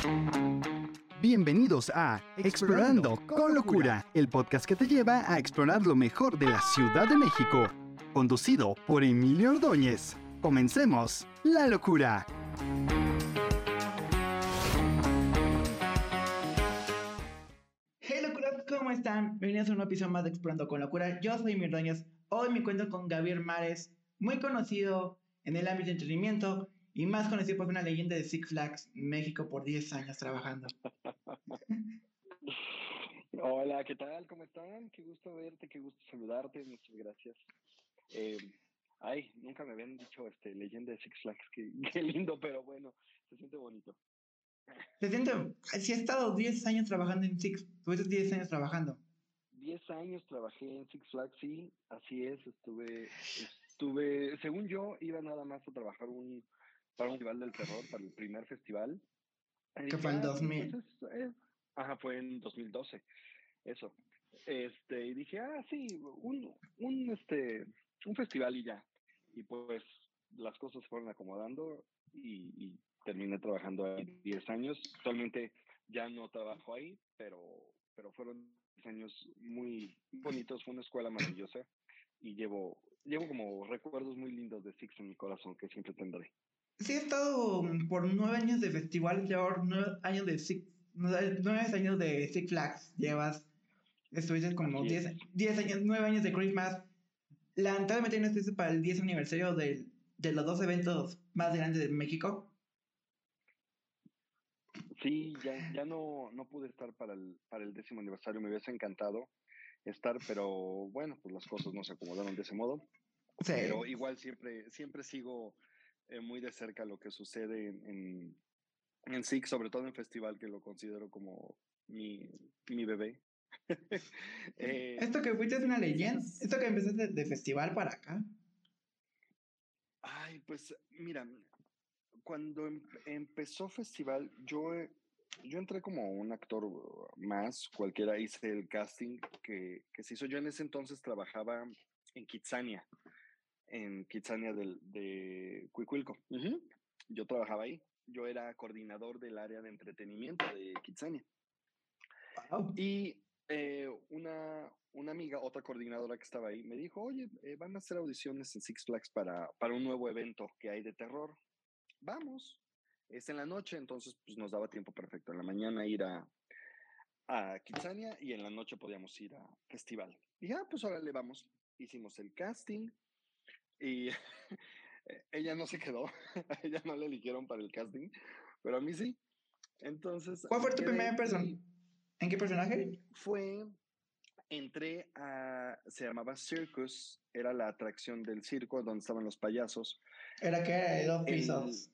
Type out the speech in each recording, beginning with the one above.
Bienvenidos a Explorando con Locura, el podcast que te lleva a explorar lo mejor de la Ciudad de México, conducido por Emilio Ordóñez. Comencemos la locura. Hey locuras, ¿cómo están? Bienvenidos a un episodio más de Explorando con Locura. Yo soy Emilio Ordóñez. Hoy me encuentro con Gabriel Mares, muy conocido en el ámbito de entretenimiento y más conocido por una leyenda de Six Flags México por 10 años trabajando. Hola, ¿qué tal? ¿Cómo están? Qué gusto verte, qué gusto saludarte, muchas gracias. Nunca me habían dicho leyenda de Six Flags, qué lindo, pero bueno, se siente bonito. Se siente, si has estado 10 años trabajando en Six, tuviste 10 años trabajando. 10 años trabajé en Six Flags, sí, así es, estuve, según yo, iba nada más a trabajar para un festival del terror, para el primer festival. Y Que dije, fue en sí, pues 2000. fue en 2012, eso. Y dije, sí, un festival y ya. Y pues las cosas se fueron acomodando y terminé trabajando ahí 10 años. Actualmente ya no trabajo ahí, pero fueron 10 años muy bonitos, fue una escuela maravillosa y llevo como recuerdos muy lindos de Six en mi corazón que siempre tendré. Sí, he estado por 9 años de festival, llevo 9 años de Six, 9 años de Six Flags. Estuviste como Así es. 10 años, 9 años de Christmas. Lamentablemente no estuviste para el 10 aniversario de los dos eventos más grandes de México. Sí, ya no pude estar para el 10º aniversario, me hubiese encantado estar, pero bueno, pues las cosas no se acomodaron de ese modo. Sí. Pero igual siempre sigo muy de cerca lo que sucede en SIG, sobre todo en festival, que lo considero como mi bebé. Esto que fuiste es una leyenda. ¿Sabes? Esto que empezaste de festival para acá. Pues mira, cuando empezó festival, yo entré como un actor más, cualquiera, hice el casting que se hizo. Yo en ese entonces trabajaba en Kitsania de Cuicuilco. Uh-huh. Yo trabajaba ahí. Yo era coordinador del área de entretenimiento de Kitsania. Wow. Y una amiga, otra coordinadora que estaba ahí, me dijo, oye, van a hacer audiciones en Six Flags para un nuevo evento que hay de terror. Vamos. Es en la noche, entonces pues nos daba tiempo perfecto. En la mañana ir a Kitsania y en la noche podíamos ir a festival. Y pues ahora le vamos. Hicimos el casting y ella no se quedó, a ella no le eligieron para el casting, pero a mí sí. Entonces ¿Cuál fue me tu quedé primera persona? y ¿En qué personaje? entré se llamaba Circus, era la atracción del circo donde estaban los payasos. Era que era de 2 pisos.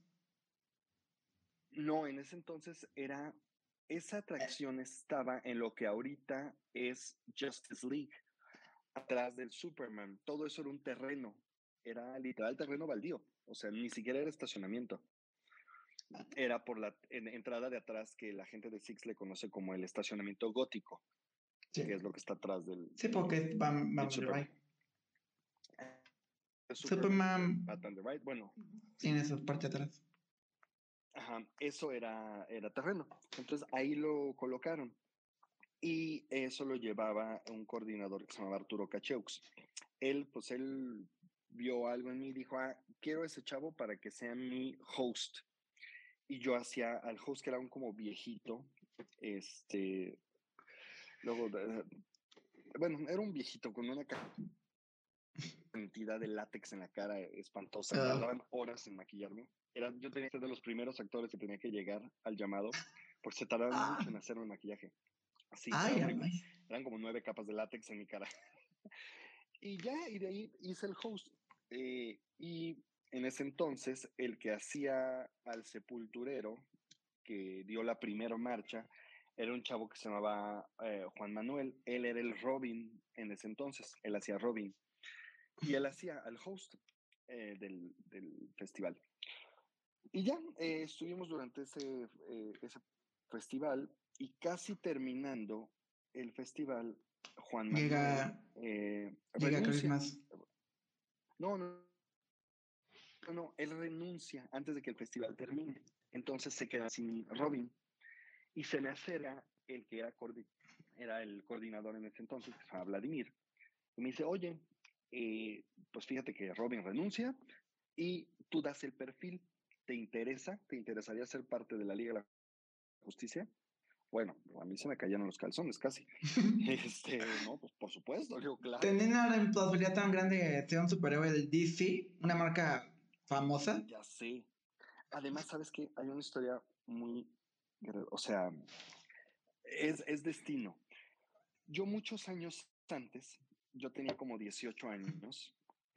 No, en ese entonces esa atracción estaba en lo que ahorita es Justice League, atrás del Superman. Todo eso era un terreno, era literal terreno baldío, o sea, ni siquiera era estacionamiento. Era por la entrada de atrás que la gente de Six le conoce como el estacionamiento gótico, Sí. que es lo que está atrás del Sí, porque vamos de Superman. right. Superman, Superman Batman the Right, bueno. tiene su parte atrás. Ajá, eso era terreno. Entonces ahí lo colocaron. Y eso lo llevaba un coordinador que se llamaba Arturo Cacheux. Él vio algo en mí y dijo, quiero a ese chavo para que sea mi host. Y yo hacía al host, que era un como viejito, luego, bueno, era un viejito con una cantidad de látex en la cara espantosa. Tardaban horas en maquillarme. Yo tenía que ser de los primeros actores que tenía que llegar al llamado, porque se tardaban mucho en hacerme el maquillaje. Así, era horrible. Eran como 9 capas de látex en mi cara. Y de ahí hice el host. Y en ese entonces, el que hacía al sepulturero, que dio la primera marcha, era un chavo que se llamaba Juan Manuel. Él era el Robin en ese entonces. Él hacía Robin. Y él hacía al host del festival. Y ya estuvimos durante ese festival y casi terminando el festival, Juan Manuel llega renuncia. Christmas. No, él renuncia antes de que el festival termine. Entonces se queda sin Robin. Y se me acerca el que era el coordinador en ese entonces, que se llama Vladimir, y me dice, oye, pues fíjate que Robin renuncia y tú das el perfil. ¿Te interesa? ¿Te interesaría ser parte de la Liga de la Justicia? Bueno, a mí se me cayeron los calzones casi. No, pues por supuesto, digo, claro. Teniendo una responsabilidad tan grande de ser un superhéroe del DC, una marca famosa. Ya sé. Además, ¿sabes qué? Hay una historia muy, o sea, es destino. Yo muchos años antes, yo tenía como 18 años,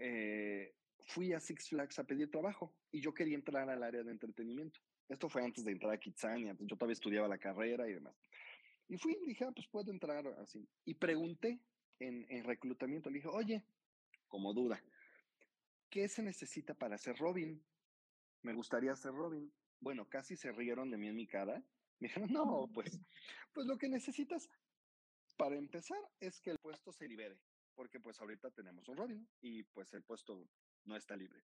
fui a Six Flags a pedir trabajo y yo quería entrar al área de entretenimiento. Esto fue antes de entrar a Kitsania, yo todavía estudiaba la carrera y demás. Y fui y dije, pues puedo entrar así. Y pregunté en reclutamiento, le dije, oye, como duda, ¿qué se necesita para ser Robin? Me gustaría ser Robin. Bueno, casi se rieron de mí en mi cara. Me dijeron, no, pues lo que necesitas para empezar es que el puesto se libere, porque pues ahorita tenemos un Robin y pues el puesto no está libre.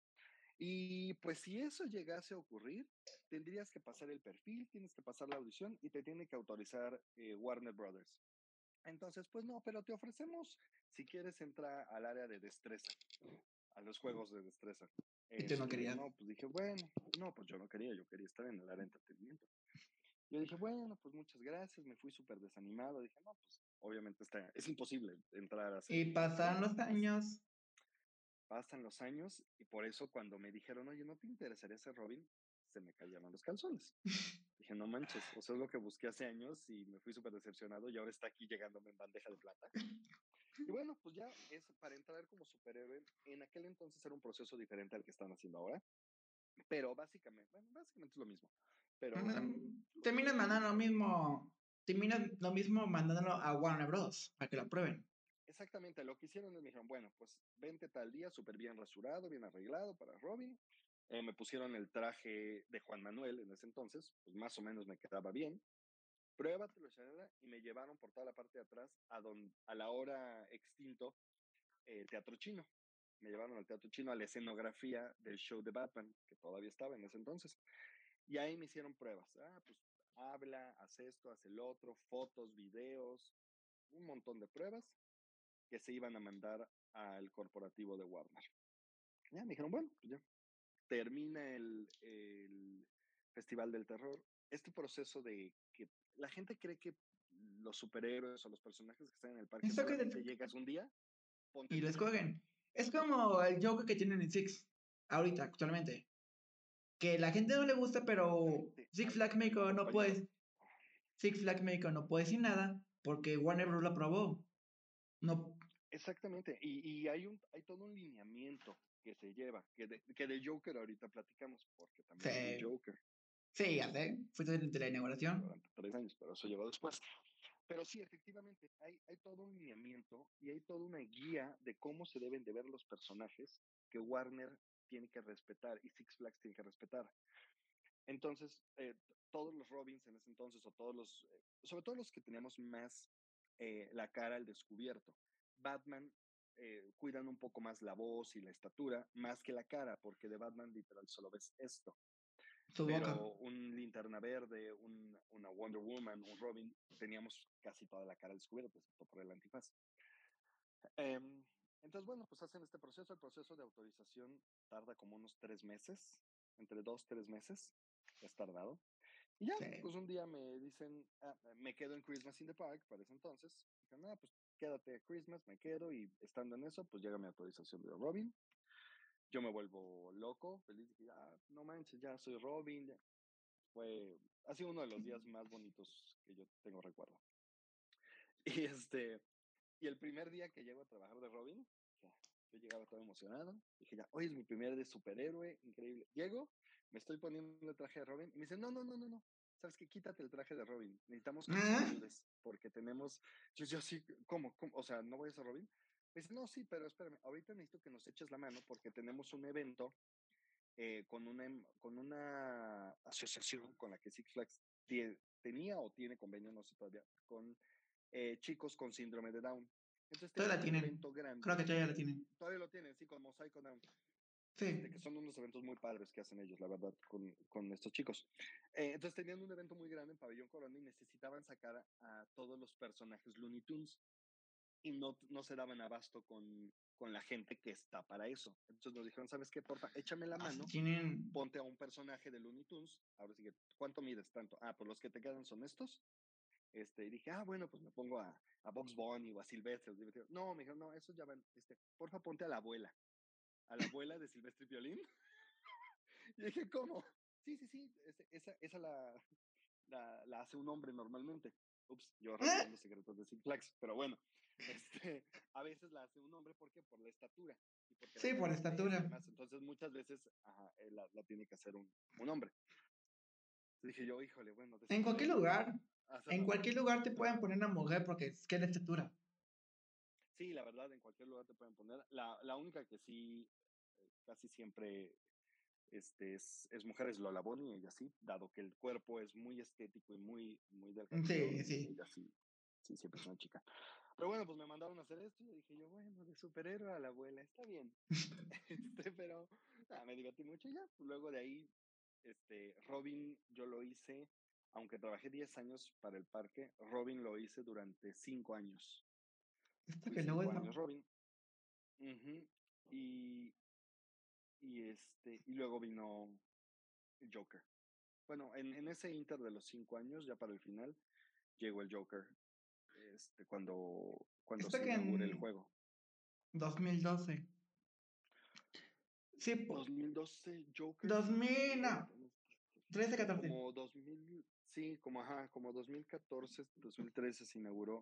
Y pues si eso llegase a ocurrir, tendrías que pasar el perfil, tienes que pasar la audición y te tiene que autorizar Warner Brothers. Entonces, pues no, pero te ofrecemos si quieres entrar al área de destreza, a los juegos de destreza. Y tú no querías. No, pues dije, bueno, no, pues yo no quería, yo quería estar en el área de entretenimiento. Yo dije, bueno, pues muchas gracias, me fui súper desanimado. Dije, no, pues obviamente es imposible entrar a hacer Y pasaron los años. Pasan los años y por eso cuando me dijeron, oye, ¿no te interesaría ser Robin? Se me cayeron los calzones. Dije, no manches, o sea, es lo que busqué hace años y me fui súper decepcionado y ahora está aquí llegándome en bandeja de plata. Y bueno, pues ya es para entrar como superhéroe. En aquel entonces era un proceso diferente al que están haciendo ahora, pero básicamente es lo mismo. Pero Terminas mandando lo mismo. Terminas lo mismo mandándolo a Warner Bros. Para que lo aprueben. Exactamente, lo que hicieron es me dijeron, bueno, pues vente tal día, súper bien rasurado, bien arreglado para Robin. Me pusieron el traje de Juan Manuel en ese entonces, pues más o menos me quedaba bien. Pruébatelo, y me llevaron por toda la parte de atrás a la hora extinto Teatro Chino. Me llevaron al Teatro Chino a la escenografía del show de Batman, que todavía estaba en ese entonces. Y ahí me hicieron pruebas. Pues habla, haz esto, haz el otro, fotos, videos, un montón de pruebas que se iban a mandar al corporativo de Warner. Ya me dijeron, bueno, pues ya termina el Festival del Terror. Este proceso de que la gente cree que los superhéroes o los personajes que están en el parque solamente llegas un día y lo escogen. Es como el Joker que tienen en Six ahorita, actualmente. Que la gente no le gusta, pero Six Flags México no puede. Six Flags México no puede decir nada porque Warner Bros. Lo aprobó. No. Exactamente. Y hay todo un lineamiento que se lleva, que de Joker ahorita platicamos, porque también es el Joker. Sí, ya sé. Fue de la inauguración. Durante 3 años, pero eso llegó después. Pero sí, efectivamente, hay todo un lineamiento y hay toda una guía de cómo se deben de ver los personajes que Warner tiene que respetar y Six Flags tiene que respetar. Entonces, todos los Robins en ese entonces, o sobre todo los que teníamos más la cara al descubierto, Batman cuidan un poco más la voz y la estatura, más que la cara, porque de Batman literal solo ves esto. Pero un Linterna Verde, una Wonder Woman, un Robin, teníamos casi toda la cara descubierta, excepto por el antifaz. Entonces, bueno, pues hacen este proceso. El proceso de autorización tarda como unos 3 meses, entre 2-3 meses, es tardado. Y ya, pues un día me dicen, me quedo en Christmas in the Park para ese entonces. Dije, pues quédate a Christmas, me quedo y estando en eso, pues llega mi autorización de Robin. Yo me vuelvo loco, feliz, dije, no manches, ya soy Robin. Ha sido uno de los días más bonitos que yo tengo recuerdo. Y el primer día que llego a trabajar de Robin, yo llegaba todo emocionado, dije hoy es mi primer de superhéroe, increíble. Llego, me estoy poniendo el traje de Robin y me dice, no, ¿sabes qué? Quítate el traje de Robin, necesitamos que nos ayudes, porque tenemos, yo sí, ¿cómo? O sea, ¿no voy a ser Robin? Me dice, no, sí, pero espérame, ahorita necesito que nos eches la mano porque tenemos un evento con una asociación con la que Six Flags tenía o tiene convenio, no sé todavía, con chicos con síndrome de Down. Entonces todavía la tienen. Un evento grande. Creo que todavía la tienen. Todavía lo tienen, sí, con Mosaico Down. Sí. Que son unos eventos muy padres que hacen ellos, la verdad, con estos chicos. Entonces tenían un evento muy grande en Pabellón Corona y necesitaban sacar a todos los personajes Looney Tunes y no se daban abasto con la gente que está para eso. Entonces nos dijeron, ¿sabes qué? Porfa, échame la mano, Tienen... ponte a un personaje de Looney Tunes. Ahora sí que, ¿cuánto mides? Tanto. Pues los que te quedan son estos. Y dije, bueno, pues me pongo a Bugs Bunny o a Silvestre. No, me dijeron, no, esos ya van, porfa, ponte a la abuela de Silvestre y Piolín. Y dije, ¿cómo? Sí, esa la hace un hombre normalmente. Ups, yo revelando secretos de Six Flags, pero bueno, a veces la hace un hombre, ¿por qué? Por la estatura. Y porque Sí, por estatura. demás. Entonces muchas veces la tiene que hacer un hombre. Entonces dije yo, híjole, bueno. En cualquier lugar, te pueden poner una mujer porque es que la estatura. Sí, la verdad, en cualquier lugar te pueden poner. La única que sí, casi siempre es mujer, es Lola Bunny, ella sí, dado que el cuerpo es muy estético y muy delgadito, Sí. ella sí, siempre es una chica. Pero bueno, pues me mandaron a hacer esto y dije yo, bueno, de superhéroe a la abuela, está bien. Pero me divertí mucho y ya. Luego de ahí, Robin yo lo hice, aunque trabajé 10 años para el parque, Robin lo hice durante 5 años. Esto Fui que luego 5 años Robin. Y luego vino el Joker. Bueno, en ese inter de los 5 años, ya para el final, llegó el Joker. Cuando Esto se que inaugura el en juego. 2012. Sí, 2012 Joker. 2000, no. 13, 14. Como 2000, sí, como 2014, 2013 se inauguró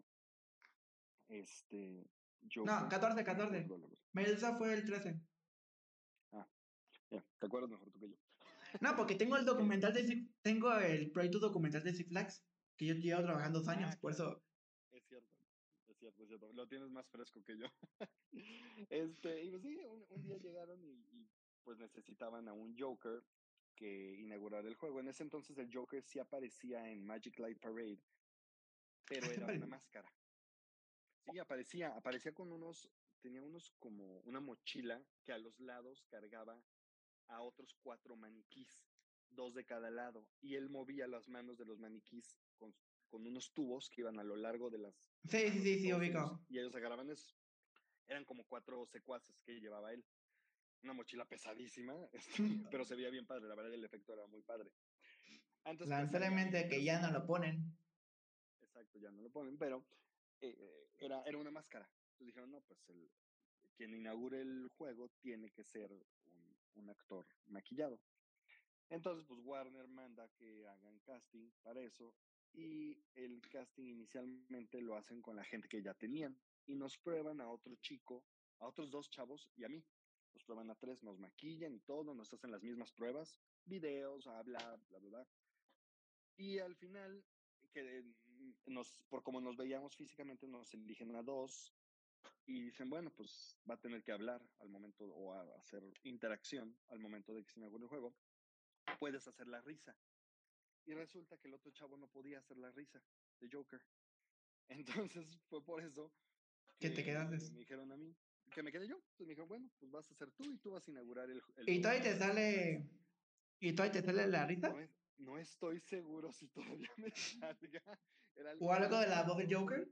No, Joker. 14. Melissa fue el 13. Ya, te acuerdas mejor tú que yo. No, porque tengo el documental tengo el proyecto documental de Six Flags, que yo llevo trabajando 2 años, por Claro. eso. Es cierto. Lo tienes más fresco que yo. Y pues sí, un día llegaron y pues necesitaban a un Joker que inaugurara el juego. En ese entonces el Joker sí aparecía en Magic Light Parade, pero era una máscara. Sí, aparecía tenía como una mochila que a los lados cargaba a otros 4 maniquís, 2 de cada lado, y él movía las manos de los maniquís con unos tubos que iban a lo largo de las manos de Sí, todos ubico. ellos, y ellos agarraban eso. Eran como 4 secuaces que llevaba él. Una mochila pesadísima, pero se veía bien padre, la verdad el efecto era muy padre. Antes pues Lamentablemente que ya no lo ponen. Exacto, ya no lo ponen, pero era una máscara. Entonces dijeron, no, pues quien inaugure el juego tiene que ser un actor maquillado. Entonces, pues Warner manda que hagan casting para eso y el casting inicialmente lo hacen con la gente que ya tenían y nos prueban a otro chico, a otros 2 chavos y a mí. Nos prueban a 3, nos maquillan y todo, nos hacen las mismas pruebas, videos, bla, bla, bla. Y al final, por como nos veíamos físicamente, nos eligen a 2 y dicen, bueno, pues va a tener que hablar al momento o a hacer interacción al momento de que se inaugure el juego. Puedes hacer la risa. Y resulta que el otro chavo no podía hacer la risa de Joker. Entonces fue por eso que te quedaste. me dijeron a mí que me quedé yo. Entonces me dijeron, bueno, pues vas a ser tú y tú vas a inaugurar el ¿Y nuevo todavía te sale? ¿Y todavía te sale la risa? No estoy seguro si todavía me salga. ¿O algo de la voz de Joker?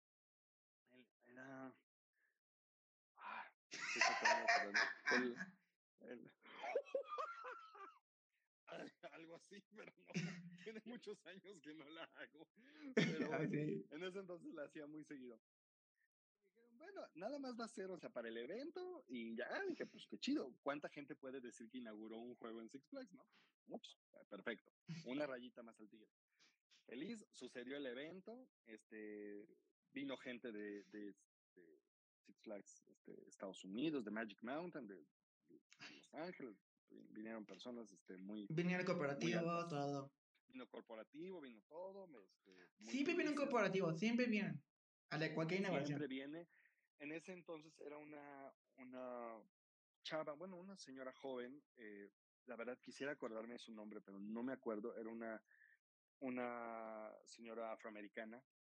Era. Algo así, pero no. Tiene muchos años que no la hago. Pero bueno, Sí. en ese entonces la hacía muy seguido. Dijeron, bueno, nada más va a ser, o sea, para el evento y ya, dije, pues qué chido. ¿Cuánta gente puede decir que inauguró un juego en Six Flags, no? Muchos. Perfecto. Una rayita más al tigre. Feliz, sucedió el evento, vino gente de Six Flags, Estados Unidos, de Magic Mountain, de Los Ángeles, vinieron personas, Vinieron muy corporativo, altas. todo. Vino corporativo, vino todo, muy Siempre viene un felices. corporativo, siempre vienen. A la cualquier inauguración. Siempre viene. En ese entonces era una chava, bueno, una señora joven, la verdad quisiera acordarme de su nombre, pero no me acuerdo, era una señora afroamericana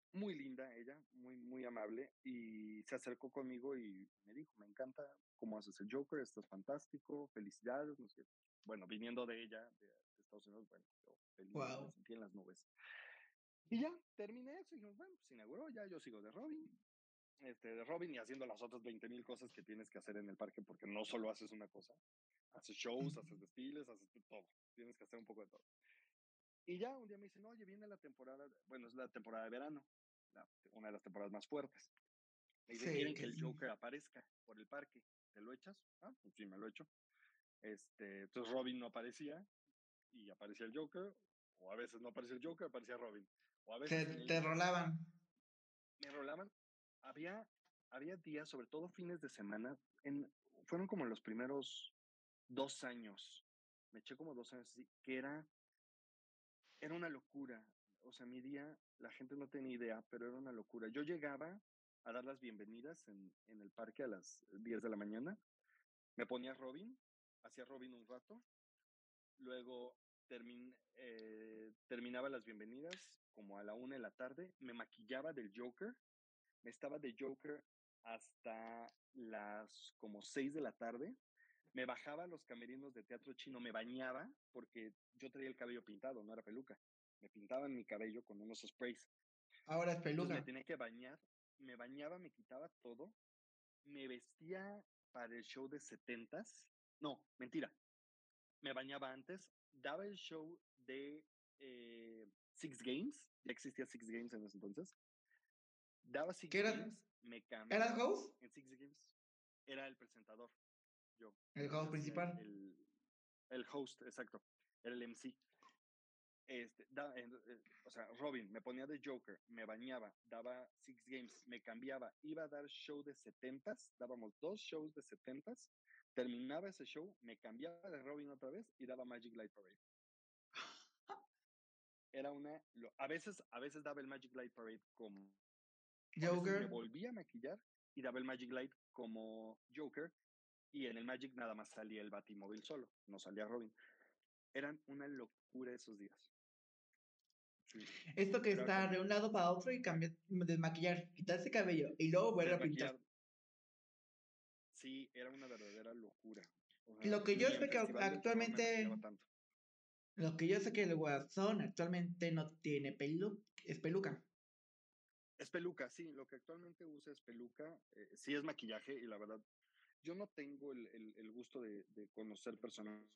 muy linda ella, muy, muy amable, y se acercó conmigo y me dijo, me encanta cómo haces el Joker, estás fantástico, felicidades, no sé. Bueno, viniendo de ella, de Estados Unidos, bueno, yo feliz, me Wow. sentí en las nubes. Y ya, terminé eso y dijimos, bueno, pues se inauguró, ya yo sigo de Robin y haciendo las otras 20,000 cosas que tienes que hacer en el parque, porque no solo haces una cosa, haces shows, haces desfiles, haces todo, tienes que hacer un poco de todo. Y ya un día me dicen, oye, viene la temporada, bueno, es la temporada de verano, una de las temporadas más fuertes. Me dicen, Sí, quieren que el Joker aparezca por el parque. ¿Te lo echas? Ah, pues sí, me lo echo. Entonces Robin no aparecía y aparecía el Joker, o a veces no aparecía el Joker, aparecía Robin. O a veces en el te día rolaban. me rolaban. Había, había días, sobre todo fines de semana, fueron como los primeros 2 años, me eché como 2 años así, que era una locura. O sea, mi día, la gente no tenía idea, pero era una locura. Yo llegaba a dar las bienvenidas en el parque a las 10 de la mañana, me ponía Robin, hacía Robin un rato, luego terminaba las bienvenidas como a la 1 de la tarde, me maquillaba del Joker, me estaba de Joker hasta las como 6 de la tarde, me bajaba a los camerinos de teatro chino, me bañaba, porque yo traía el cabello pintado, no era peluca. Me pintaban mi cabello con unos sprays. Ahora es Entonces me peluca. tenía que bañar, me bañaba, me quitaba todo, me vestía para el show de setentas. No, mentira, me bañaba antes, daba el show de Six Games, ya existía Six Games en ese entonces, daba ¿Qué Six era? Games, me ¿Eras cambiaba host? en Six Games, era el presentador, yo, El yo host hacía principal. el host, exacto, era el MC. O sea, Robin, me ponía de Joker, me bañaba, daba Six Games, me cambiaba, iba a dar show de setentas, dábamos 2 shows de setentas, terminaba ese show, me cambiaba de Robin otra vez y daba Magic Light Parade. Era a veces daba el Magic Light Parade como, a veces me Joker. volvía a maquillar y daba el Magic Light como Joker, y en el Magic nada más salía el Batimóvil solo, no salía Robin. Eran una locura esos días. Sí, Esto que era está como de un lado para otro y cambiar, desmaquillar, quitarse cabello y luego volver a pintar. desmaquillar. Sí, era una verdadera locura. O sea, Lo que yo ni en sé que Festival del Terror me maquillaba actualmente, tanto. lo que yo sé que el Guasón actualmente no tiene pelo, es peluca. Es peluca, sí, lo que actualmente usa es peluca, sí es maquillaje y la verdad, yo no tengo el gusto de conocer personalmente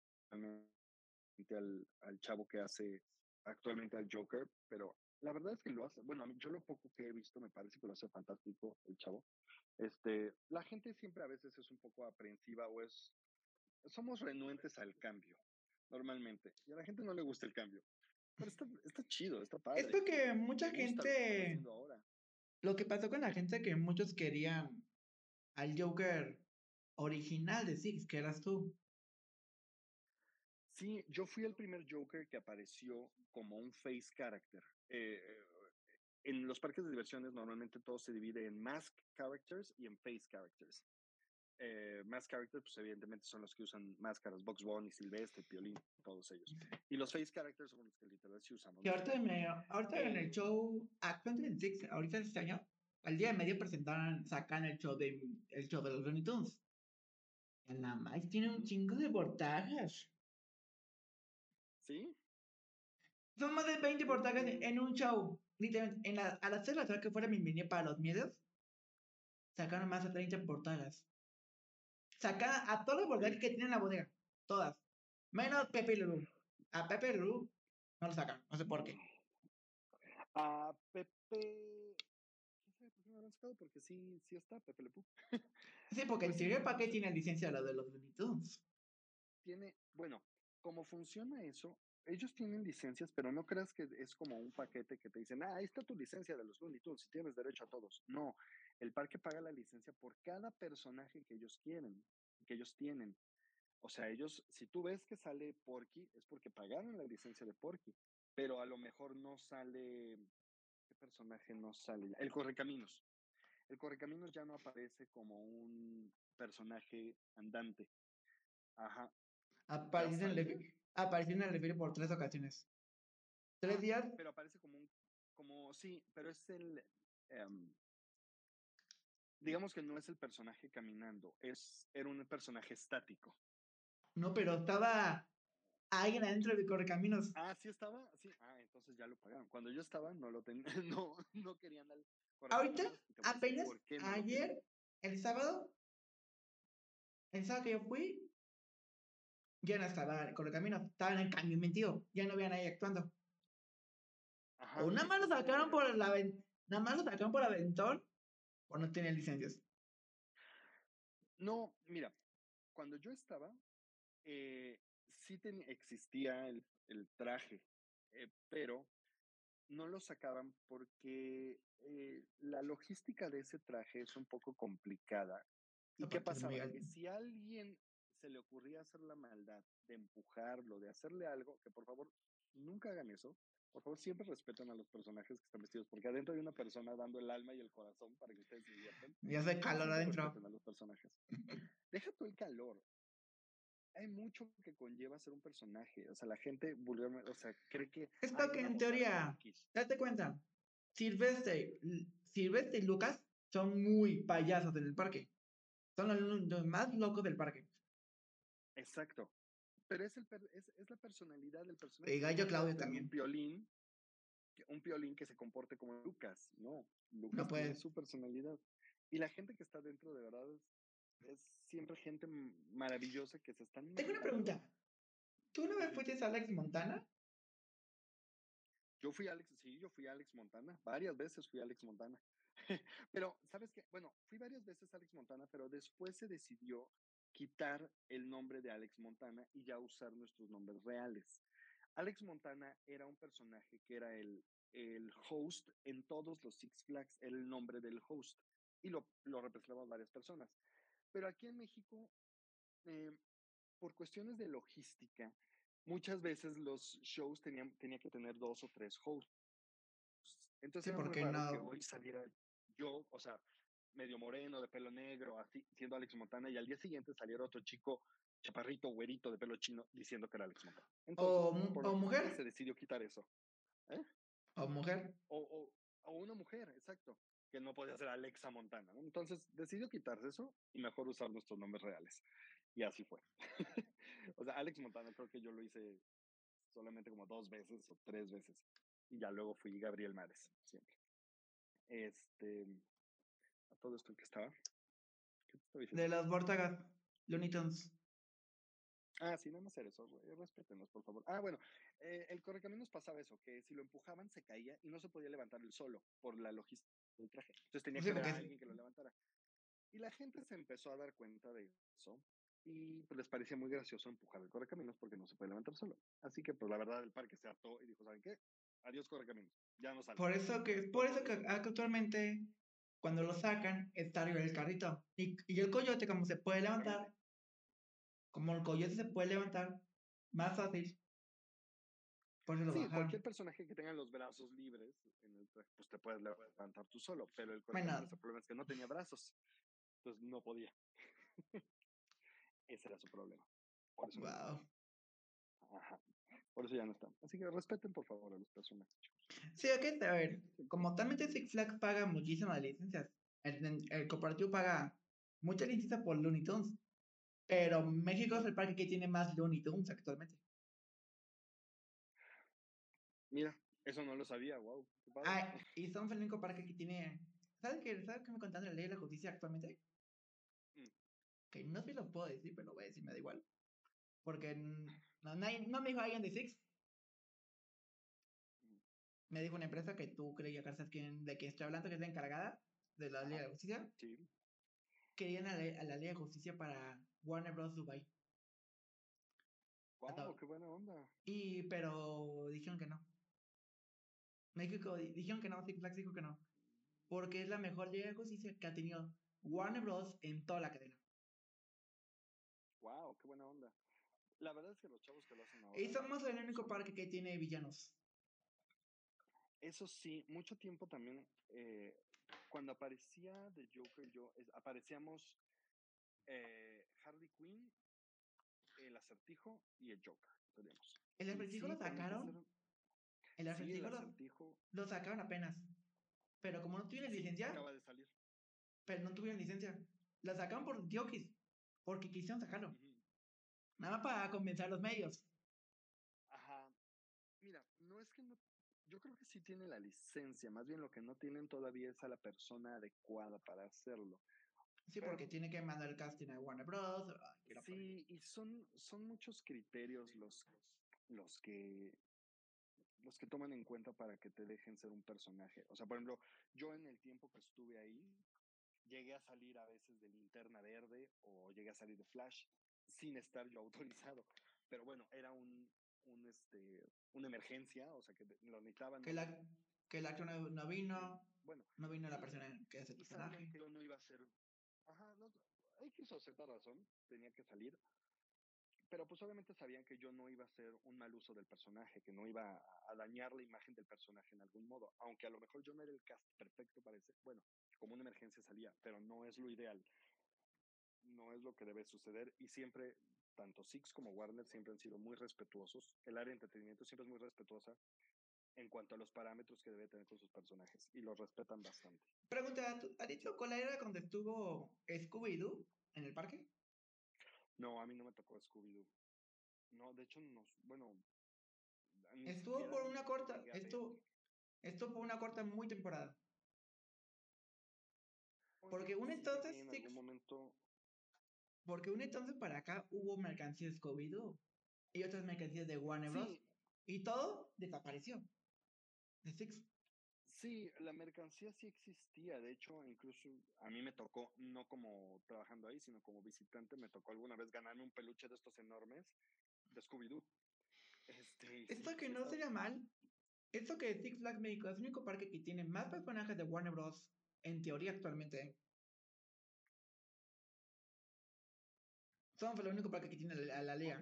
al chavo que hace actualmente al Joker, pero la verdad es que lo hace, bueno, a mí, yo lo poco que he visto me parece que lo hace fantástico el chavo. La gente siempre a veces es un poco aprensiva somos renuentes al cambio, normalmente, y a la gente no le gusta el cambio, pero está chido, está padre, Esto que mucha me gusta lo que están gente, haciendo ahora. lo que pasó con la gente que muchos querían al Joker original de Six, que eras tú. Sí, yo fui el primer Joker que apareció como un face character. Eh, en los parques de diversiones normalmente todo se divide en mask characters y en face characters. Mask characters, pues evidentemente son los que usan máscaras, Bugs Bunny, Silvestre, Piolín, todos ellos. Y los face characters son los que literal sí usamos Que máscara. ahorita en el Eh, show, actualmente en Six, ahorita este año, al día de medio presentaron, sacan el show de los Looney Tunes. En la más tiene un Ujú. chingo de portadas. ¿Sí? Son más de 20 portadas Fíjate. en un show. Literalmente, al hacer la que fuera mi mini para los miedos, sacaron más de 30 portadas. Sacaron a todas las portadas Sí. que tienen en la bodega. Todas. Menos Pepe y Lulu. A Pepe y Lulu no lo sacan. No sé por qué. A Pepe. ¿Quién sabe por qué no lo han sacado? Porque sí, sí está Pepe Le Pew. Sí, porque en Pues sí, teoría, ¿para no qué sé. tiene licencia la de los Looney Tunes? Bueno, ¿cómo funciona eso? Ellos tienen licencias, pero no creas que es como un paquete que te dicen, ahí está tu licencia de los Looney Tunes, si tienes derecho a todos. No, el parque paga la licencia por cada personaje que ellos quieren, que ellos tienen. O sea, si tú ves que sale Porky, es porque pagaron la licencia de Porky, pero a lo mejor no sale, ¿qué personaje no sale? El Correcaminos. El Correcaminos ya no aparece como un personaje andante. Ajá, ya Apareció en sale apareció en el refri por 3 ocasiones. 3 Ah, días. pero aparece como un como sí, pero es digamos que no es el personaje caminando, era un personaje estático. No, pero estaba alguien adentro del correcaminos. Ah, sí estaba, sí. Ah, entonces ya lo pagaron. Cuando yo estaba, no lo tenían, no querían dar Ahorita, correcaminos y te voy a decir apenas por qué no lo querían. ayer, el sábado que yo fui, ya no estaba el correcaminos, estaba en el camión metido, ya no había nadie actuando. O Ajá, nada es más que lo es como sacaron de, por nada más lo sacaron por aventón, o no tenían licencias. no, mira, cuando yo estaba, sí existía el traje, pero no lo sacaban porque la logística de ese traje es un poco complicada. ¿Y qué Aparte es muy pasaba? alto. Que si a alguien se le ocurría hacer la maldad de empujarlo, de hacerle algo, que por favor nunca hagan eso. Por favor, siempre respeten a los personajes que están vestidos, porque adentro hay una persona dando el alma y el corazón para que ustedes se diviertan. Ya hace calor Siempre adentro. respeten a los personajes. Deja tú el calor. Hay mucho que conlleva ser un personaje. O sea, la gente vulgarmente, o sea, cree que, Es ay, porque van a en montar teoría, X. date cuenta, Silvestre y Lucas son muy payasos en el parque. Son los más locos del parque. Exacto. Pero es la personalidad del personaje. Y Tú Gallo no puedes Claudio tener también. un piolín que se comporte como Lucas. No, No Lucas tiene puedes. su personalidad. Y la gente que está dentro de verdad es siempre gente maravillosa que se están Tengo una matando. pregunta. ¿Tú una vez Ujú. fuiste a Alex Montana? Yo fui Alex Montana, varias veces fui Alex Montana. Pero, ¿sabes qué? Bueno, fui varias veces Alex Montana, pero después se decidió quitar el nombre de Alex Montana y ya usar nuestros nombres reales. Alex Montana era un personaje que era el host en todos los Six Flags, era el nombre del host y lo representaban varias personas. Pero aquí en México, eh, por cuestiones de logística, muchas veces los shows tenía que tener 2 o 3 hosts. Entonces Sí, era muy porque raro que no. hoy saliera yo, o sea, medio moreno, de pelo negro, así, siendo Alex Montana, y al día siguiente saliera otro chico chaparrito, güerito, de pelo chino, diciendo que era Alex Montana. Entonces, por O mujer. logística se decidió quitar eso. ¿Eh? O mujer. O una mujer, exacto, que no podía ser Alexa Montana, ¿no? Entonces decidió quitarse eso y mejor usar nuestros nombres reales. Y así fue. O sea, Alex Montana creo que yo lo hice solamente como 2 veces o 3 veces. Y ya luego fui Gabriel Mares, siempre. A todo esto que estaba. ¿Qué te estaba De diciendo? las Vortagas. Looney Tunes. Ah, sí, nada más hacer eso, respétenos, por favor. Ah, bueno, el correcaminos pasaba eso, que si lo empujaban se caía y no se podía levantar él solo por la logística del traje. Entonces tenía Sí, que ver porque a alguien que lo levantara. Y la gente se empezó a dar cuenta de eso y pues les parecía muy gracioso empujar el correcaminos porque no se puede levantar solo. Así que pues la verdad el parque se hartó y dijo, ¿saben qué? Adiós correcaminos, ya no sale. por Fue eso por que eso. actualmente cuando lo sacan está arriba del carrito. Y el coyote como se puede levantar, Exactamente. como el coyote se puede levantar más fácil, por eso lo Sí, bajaron. cualquier personaje que tenga los brazos libres en el traje, pues te puedes levantar tú solo, pero el Bueno, correcaminos el problema es que no tenía brazos, entonces no podía. Ese era su problema. Por eso ya no está. wow. Ajá. Por eso ya no está. Así que respeten por favor a los personajes, chicos. Sí, ok, a ver, como talmente Six Flags paga muchísimas licencias, el corporativo paga muchas licencias por Looney Tunes, pero México es el parque que tiene más Looney Tunes actualmente. Mira, eso no lo sabía, wow, qué padre. Ah, y somos el único parque que tiene. ¿Sabes qué me contaron de la ley de la justicia actualmente? Mm, Que no sé si lo puedo decir, pero lo voy a decir, me da igual. Porque no me dijo alguien de Six. mm. Me dijo una empresa que tú creías que sabes de quién estoy hablando, que es la encargada de la ley de Ajá, la justicia. sí. Querían a la ley de justicia para Warner Bros. Dubai. Wow, qué buena onda. Pero dijeron que no. México dijeron que no, Six Flags dijo que no. Porque es la mejor ley de justicia que ha tenido Warner Bros. En toda la cadena. Wow, qué buena onda. La verdad es que los chavos que lo hacen Y ahora somos el único son. parque que tiene villanos. Eso sí, mucho tiempo también, cuando aparecía The Joker, aparecíamos Harley Quinn, el Acertijo y el Joker, teníamos. El Y acertijo lo sí, también sacaron. pasaron. El acertijo lo sacaron apenas. Pero como no tuvieron licencia. Acaba de salir. Pero no tuvieron licencia. Lo sacaron por diokis. Porque quisieron sacarlo. Nada más para convencer a los medios. Ajá. Mira, no es que no. Yo creo que sí tiene la licencia. Más bien lo que no tienen todavía es a la persona adecuada para hacerlo. Sí, porque tiene que mandar el casting a Warner Bros. Sí, y son muchos criterios los que toman en cuenta para que te dejen ser un personaje. O sea, por ejemplo, yo en el tiempo que estuve ahí, llegué a salir a veces de Linterna Verde o llegué a salir de Flash sin estar yo autorizado. Pero bueno, era una emergencia, o sea, que lo necesitaban. Que el actor no vino. Bueno, no vino la persona que hace el personaje. Sabían que yo no iba a ser. Ajá, no, hay que cierta razón, tenía que salir. Pero pues obviamente sabían que yo no iba a hacer un mal uso del personaje, que no iba a dañar la imagen del personaje en algún modo, aunque a lo mejor yo no era el cast perfecto para ese, bueno, como una emergencia salía, pero no es lo ideal, no es lo que debe suceder y siempre, tanto Six como Warner siempre han sido muy respetuosos, el área de entretenimiento siempre es muy respetuosa en cuanto a los parámetros que debe tener con sus personajes y los respetan bastante. Pregunta, ¿a ti tocó la era cuando estuvo Scooby-Doo en el parque? No, a mí no me tocó Scooby-Doo. No, de hecho, bueno. Estuvo por una corta, estuvo por una corta muy temporada. Porque un entonces, en algún momento. Porque un entonces para acá hubo mercancías Scooby-Doo y otras mercancías de Warner Bros. Y todo desapareció. De Six. Sí, la mercancía sí existía. De hecho, incluso a mí me tocó, no como trabajando ahí, sino como visitante, me tocó alguna vez ganarme un peluche de estos enormes de Scooby-Doo. Esto que no sería mal. Esto que Six Flags México es el único parque que tiene más personajes de Warner Bros. En teoría actualmente. Somos el único parque que tiene a la liga.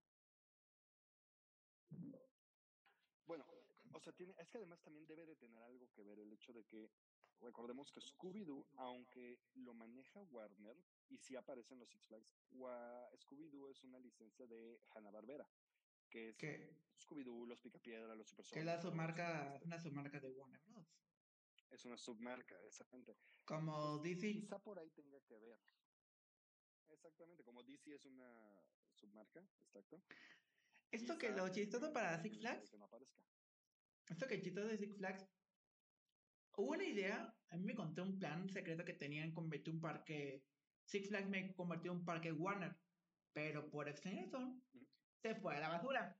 Bueno, o sea, es que además también debe de tener algo que ver el hecho de que, recordemos que Scooby-Doo, aunque lo maneja Warner, y sí aparece en los Six Flags, Scooby-Doo es una licencia de Hanna-Barbera, que es Scooby-Doo, los Picapiedra, los Supersónicos. Que es una submarca de Warner Bros. Es una submarca, exactamente. Como Entonces, DC. quizá por ahí tenga que ver. Exactamente, como DC es una submarca, exacto. Esto que lo chistoso para Six Flags. Que no aparezca. Esto que chistoso de Six Flags. Hubo una idea, a mí me conté un plan secreto que tenían convertir un parque. Six Flags me convirtió en un parque Warner. Pero por extraña razón, se fue a la basura.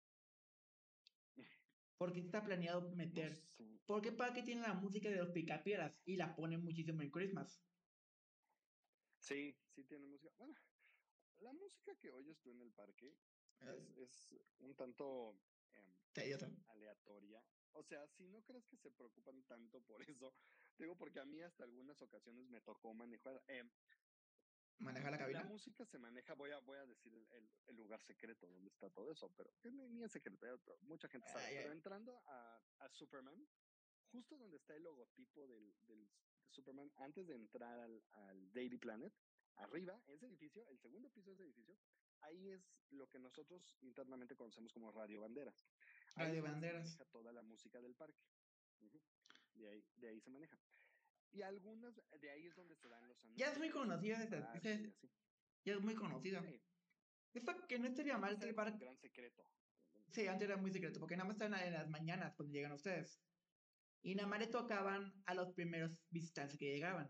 Porque está planeado meter. No sé. Porque parque tiene la música de los Picapiedras y la ponen muchísimo en Christmas. Sí, sí tiene música. Bueno, la música que oyes tú en el parque es un tanto aleatoria. O sea, si no crees que se preocupan tanto por eso, digo, porque a mí hasta algunas ocasiones me tocó manejar. ¿Manejar la cabina? La música se maneja, voy a decir el lugar secreto donde está todo eso, pero que ni es secreto, mucha gente sabe. Pero entrando a Superman, justo donde está el logotipo de Superman, antes de entrar al Daily Planet, arriba, ese edificio, el segundo piso de ese edificio, ahí es lo que nosotros internamente conocemos como Radio Banderas. Radio Banderas. Se maneja toda la música del parque. De ahí se maneja. Y algunas, de ahí es donde se dan los anuncios. Ya es muy conocido ya es muy conocido. Sí. Esto que no estaría mal que el parque. Es un gran secreto. Sí, antes era muy secreto, porque nada más estaban en las mañanas cuando llegan ustedes. Y nada más le tocaban a los primeros visitantes que llegaban.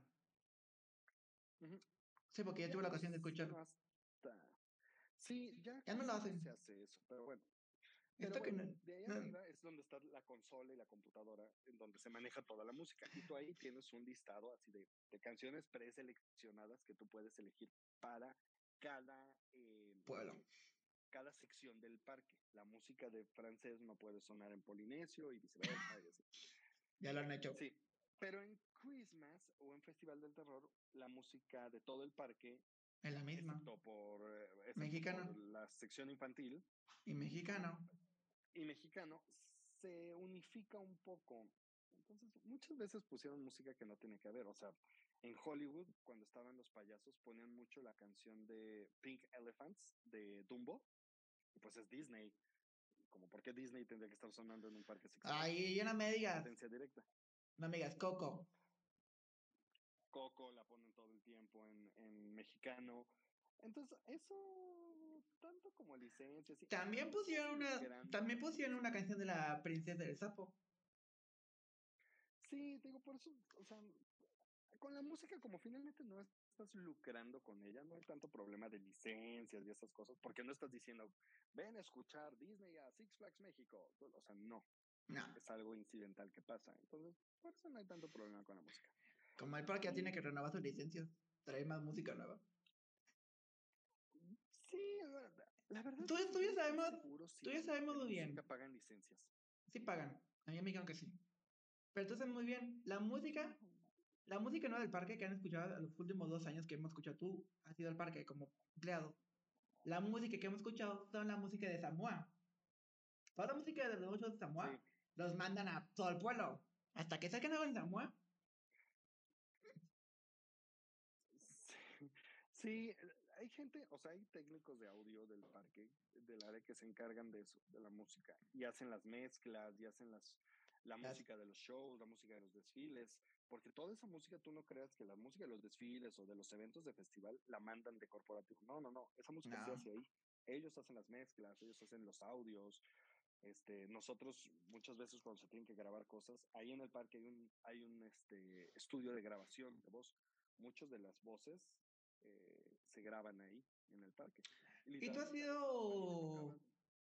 Sí, porque ya tuve la ocasión de escucharlo. Sí, ya no lo hacen. Se hace eso, pero bueno. De ahí arriba es donde está la consola y la computadora, en donde se maneja toda la música. Y tú ahí tienes un listado así de canciones preseleccionadas que tú puedes elegir para cada pueblo. Cada sección del parque. La música de francés no puede sonar en polinesio y viceversa. Y así. Ya lo han hecho. Sí, pero en Christmas o en Festival del Terror, la música de todo el parque es la misma. Excepto por la sección infantil. Y mexicano. Se unifica un poco. Entonces, muchas veces pusieron música que no tiene que ver. O sea, en Hollywood, cuando estaban los payasos, ponían mucho la canción de Pink Elephants de Dumbo. Y pues es Disney. como por qué Disney tendría que estar sonando en un parque Six Flags. Ay, ya no me digas. Competencia directa. No me digas Coco. Coco la ponen todo el tiempo en mexicano. Entonces, eso, tanto como licencias. También pusieron una canción de la princesa del sapo. Sí, digo, por eso, o sea, con la música, como finalmente no estás lucrando con ella, no hay tanto problema de licencias y esas cosas, porque no estás diciendo, ven a escuchar Disney a Six Flags México. O sea, no. No. Es algo incidental que pasa. Entonces, por eso no hay tanto problema con la música. Como el parque ya tiene que renovar sus licencias, traer más música nueva. Sí, la verdad. Tú ya sabemos muy bien. Música pagan licencias. Sí pagan. A mí me dijeron que sí. Pero tú sabes muy bien, la música nueva del parque que han escuchado los últimos 2 años que hemos escuchado, tú has ido al parque como empleado. La música que hemos escuchado son la música de Samoa. Toda la música de los de Samoa Sí. los mandan a todo el pueblo. Hasta que saquen algo en Samoa. Sí, hay gente, o sea, hay técnicos de audio del parque, del área que se encargan de eso, de la música, y hacen las mezclas, y hacen la música de los shows, la música de los desfiles, porque toda esa música, tú no creas que la música de los desfiles o de los eventos de festival la mandan de corporativo. No, esa música se hace ahí. Ellos hacen las mezclas, ellos hacen los audios. Nosotros muchas veces cuando se tienen que grabar cosas, ahí en el parque hay un estudio de grabación de voz. Muchas de las voces se graban ahí en el parque. ¿Y tú has sido...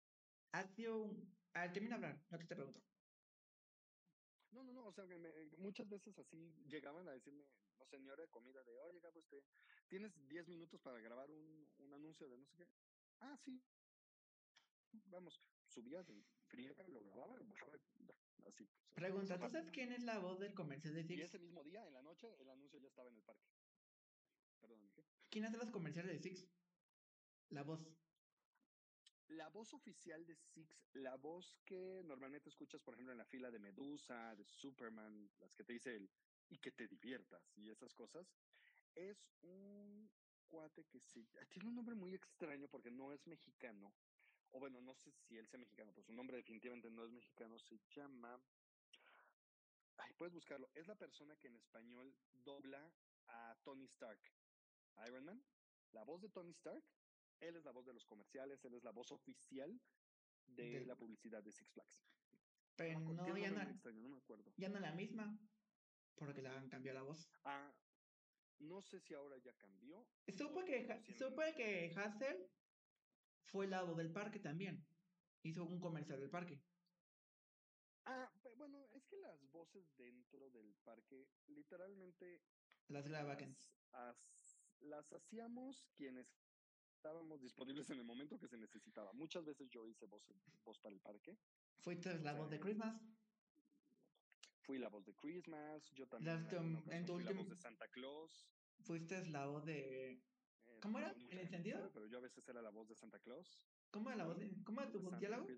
termina de hablar, no te pregunto. No, o sea, muchas veces así llegaban a decirme, no sé, señora de comida, de, oye, Gabo, ¿tienes 10 minutos para grabar un anuncio de no sé qué? Ah, sí, vamos, subía de friega, lo grababa, lo bajaba, así. Pregunta, ¿tú sabes quién es la voz del comercial de Six? Y ese mismo día, en la noche, el anuncio ya estaba en el parque. Perdón, ¿qué? ¿Quién hace los comerciales de Six? La voz. La voz oficial de Six, la voz que normalmente escuchas, por ejemplo, en la fila de Medusa, de Superman, las que te dice y que te diviertas y esas cosas, es un cuate que tiene un nombre muy extraño porque no es mexicano. O bueno, no sé si él sea mexicano, pero su nombre definitivamente no es mexicano. Se llama... Ay, puedes buscarlo. Es la persona que en español dobla a Tony Stark. Iron Man. La voz de Tony Stark. Él es la voz de los comerciales, él es la voz oficial de la publicidad de Six Flags. Pero no, ya no, muy extraño, no me acuerdo. Ya no la misma, porque le han cambiado la voz. Ah, no sé si ahora ya cambió. Supe que Hassel fue la voz del parque también. Hizo un comercial del parque. Ah, bueno, es que las voces dentro del parque, literalmente las graba las hacíamos quienes estábamos disponibles en el momento que se necesitaba. Muchas veces yo hice voz para el parque. ¿Fuiste la voz de Christmas? Fui la voz de Christmas, yo también fui la voz de Santa Claus. ¿Fuiste la voz de... ¿Cómo era? ¿El encendido? Pero yo a veces era la voz de Santa Claus. ¿Cómo era la voz de... ¿Cómo era tu voz diálogo?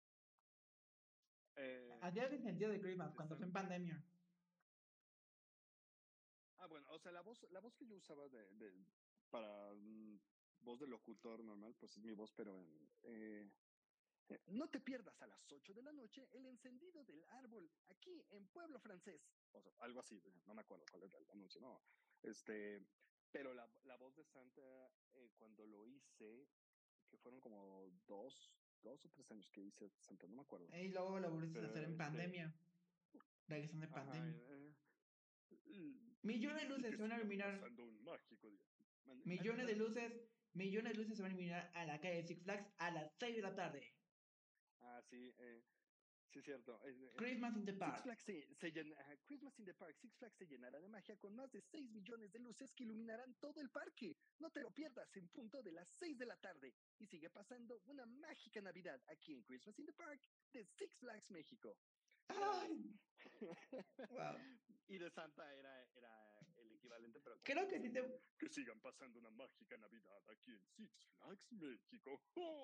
Hacía el encendido de Christmas cuando fue en pandemia. Ah, bueno, o sea, la voz que yo usaba para voz de locutor normal, pues es mi voz, pero no te pierdas a las 8 de la noche el encendido del árbol aquí en Pueblo Francés. O sea, algo así, no me acuerdo cuál era el anuncio, no. Pero la voz de Santa, cuando lo hice, que fueron como 2 o 3 años que hice Santa, no me acuerdo. Y luego lo volviste a hacer en pandemia. Regresando de pandemia. Millones de luces se van a iluminar. Millones de luces se van a iluminar a la calle de Six Flags a las 6 de la tarde. Ah, sí, sí, cierto. Christmas in the Park. Christmas in the Park. Six Flags se llenará de magia con más de 6 millones de luces que iluminarán todo el parque. No te lo pierdas en punto de las 6 de la tarde. Y sigue pasando una mágica Navidad aquí en Christmas in the Park de Six Flags México. ¡Ay! Wow. Y de Santa era el equivalente, pero creo que sí que sigan pasando una mágica Navidad aquí en Six Flags México.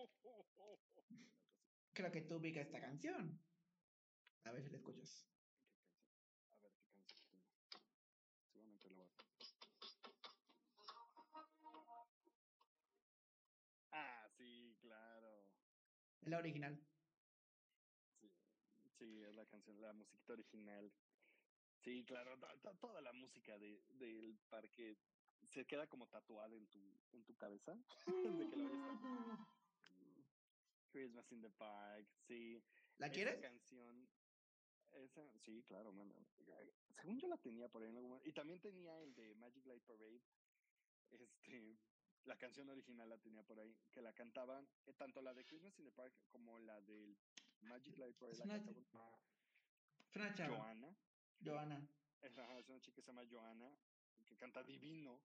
Creo que tú ubicas esta canción. A ver si la escuchas. A ver qué canción. Seguramente lo voy a... Ah, sí, claro. La original. Sí, es la canción, la musiquita original. Sí, claro, toda la música del parque se queda como tatuada en tu cabeza, de que la oyes tanto. Christmas in the Park, sí. ¿La Esa quieres? canción, sí, claro, mano. Según yo la tenía por ahí en algún momento. Y también tenía el de Magic Light Parade. Este, la canción original la tenía por ahí, que la cantaban, tanto la de Christmas in the Park como la del Magic Light Parade Es la una, cantaba es una chava, Joana. Joana. Es una chica que se llama Joana, que canta divino.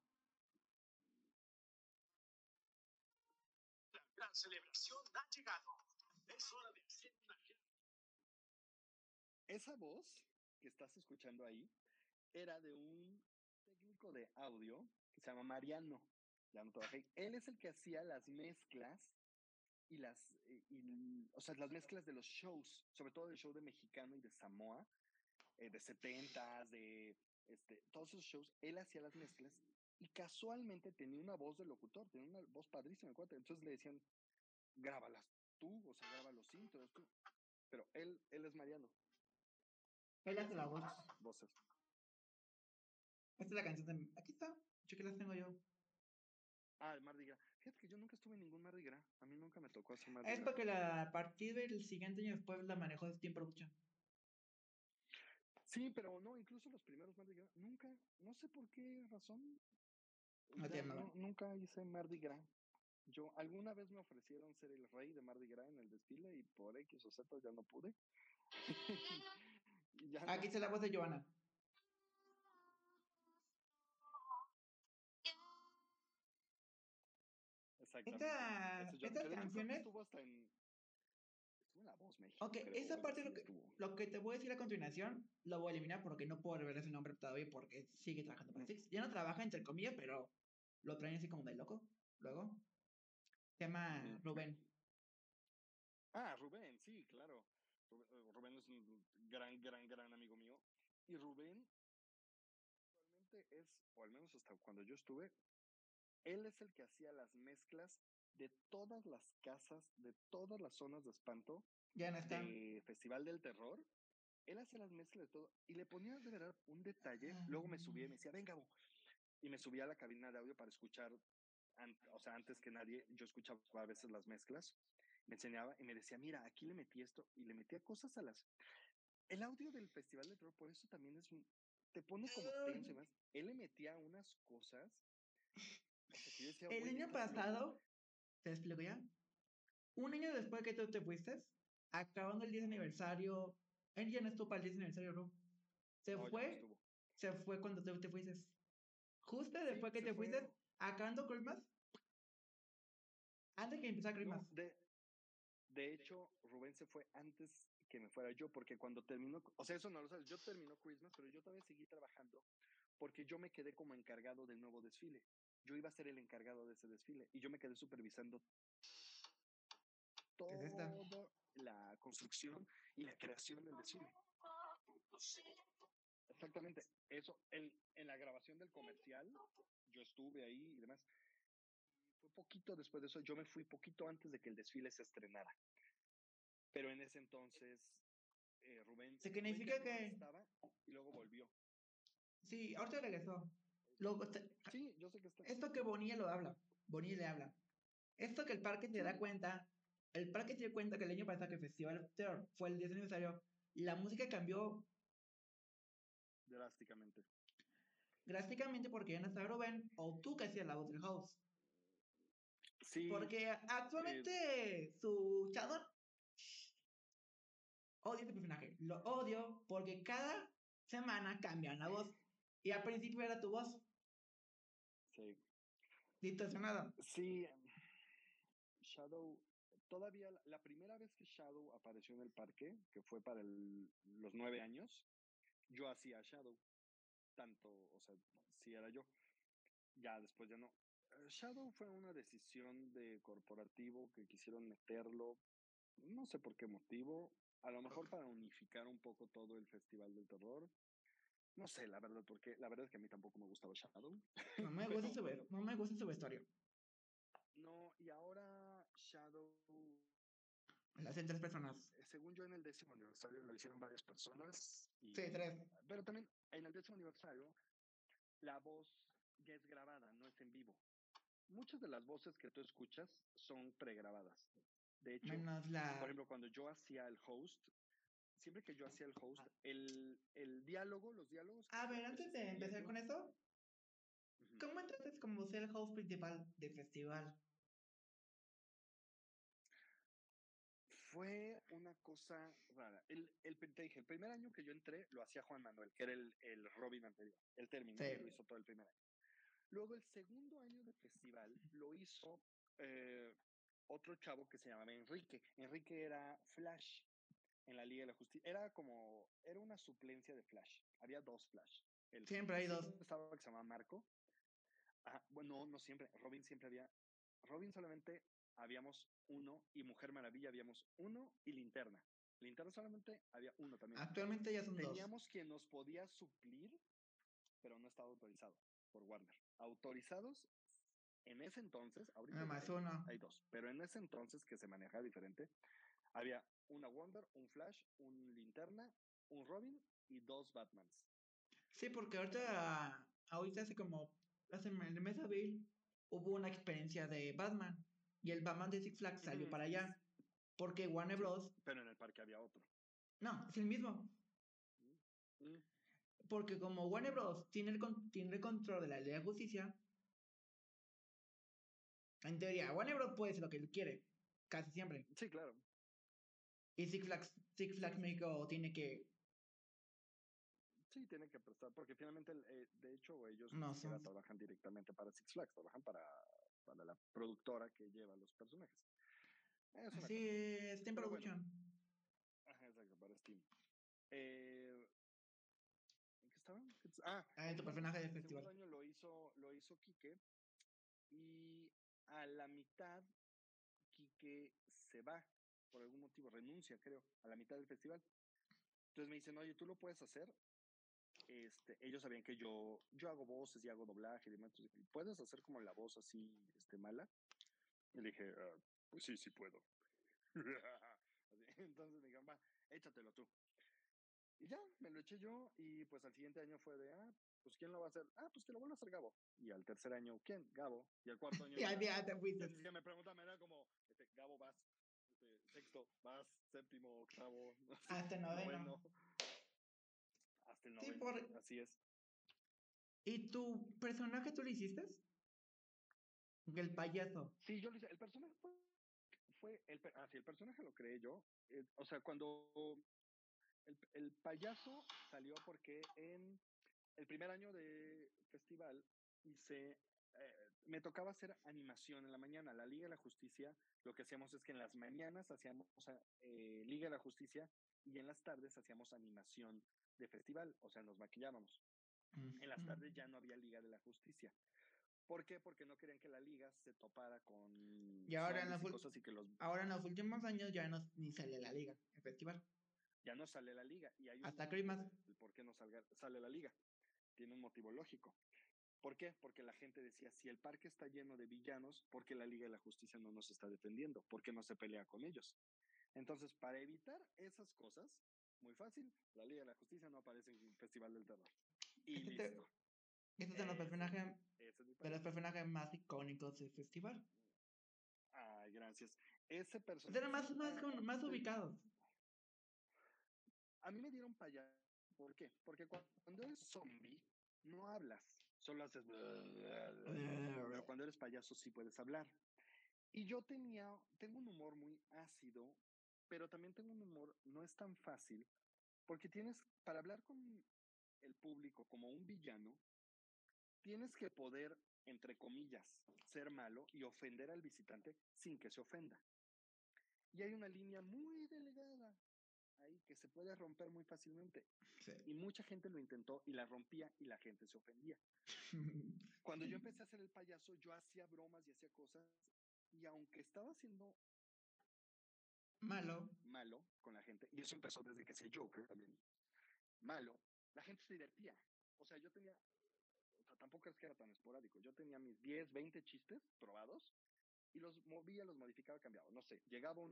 La gran celebración ha llegado. Es hora de hacer una... Esa voz que estás escuchando ahí era de un técnico de audio que se llama Mariano. Ya no trabajé. Él es el que hacía las mezclas y o sea, las mezclas de los shows, sobre todo del show de Mexicano y de Samoa, de 70s, todos esos shows, él hacía las mezclas y casualmente tenía una voz de locutor, tenía una voz padrísima, entonces le decían, grábalas tú, o sea, graba los intros tú, pero él es Mariano. Él hace la voz. Voces. Esta es la canción de... Aquí está, yo que las tengo yo. Ah, el Mardi Gras. Fíjate que yo nunca estuve en ningún Mardi Gras. A mí nunca me tocó hacer Mardi Es Gras. porque a partir del siguiente año después la manejó Steam Production. Sí, pero no, incluso los primeros Mardi Gras, nunca, no sé por qué razón, nunca hice Mardi Gras. Yo alguna vez me ofrecieron ser el rey de Mardi Gras en el desfile y por X o Z ya no pude. Ya Aquí está la voz de Joana. Exactamente. Estas Pero yo creo que canciones... estuvo hasta estuvo en La Voz México. Ok, Creo, esa parte sí lo lo que te voy a decir a continuación lo voy a eliminar porque no puedo revelar ese nombre todavía porque sigue trabajando para Six. Ya no trabaja entre comillas, pero lo traen así como de loco. Luego se llama Rubén. Ah, Rubén, sí, claro. Rubén es un gran amigo mío. Y Rubén actualmente o al menos hasta cuando yo estuve, él es el que hacía las mezclas de todas las casas, de todas las zonas de espanto, Ya no está. de Festival del Terror. Él hacía las mezclas de todo y le ponía de verdad un detalle. Luego me subía y me decía, venga, y me subía a la cabina de audio para escuchar, o sea, antes que nadie, yo escuchaba a veces las mezclas, me enseñaba y me decía, mira, aquí le metí esto y le metía cosas a las... El audio del Festival de Terror, por eso también te pone como tenso y más. Él le metía unas cosas, o sea, que yo decía, El güey, año estás loco. pasado, ¿te explico ya? Un año después que tú te fuiste, acabando el 10 aniversario, él ya no estuvo para el 10 aniversario, ¿no? No, ya no estuvo. Se fue cuando tú te fuiste. Justo Sí, después que se te fue. fuiste, acabando Christmas, antes que empezara Christmas. No, de hecho, Rubén se fue antes que me fuera yo, porque cuando terminó, o sea, eso no lo sabes, yo terminó Christmas, pero yo todavía seguí trabajando porque yo me quedé como encargado del nuevo desfile. Yo iba a ser el encargado de ese desfile y yo me quedé supervisando ¿Qué es esta? toda la construcción y la creación del desfile. Exactamente, eso, en la grabación del comercial, yo estuve ahí y demás. Fue poquito después de eso, yo me fui poquito antes de que el desfile se estrenara. Pero en ese entonces, Rubén Se Rubén ya significa no que... estaba y luego volvió. Sí, ahorita regresó. Luego, Sí, yo sé que está. esto que Bonilla lo habla. Bonilla le habla. Esto que el parque te da cuenta. El parque se dio cuenta que el año pasado que el Festival Terror fue el 10 aniversario. La música cambió Drásticamente. drásticamente porque ya no estaba Rubén o tú que hacías la voz del host. Sí. Porque actualmente su Shadow odio este personaje. Lo odio porque cada semana cambian la voz. Y al principio era tu voz. Sí. Distorsionada. Sí. Shadow. Todavía la primera vez que Shadow apareció en el parque, que fue para los 9 años, yo hacía Shadow. Tanto, o sea, sí era yo. Ya después ya no. Shadow fue una decisión de corporativo que quisieron meterlo, no sé por qué motivo, a lo mejor para unificar un poco todo el Festival del Terror. No sé, la verdad, porque la verdad es que a mí tampoco me gustaba Shadow. No me gusta su, Bueno, no me gusta su vestuario. no, y ahora Shadow Lo hacen 3 personas. Según yo, en el 10º aniversario lo hicieron varias personas. Sí, 3. Pero también en el 10º aniversario, la voz ya es grabada, no es en vivo. Muchas de las voces que tú escuchas son pregrabadas. De hecho, Menos la... por ejemplo, cuando yo hacía el host, siempre que yo hacía el host, el diálogo, los diálogos... A ver, antes de empezar con eso, ¿cómo entonces como ser el host principal de festival? Fue una cosa rara. Te dije, el primer año que yo entré lo hacía Juan Manuel, que era el Robin anterior. Él terminó y lo hizo todo el primer año. Luego el segundo año de festival lo hizo otro chavo que se llamaba Enrique. Enrique era Flash en la Liga de la Justicia. Era una suplencia de Flash. Había 2 Flash. Siempre hay 2. Estaba que se llamaba Marco. Bueno, no siempre. Robin siempre había. Robin solamente habíamos 1 y Mujer Maravilla habíamos 1 y Linterna. Linterna solamente había 1 también. Actualmente ya son 2. Teníamos quien nos podía suplir, pero no estaba autorizado por Warner. Autorizados en ese entonces, ahorita más hay 2, pero en ese entonces que se manejaba diferente, había una Wonder, un Flash, un Linterna, un Robin y 2 Batmans. Sí, porque ahorita hace como en el mes de abril hubo una experiencia de Batman y el Batman de Six Flags salió para allá porque Warner Bros. Pero en el parque había otro. No, es el mismo. Porque como Warner Bros. Tiene el control de la Liga de Justicia, en teoría, Warner Bros. Puede hacer lo que él quiere, casi siempre. Sí, claro. Y Six Flags México tiene que... Sí, tiene que prestar, porque finalmente, de hecho, ellos no trabajan directamente para Six Flags, trabajan para la productora que lleva los personajes. Sí, Steam Production. Bueno. Ajá, exacto, para Steam. ¿En qué estaba? Tu personaje de el festival. segundo año lo hizo Quique, y a la mitad Quique se va, por algún motivo, renuncia, creo, a la mitad del festival. Entonces me dicen, oye, ¿tú lo puedes hacer? Ellos sabían que yo hago voces y hago doblaje y demás. Entonces, ¿puedes hacer como la voz así, mala? Y le dije, pues sí puedo. Entonces me dijeron, va, échatelo tú. Y ya, me lo eché yo, y pues al siguiente año fue de, pues ¿quién lo va a hacer? Pues que lo vuelva a hacer Gabo. Y al tercer año, ¿quién? Gabo. Y al cuarto año ya te fuiste. Ya me preguntan, era como, Gabo, vas, sexto, vas, séptimo, octavo, hasta el noveno. Hasta el noveno, sí, así es. ¿Y tu personaje tú lo hiciste? El payaso. Sí, yo lo hice. El personaje el personaje lo creé yo. O sea, cuando el payaso salió porque en el primer año de festival me tocaba hacer animación en la mañana. La Liga de la Justicia, lo que hacíamos es que en las mañanas hacíamos Liga de la Justicia y en las tardes hacíamos animación de festival, o sea, nos maquillábamos. En las tardes ya no había Liga de la Justicia. ¿Por qué? Porque no querían que la liga se topara con y ahora cosas y que ahora en los últimos años ya no ni sale la liga, el festival. Ya no sale la liga, y hay hasta Christmas. ¿Por qué no sale la liga? Tiene un motivo lógico. ¿Por qué? Porque la gente decía, si el parque está lleno de villanos, ¿por qué la Liga de la Justicia no nos está defendiendo? ¿Por qué no se pelea con ellos? Entonces, para evitar esas cosas, muy fácil, la Liga de la Justicia no aparece en el Festival del Terror. Y listo. Estos son los personajes más icónicos del festival. Ay, gracias. Ese personaje... más ubicados. A mí me dieron payaso. ¿Por qué? Porque cuando eres zombie, no hablas. Solo haces... Pero cuando eres payaso sí puedes hablar. Y yo tengo un humor muy ácido, pero también tengo un humor, no es tan fácil, porque para hablar con el público como un villano, tienes que poder, entre comillas, ser malo y ofender al visitante sin que se ofenda. Y hay una línea muy delgada ahí que se puede romper muy fácilmente. Sí. Y mucha gente lo intentó y la rompía y la gente se ofendía. Cuando yo empecé a hacer el payaso, yo hacía bromas y hacía cosas, y aunque estaba haciendo malo con la gente, y eso empezó desde que soy Joker también, malo, la gente se divertía. O sea, tampoco es que era tan esporádico. Yo tenía mis 10, 20 chistes probados y los movía, los modificaba, cambiaba. No sé, llegaba un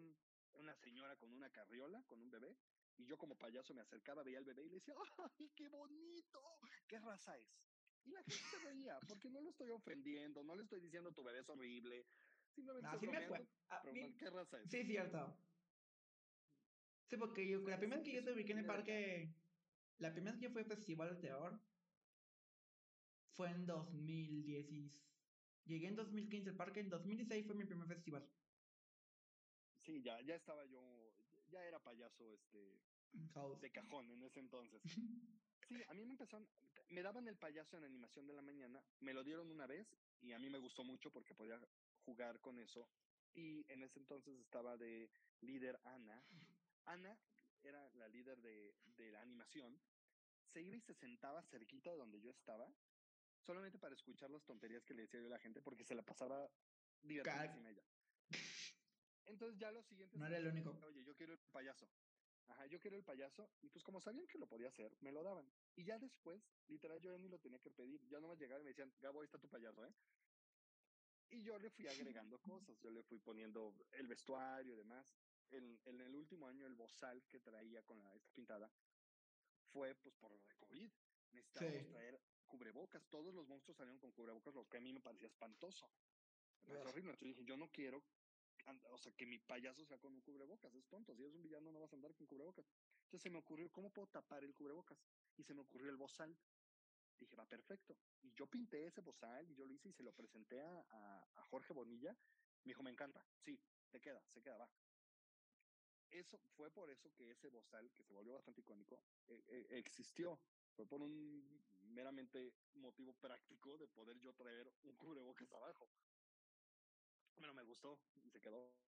una señora con una carriola, con un bebé, y yo como payaso me acercaba, veía al bebé y le decía, ¡ay, qué bonito! ¿Qué raza es? Y la gente se reía, porque no lo estoy ofendiendo, no le estoy diciendo tu bebé es horrible, simplemente estoy Así me fue. bromeando, preguntando, ¿qué raza es? Sí, cierto. Sí, porque O la sea, primera vez que yo te ubiqué en el viene de acá. parque, la primera vez que yo fui al Festival de Terror fue en 2010. Llegué en 2015 al parque, en 2016 fue mi primer festival. Sí, ya estaba yo, ya era payaso House. de cajón en ese entonces. Sí, a mí me daban el payaso en animación de la mañana, me lo dieron una vez y a mí me gustó mucho porque podía jugar con eso. Y en ese entonces estaba de líder Ana. Ana era la líder de la animación. Se iba y se sentaba cerquita de donde yo estaba, solamente para escuchar las tonterías que le decía yo a la gente, porque se la pasaba divertidísima ella. Entonces ya los siguientes No era años, el único. oye, yo quiero el payaso. Ajá, yo quiero el payaso. Y pues como sabían que lo podía hacer, me lo daban. Y ya después, literal, yo ya ni lo tenía que pedir. Ya nomás llegaba y me decían, Gabo, ahí está tu payaso, ¿eh? Y yo le fui agregando cosas. Yo le fui poniendo el vestuario y demás. En el último año, el bozal que traía con esta pintada fue pues por lo de COVID. Necesitábamos Sí. traer cubrebocas. Todos los monstruos salieron con cubrebocas, lo que a mí me parecía espantoso. Me pareció horrible. Entonces dije, yo no quiero, o sea, que mi payaso sea con un cubrebocas, es tonto, si eres un villano no vas a andar con cubrebocas. Entonces se me ocurrió, ¿cómo puedo tapar el cubrebocas? Y se me ocurrió el bozal. Dije, va perfecto. Y yo pinté ese bozal y yo lo hice y se lo presenté a Jorge Bonilla. Me dijo, me encanta, sí, se queda, va. Eso fue por eso que ese bozal, que se volvió bastante icónico, existió. Fue por un meramente motivo práctico de poder yo traer un cubrebocas abajo. Bueno, me gustó y se quedó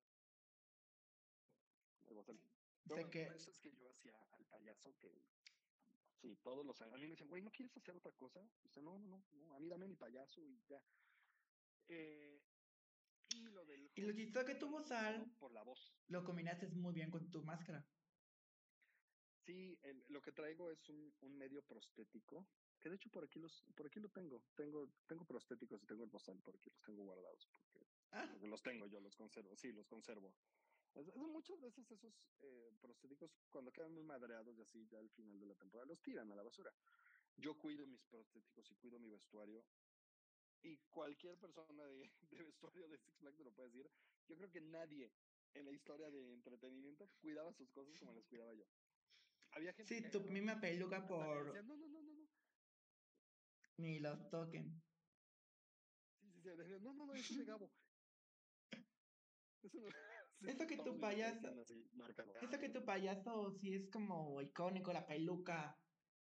el bozal. Pero Sé bueno, que. por eso es que yo hacía al payaso que, sí, todos los años. A mí me decían, güey, ¿no quieres hacer otra cosa? Y dice, no, a mí dame mi payaso y ya. Eh, y lo del Y lo host, chistoso que tuvo bueno, se quedó Sal, por la voz. lo combinaste muy bien con tu máscara. Sí, lo que traigo es un medio prostético, que de hecho por aquí lo tengo prostéticos y tengo el bozal, por aquí los tengo guardados, Ah, porque los tengo, yo los conservo, sí, los conservo. Muchas veces esos prostéticos, cuando quedan muy madreados y así, ya al final de la temporada, los tiran a la basura. Yo cuido mis prostéticos y cuido mi vestuario. Y cualquier persona de vestuario de Six Flags te lo puede decir. Yo creo que nadie en la historia de entretenimiento cuidaba sus cosas como las cuidaba yo. Había gente sí, que tu agarraba, misma peluca hasta le por. decían, no. Ni los toquen. Sí, decían, no, eso es de Gabo. Eso no. Sí, Esto que tu todos me payaso. parecían así, marcados. Esto que tu payaso sí es como icónico, la peluca.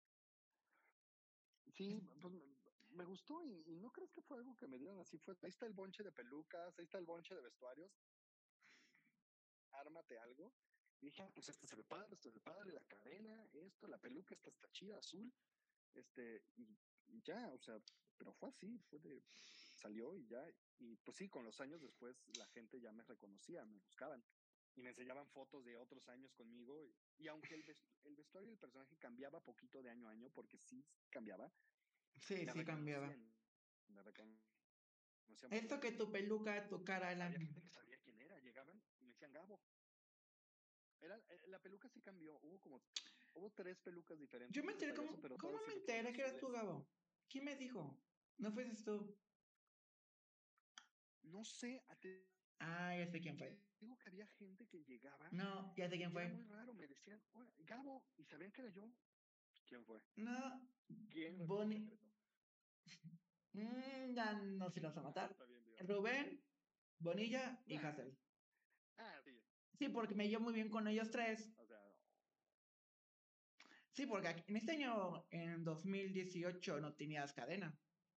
Sí, pues me gustó y no crees que fue algo que me dieron así. Ahí está el bonche de pelucas, ahí está el bonche de vestuarios, ármate algo. Y dije, pues esto se ve padre, la cadena, esto, la peluca, esta está chida, azul. Y ya, o sea, pero fue así, salió y ya. Y pues sí, con los años después la gente ya me reconocía, me buscaban y me enseñaban fotos de otros años conmigo. Y aunque el vestuario y el personaje cambiaba poquito de año a año, porque sí cambiaba, Sí, me sí cambiaba. reconocían, me reconocían por Esto los que tu mismos. peluca, tu cara, la. Había gente que sabía quién era, llegaban y me decían Gabo. La peluca sí cambió, hubo tres pelucas Yo diferentes me de ese enteré, payaso, ¿cómo, pero cómo todas me siempre fueron enteré que eras tú, azules. Gabo? ¿Quién me dijo? ¿No fuiste tú? No sé, Ah, ya sé quién fue. digo que había gente que llegaba No, ya sé quién y era fue. muy raro, me decían, "Hola, Gabo", y sabían que era yo. ¿Quién fue? No, ¿Quién revela el Bonnie. secreto? Ya no se los va a Ah, matar. está bien, digo. Rubén, Bonilla y Nah. Hassel. Sí. Sí, porque me llevo muy bien con ellos tres. O sea, Sí, porque en este año, en 2018, no tenías cadena.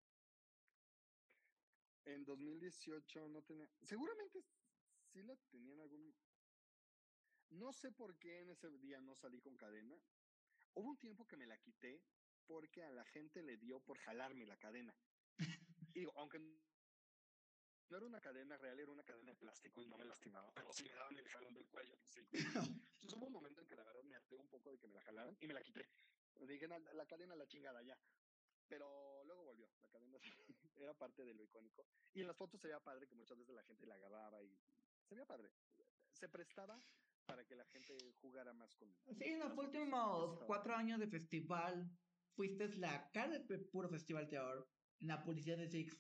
en 2018 no tenía, seguramente sí la tenían algún, no sé por qué en ese día no salí con cadena. Hubo un tiempo que me la quité porque a la gente le dio por jalarme la cadena. Y digo, aunque no era una cadena real, era una cadena de plástico y no me lastimaba, pero sí me daban el jalón del cuello. Pues, sí. Entonces hubo un momento en que la verdad me harté un poco de que me la jalaran y me la quité. Dije, no, la cadena la chingada ya. Pero luego volvió, la cadena era parte de lo icónico. Y en las fotos se veía padre que muchas veces la gente la agarraba y se veía padre. Se prestaba para que la gente jugara más con Sí, en los las motos. últimos 4 años de festival, fuiste la cara del puro festival terror, en la publicidad de Six.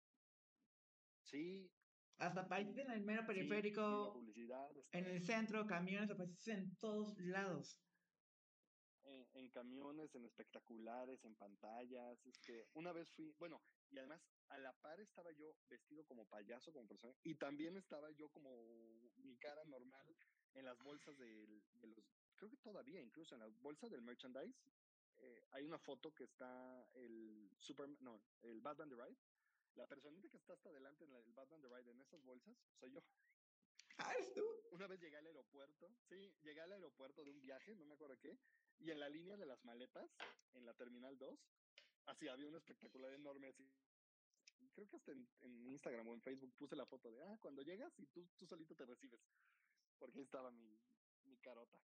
Sí. Hasta apareciste en el mero Sí, en la periférico, publicidad. en el centro, camiones, apareciste en todos lados. En camiones, en espectaculares, en pantallas. Una vez fui, bueno, y además a la par estaba yo vestido como payaso, como persona, y también estaba yo como mi cara normal en las bolsas de los, creo que todavía incluso en las bolsas del merchandise, hay una foto que está el Batman The Ride. La personita que está hasta adelante en el Batman The Ride en esas bolsas soy yo. Ah, ¿eres tú? Una vez llegué al aeropuerto, sí, llegué al aeropuerto de un viaje, no me acuerdo qué, y en la línea de las maletas, en la Terminal 2, así había un espectacular enorme, así. Creo que hasta en Instagram o en Facebook puse la foto de, cuando llegas y tú solito te recibes, porque ahí estaba mi carota.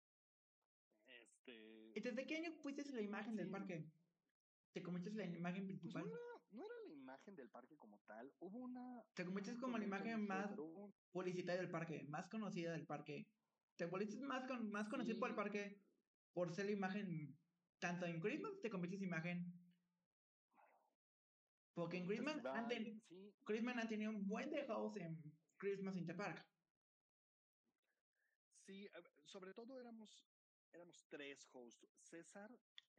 ¿Y desde qué año pusiste la imagen del Sí, parque? ¿Te convertiste en la imagen pues principal? no era la imagen del parque como tal, hubo una, Te convertiste como la híjole, imagen no sé, más pero hubo, publicitaria del parque, más conocida del parque. Te volviste más conocido por el sí, parque por ser la imagen, tanto en Christmas te convertiste en imagen. Porque en en festivales, sí, Christmas han tenido un buen de house en Christmas Interpark. sí, sobre todo éramos tres hosts. César,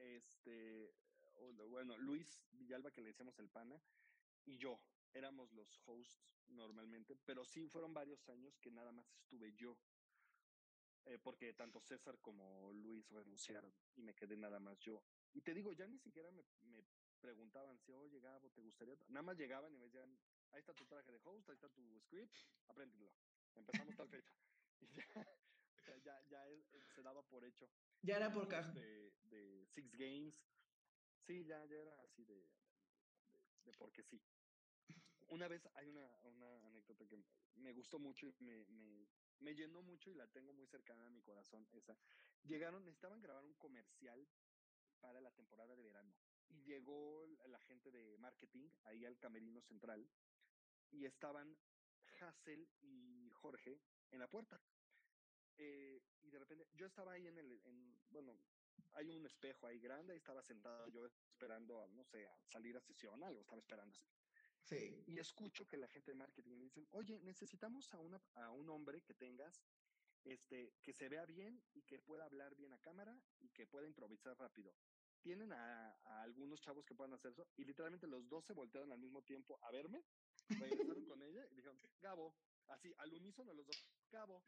bueno, Luis Villalba, que le decíamos el pana, y yo éramos los hosts normalmente, pero sí fueron varios años que nada más estuve yo, porque tanto César como Luis renunciaron y me quedé nada más yo. Y te digo, ya ni siquiera me preguntaban si, oye, Gabo, ¿te gustaría? Nada más llegaban y me decían, ahí está tu traje de host, ahí está tu script, apréndelo. Empezamos tal fecha. Y ya, o sea, se daba por hecho. Ya era En por eventos caja. de Six Games, sí, ya era así de porque sí. Una vez hay una anécdota que me gustó mucho y me llenó mucho y la tengo muy cercana a mi corazón. Necesitaban grabar un comercial para la temporada de verano. Y llegó la gente de marketing ahí al camerino central y estaban Hassel y Jorge en la puerta. Y de repente yo estaba ahí bueno, hay un espejo ahí grande y estaba sentado yo esperando, no sé, a salir a sesión, algo, estaba esperando así. Sí. Y escucho que la gente de marketing me dicen, oye, necesitamos a un hombre que tengas, que se vea bien y que pueda hablar bien a cámara y que pueda improvisar rápido. Tienen a algunos chavos que puedan hacer eso y literalmente los dos se voltearon al mismo tiempo a verme, regresaron con ella y dijeron, Gabo, así al unísono los dos, Gabo.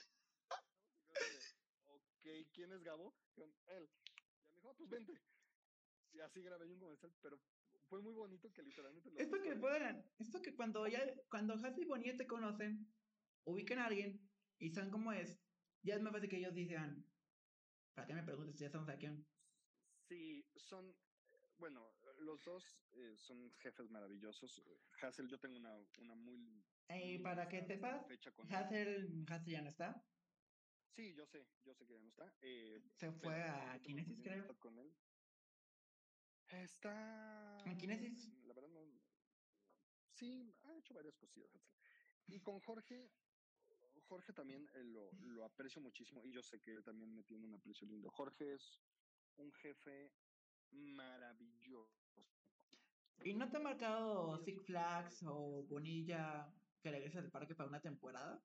Ok, ¿quién es Gabo? Dijeron, él. Ya me dijo, pues vente. Y así grabé yo un comercial, pero fue muy bonito que literalmente los dos fueron. Esto que cuando Hassie y Bonilla te conocen, ubican a alguien y saben cómo es, ya es más fácil que ellos digan, ¿para qué me preguntas si ya estamos aquí? Sí, bueno, los dos son jefes maravillosos. Hassel, yo tengo una muy Y linda para que amistad hasta sepas, la fecha con él. Hassel ya no está. Sí, yo sé que ya no está, Se fue pero a yo tengo una muy Kinesis, linda creo. amistad con él. Está, ¿A Kinesis? la verdad no, sí, ha hecho varias cosillas, Hassel. Y con Jorge también lo aprecio muchísimo y yo sé que él también me tiene un aprecio lindo. Jorge es un jefe maravilloso. ¿Y no te ha marcado Y es Six un jefe Flags o Bonilla que regresa al parque para una temporada?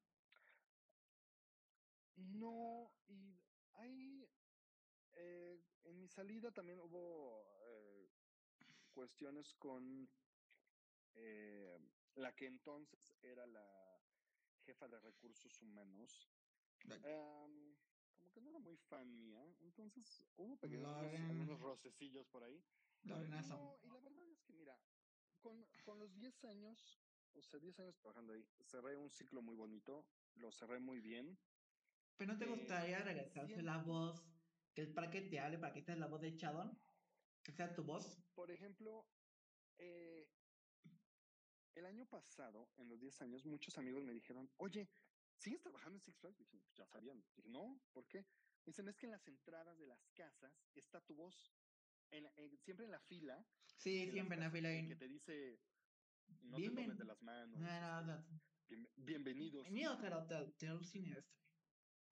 no, y hay, en mi salida también hubo cuestiones con eh, la que entonces era la jefa de recursos humanos. Como que no era muy fan mía, entonces hubo Lauren, algunos rocecillos por ahí. Laurenazo. No, y la verdad es que mira, con los 10 años, o sea, 10 años trabajando ahí, cerré un ciclo muy bonito, lo cerré muy bien. ¿Pero no te gustaría regresarse la Siento, voz, que el parque te hable para que estés la voz de Chadon? Que sea tu voz. por ejemplo, eh, el año pasado, en los 10 años, muchos amigos me dijeron, oye, ¿sigues trabajando en Six Flags? Dije, pues ya sabían. Dije, no, ¿por qué? Dicen, es que en las entradas de las casas está tu voz. Siempre en la fila Sí, de las siempre en la casas, fila el ahí. que te dice, no te tomes de Bienvenido. las manos, No, no, no. bienvenidos. Bienvenido, claro, te aluciné esto.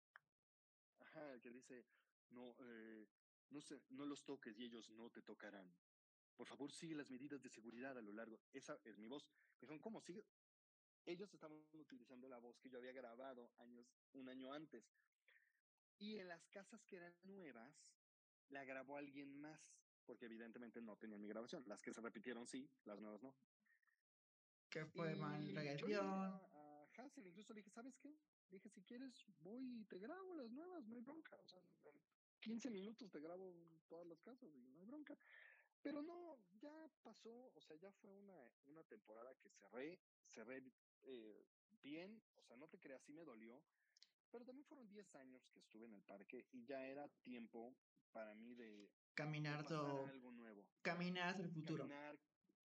que dice, no, no sé, no los toques y ellos no te tocarán. Por favor, sigue las medidas de seguridad a lo largo. Esa es mi voz. Me dijeron, ¿cómo sigue? Ellos estaban utilizando la voz que yo había grabado un año antes. Y en las casas que eran nuevas, la grabó alguien más, porque evidentemente no tenían mi grabación. Las que se repitieron sí, las nuevas no. Que fue mal Y yo le dije reacción. a Hassel, incluso le dije, ¿sabes qué? Le dije, si quieres, voy y te grabo las nuevas, no hay bronca. O sea, en 15 minutos te grabo todas las casas y no hay bronca. Pero no, ya pasó, o sea, ya fue una temporada que cerré bien, o sea, no te creas, sí me dolió, pero también fueron 10 años que estuve en el parque y ya era tiempo para mí de Caminar pasar a todo. algo nuevo. Caminar hacia el futuro. Caminar,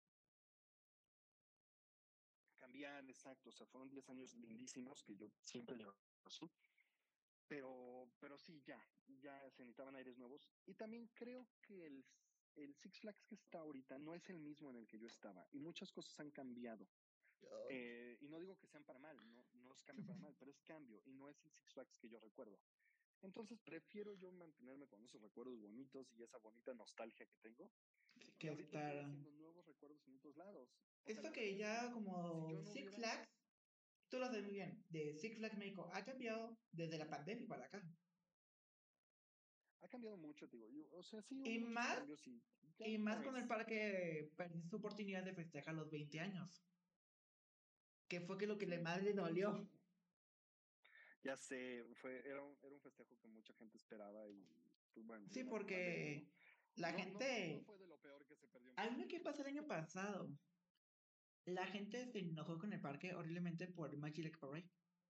cambiar, exacto, o sea, fueron 10 años lindísimos que yo siempre llevo así, pero sí, ya se necesitaban aires nuevos. Y también creo que el Six Flags que está ahorita no es el mismo en el que yo estaba y muchas cosas han cambiado. Y no digo que sean para mal, no es cambio para mal, pero es cambio y no es el Six Flags que yo recuerdo. Entonces prefiero yo mantenerme con esos recuerdos bonitos y esa bonita nostalgia que tengo. Y Que ahorita estoy estar. haciendo nuevos recuerdos en otros lados. O sea, Esto la que verdad es que ya si como yo no Six hubiera, Flags, tú lo sabes muy bien, de Six Flags México ha cambiado desde la pandemia para acá. ha cambiado mucho, digo. O sea, sí Y hubo muchos más, cambios y ya y más no con el es. parque perdió su oportunidad de festejar los 20 años. Que fue que lo que le Sí, más le dolió. ya sé, era un festejo que mucha gente esperaba y pues bueno, Sí, la pandemia, ¿no? porque la No gente. fue de lo peor que se perdió en Algo México. que pasó el año pasado. La gente se enojó con el parque horriblemente por Magic Lake Parade.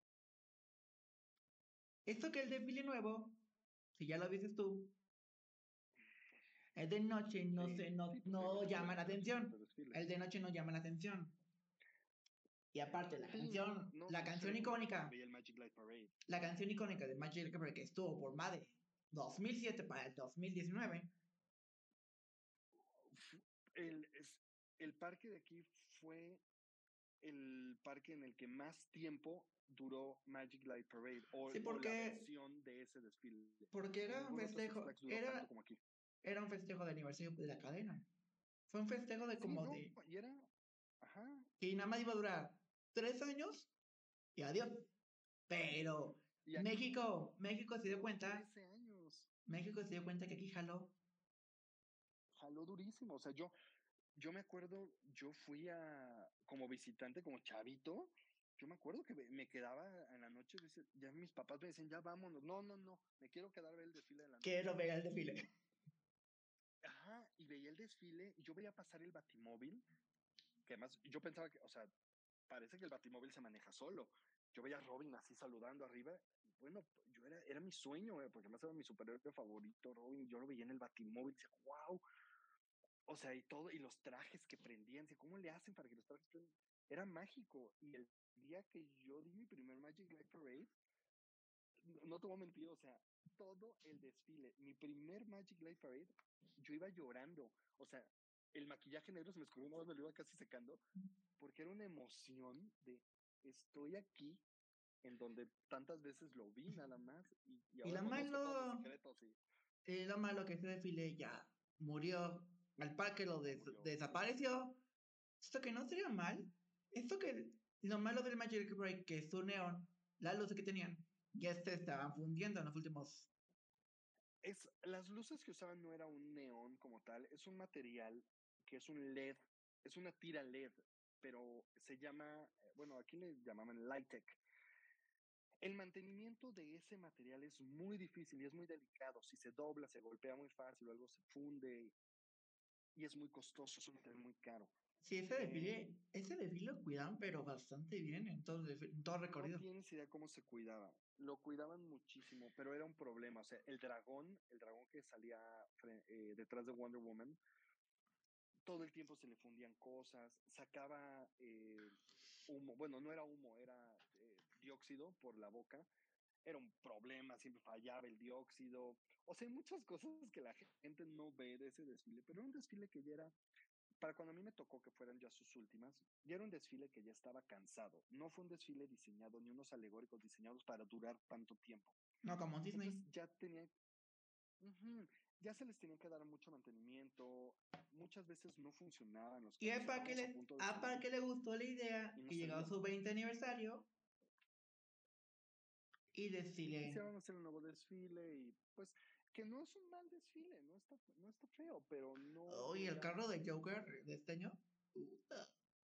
Esto que el desfile nuevo, si ya lo dices tú, el de noche no Sí, se sí, pues sí, no no llama fue la excelente atención. desfile. El de noche no llama la atención. Y aparte, Sí, la no se ve canción como se icónica, veía el Magic Light Parade. la canción icónica de Magic Lake Parade que estuvo por más de 2007 para el 2019. El parque de aquí fue el parque en el que más tiempo duró Magic Light Parade Sí, o la versión de ese desfile. porque En era un ningún otro Six festejo, Flags duró tanto como aquí. era un festejo de aniversario de la cadena. Fue un festejo de Sí, como no, de y era, ajá, que nada más iba a durar 3 años y adiós. Pero y aquí México se dio duró cuenta, 13 años. México se dio cuenta que aquí jaló. Jaló durísimo. O sea, yo me acuerdo, yo fui como visitante, como chavito. Yo me acuerdo que me quedaba en la noche, ya mis papás me decían, ya vámonos. No, me quiero quedar a ver el desfile de la noche. Quiero ver el desfile. Ajá, y veía el desfile y yo veía pasar el batimóvil, que además yo pensaba que, o sea, parece que el batimóvil se maneja solo. Yo veía a Robin así saludando arriba. Bueno, era mi sueño, porque además era mi superhéroe favorito, Robin. Yo lo veía en el batimóvil y decía, wow. O sea, y todo, y los trajes que prendían, ¿cómo le hacen para que los trajes prendan? Era mágico. Y el día que yo di mi primer Magic Light Parade, no te voy a mentir, o sea, todo el desfile, mi primer Magic Light Parade, yo iba llorando. O sea, el maquillaje negro se me escurrió, una vez me lo iba casi secando, porque era una emoción de estoy aquí en donde tantas veces lo vi nada más y Y ahora conozco todos los secretos lo malo que ese desfile ya murió. El parque lo ya murió. desapareció. Esto que no sería mal. Esto que lo malo del Magic Break, que su neón, las luces que tenían, ya se estaban fundiendo en los últimos. Las luces que usaban no era un neón como tal, es un material que es un LED, es una tira LED, pero se llama, bueno, aquí le llamaban Lightech. El mantenimiento de ese material es muy difícil y es muy delicado. Si se dobla, se golpea muy fácil, luego se funde y es muy costoso, es un material muy caro. Sí, ese desfile lo cuidaban, pero bastante bien en todo No recorrido. tienes idea cómo se cuidaba. Lo cuidaban muchísimo, pero era un problema. O sea, el dragón que salía detrás de Wonder Woman, todo el tiempo se le fundían cosas, sacaba humo. Bueno, no era humo, era dióxido por la boca. Era un problema, siempre fallaba el dióxido. O sea, hay muchas cosas que la gente no ve de ese desfile, pero era un desfile que ya era para cuando a mí me tocó que fueran ya sus últimas, ya era un desfile que ya estaba cansado. No fue un desfile diseñado, ni unos alegóricos diseñados para durar tanto tiempo. No como Disney. Entonces ya tenían, ya se les tenía que dar mucho mantenimiento, muchas veces no funcionaban los Y carros, es para estábamos a punto de para salir que le gustó la idea y no que llegaba salían. su 20 aniversario y Y decirle, quisieron hacer un nuevo desfile y pues que no es un mal desfile, no está feo, pero no oye, el era. carro de Joker de este año, puta,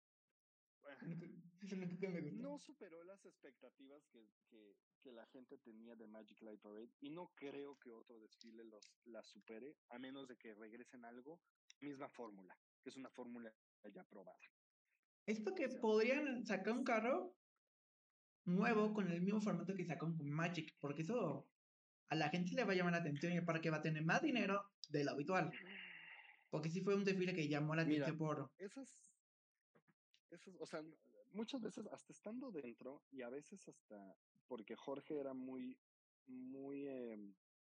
es el único que me gusta. No superó las expectativas que la gente tenía de Magic Light Parade y no creo que otro desfile la supere, a menos de que regresen algo, misma fórmula, que es una fórmula ya probada. Esto O que sea, podrían sacar un carro nuevo con el mismo formato que sacaron con Magic, porque eso a la gente le va a llamar la atención y el parque va a tener más dinero de lo habitual. Porque sí fue un desfile que llamó la mira, atención por... o sea, muchas veces hasta estando dentro y a veces hasta porque Jorge era muy,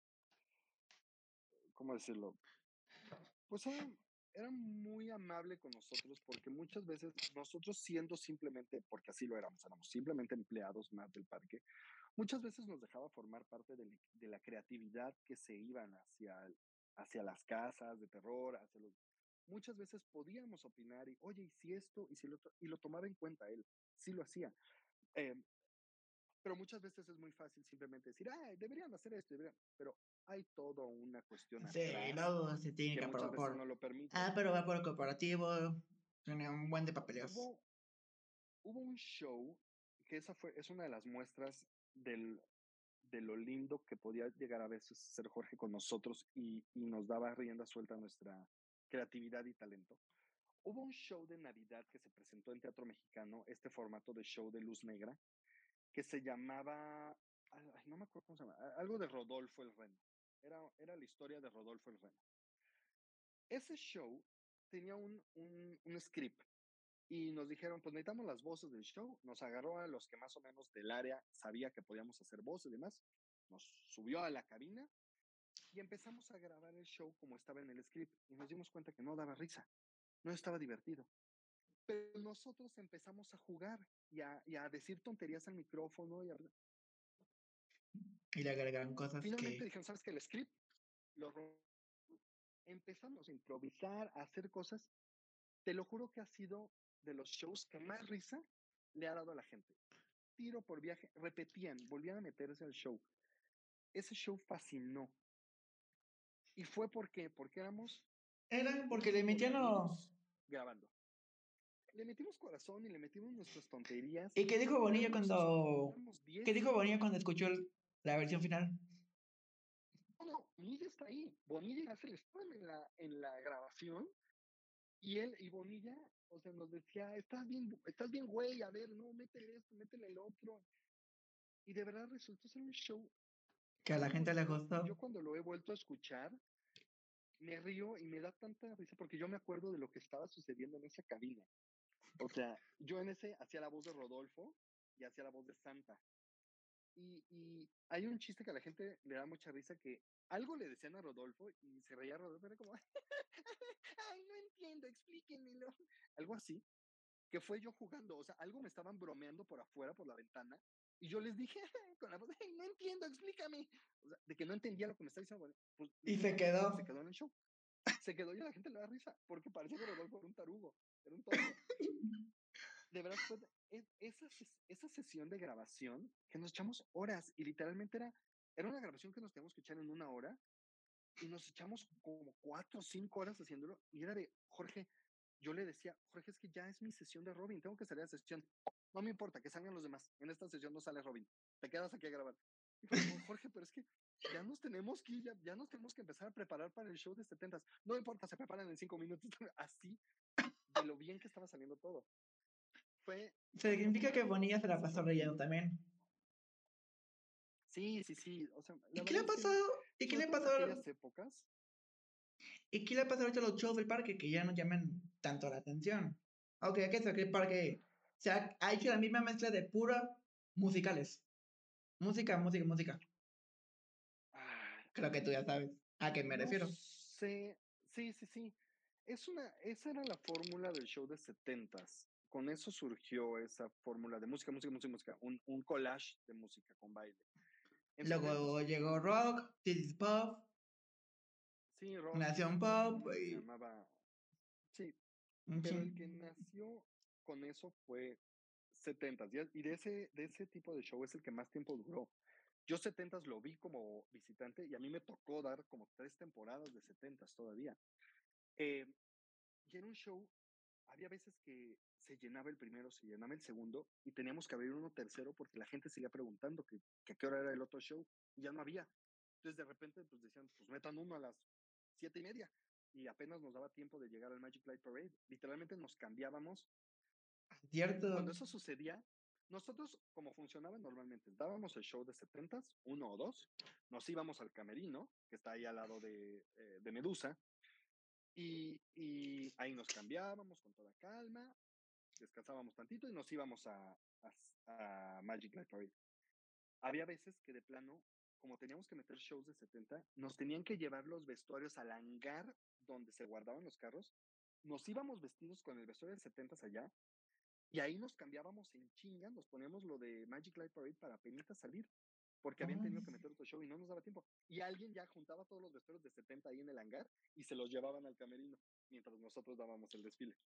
¿cómo decirlo? Pues era muy amable con nosotros porque muchas veces nosotros siendo simplemente, porque así lo éramos simplemente empleados más del parque, muchas veces nos dejaba formar parte de la creatividad que se iban hacia las casas de terror, muchas veces podíamos opinar y, oye, ¿y si esto? ¿Y si lo otro? Y lo tomaba en cuenta él, sí lo hacía. Eh, pero muchas veces es muy fácil simplemente decir, deberían hacer esto, pero hay toda una cuestión Sí, atrás luego se tiene que que muchas aprobar veces por... no lo permite. Ah, pero va por el corporativo. Tiene un buen de papeleos. Hubo, hubo un show que es una de las muestras de lo lindo que podía llegar a veces ser Jorge con nosotros y nos daba rienda suelta a nuestra creatividad y talento. Hubo un show de Navidad que se presentó en Teatro Mexicano, este formato de show de luz negra, que se llamaba, no me acuerdo cómo se llama, algo de Rodolfo el Reno. Era la historia de Rodolfo el Reno. Ese show tenía un script y nos dijeron, pues necesitamos las voces del show. Nos agarró a los que más o menos del área sabía que podíamos hacer voces y demás. Nos subió a la cabina y empezamos a grabar el show como estaba en el script y nos dimos cuenta que no daba risa, no estaba divertido. Pero nosotros empezamos a jugar y a decir tonterías al micrófono Y le agregaron cosas finalmente que... dijeron, ¿sabes qué? El script lo empezamos a improvisar, a hacer cosas. Te lo juro que ha sido de los shows que más risa le ha dado a la gente. Tiro por viaje, repetían, volvían a meterse al show. Ese show fascinó. ¿Y fue porque éramos Eran un porque le grupo de metían... amigos grabando? Le metimos corazón y le metimos nuestras tonterías. ¿Y qué dijo Y Bonilla cuando... éramos ¿Qué 10. dijo Bonilla cuando escuchó la versión final? No, Bonilla está ahí. Bonilla hace el estaba en la grabación y él y Bonilla, o sea, nos decía, estás bien, güey, a ver, no, métele esto, métele el otro. Y de verdad resultó ser un show Que a la muy gente le bonito. Y gustó. yo cuando lo he vuelto a escuchar, me río y me da tanta risa porque yo me acuerdo de lo que estaba sucediendo en esa cabina. O sea, yo en ese hacía la voz de Rodolfo y hacía la voz de Santa. Y hay un chiste que a la gente le da mucha risa que algo le decían a Rodolfo y se reía Rodolfo, era como, ay, no entiendo, explíquenmelo. Algo así, que fue yo jugando, o sea, algo me estaban bromeando por afuera, por la ventana, y yo les dije con la voz, ay, no entiendo, explícame. O sea, de que no entendía lo que me estaba diciendo, bueno, pues Y les se digo, se quedó. quedó en el show. Se quedó y a la gente le da risa, porque parecía que Rodolfo era un tarugo, era un tonto. De verdad fue esa sesión de grabación que nos echamos horas y literalmente era una grabación que nos teníamos que echar en 1 hora y nos echamos como 4 o 5 horas haciéndolo y era de Jorge. Yo le decía, Jorge, es que ya es mi sesión de Robin, tengo que salir a sesión. No me importa que salgan los demás. En esta sesión no sale Robin. Te quedas aquí a grabar. Y fue como, Jorge, pero es que ya nos tenemos que ir, ya nos tenemos que empezar a preparar para el show de 70. No importa, se preparan en 5 minutos. Así de lo bien que estaba saliendo todo. Fueron Significa que momentos Bonilla se la así pasó porque reyendo también. sí, sí, sí. O sea, la ¿Y qué le verdad ha es que pasado? ¿Y qué sobre le todo en pasó? aquellas épocas. ¿Y qué le pasa ahorita a los shows del parque que ya no llaman tanto la atención? Ok, hay que saber que el parque se ha hecho la misma mezcla de pura musicales. Música, música, música. ah, Creo que tú ya sabes a qué me no refiero. sé. Sí, sí, sí. Esa era la fórmula del show de 70s. Con eso surgió esa fórmula de música, música, música, música. Un collage de música con baile. Luego llegó Rock, This is Pop. Sí, Rock. Nación Pop. Se llamaba. Sí. Pero el que nació con eso fue 70s. Y de ese tipo de show es el que más tiempo duró. Yo 70s lo vi como visitante y a mí me tocó dar como 3 temporadas de 70s todavía. Y era un show, había veces que se llenaba el primero, se llenaba el segundo y teníamos que abrir uno tercero porque la gente seguía preguntando que a qué hora era el otro show y ya no había. Entonces de repente pues decían, pues metan uno a las 7:30 y apenas nos daba tiempo de llegar al Magic Light Parade. Literalmente nos cambiábamos. Cierto. Cuando eso sucedía, nosotros, como funcionaba normalmente, dábamos el show de 70s, 1 o 2, nos íbamos al camerino, que está ahí al lado de Medusa, y ahí nos cambiábamos con toda calma, descansábamos tantito y nos íbamos a Magic Light Parade. Había veces que de plano, como teníamos que meter shows de 70, nos tenían que llevar los vestuarios al hangar donde se guardaban los carros, nos íbamos vestidos con el vestuario de 70 allá, y ahí nos cambiábamos en chinga, nos poníamos lo de Magic Light Parade para apenas salir, porque habían tenido que meter otro show y no nos daba tiempo. Y alguien ya juntaba todos los vestuarios de 70 ahí en el hangar y se los llevaban al camerino, mientras nosotros dábamos el desfile.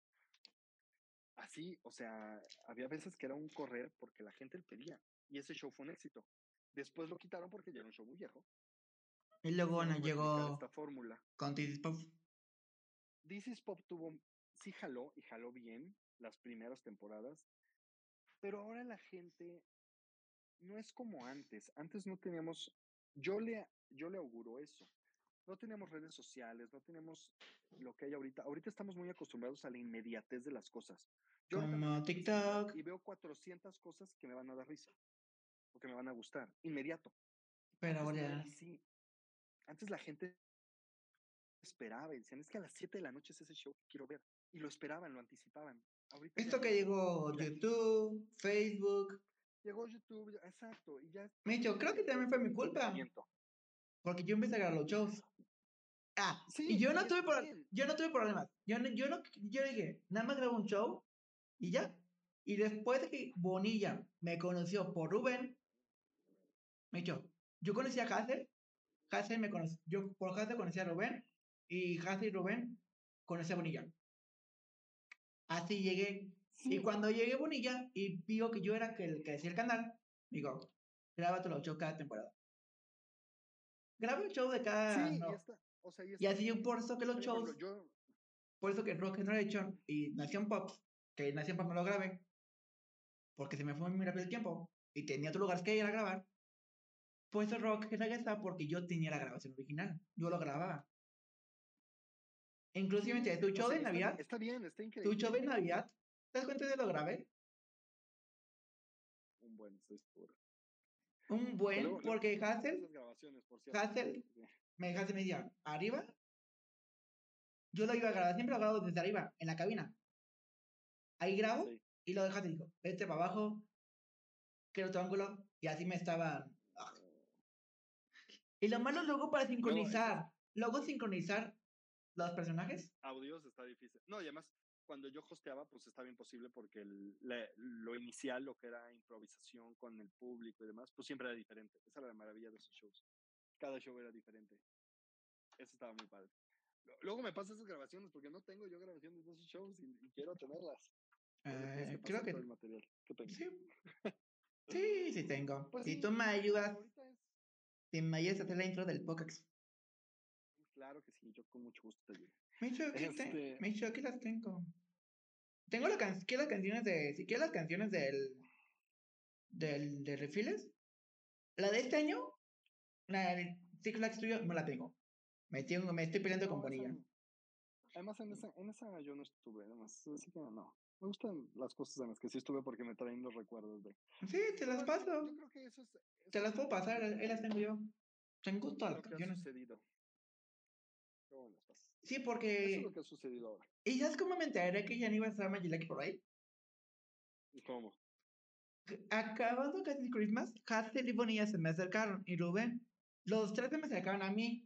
Así, o sea, había veces que era un correr porque la gente le pedía, y ese show fue un éxito. Después lo quitaron porque ya era un show muy viejo. Y luego llegó esta fórmula. Con This is Pop. This is Pop sí jaló y jaló bien las primeras temporadas, pero ahora la gente no es como antes. Antes no teníamos, yo le auguro eso. No teníamos redes sociales, no teníamos lo que hay ahorita. Ahorita estamos muy acostumbrados a la inmediatez de las cosas. Yo como TikTok. Y veo 400 cosas que me van a dar risa o que me van a gustar. Inmediato. Pero ahora sí. Antes la gente esperaba y decían, es que a las 7 de la noche es ese show que quiero ver. Y lo esperaban, lo anticipaban. Ahorita esto que llegó YouTube, Facebook. Llegó YouTube, exacto. Y ya. Micho, creo que también fue mi culpa. Porque yo empecé a grabar los shows. Sí, y yo no tuve problemas. Yo dije, nada más grabo un show y ya. Y después de que Bonilla me conoció por Rubén, Micho, yo conocí a Hazel me conoció, yo por Hazel conocí a Rubén y Hazel y Rubén conocí a Bonilla. Así llegué. Sí. Y cuando llegué a Bonilla y vio que yo era el que hacía el canal, digo, grábate los shows cada temporada. Graba el show de cada. Sí, no. Y así yo por eso que los shows. Por eso que Rock Generation y Nación Pop, que Nación Pop no lo grabé, porque se me fue muy rápido el tiempo y tenía otros lugares que ir a grabar. Pues el Rock regresa porque yo tenía la grabación original. Yo lo grababa. Inclusive tu show de Navidad. Está bien, está increíble. Tu show de Navidad, ¿te das cuenta de lo grabé? Un buen, estoy seguro. Porque Hazel me decía, arriba. Yo lo iba a grabar, siempre lo grabo desde arriba, en la cabina. Ahí grabo y lo dejas y digo, vete para abajo, quiero tu ángulo, y así me estaban. Y lo malo luego para sincronizar, sincronizar los personajes. Audios está difícil. No, y además, cuando yo hosteaba, pues estaba imposible porque lo inicial, lo que era improvisación con el público y demás, pues siempre era diferente. Esa era la maravilla de esos shows. Cada show era diferente. Eso estaba muy padre. Luego me pasan esas grabaciones porque no tengo yo grabaciones de esos shows y quiero tenerlas. Creo que todo el material. Sí tengo. Pues si tú me ayudas, si me ayudas a hacer la intro del podcast. Claro que sí, yo con mucho gusto te ayudo. Micho, aquí las tengo. Tengo las canciones de. Si quieres las canciones de Refiles. La de este año, la de Six Flags Studio, no la tengo. Me estoy peleando con Bonilla. Además, en esa yo no estuve, además, así que no. Me gustan las cosas en las que sí estuve porque me traen los recuerdos de. Sí, te las paso. Yo creo que eso te las puedo pasar, ahí las tengo yo. Tengo todas las canciones. ¿Qué ha sucedido? Sí, porque. Eso es lo que ha sucedido ahora. ¿Y sabes cómo me enteré que ya no iba a estar Magic por ahí? ¿Cómo? Acabando casi Christmas, Hazel y Bonilla se me acercaron y Rubén. Los tres se me acercaron a mí.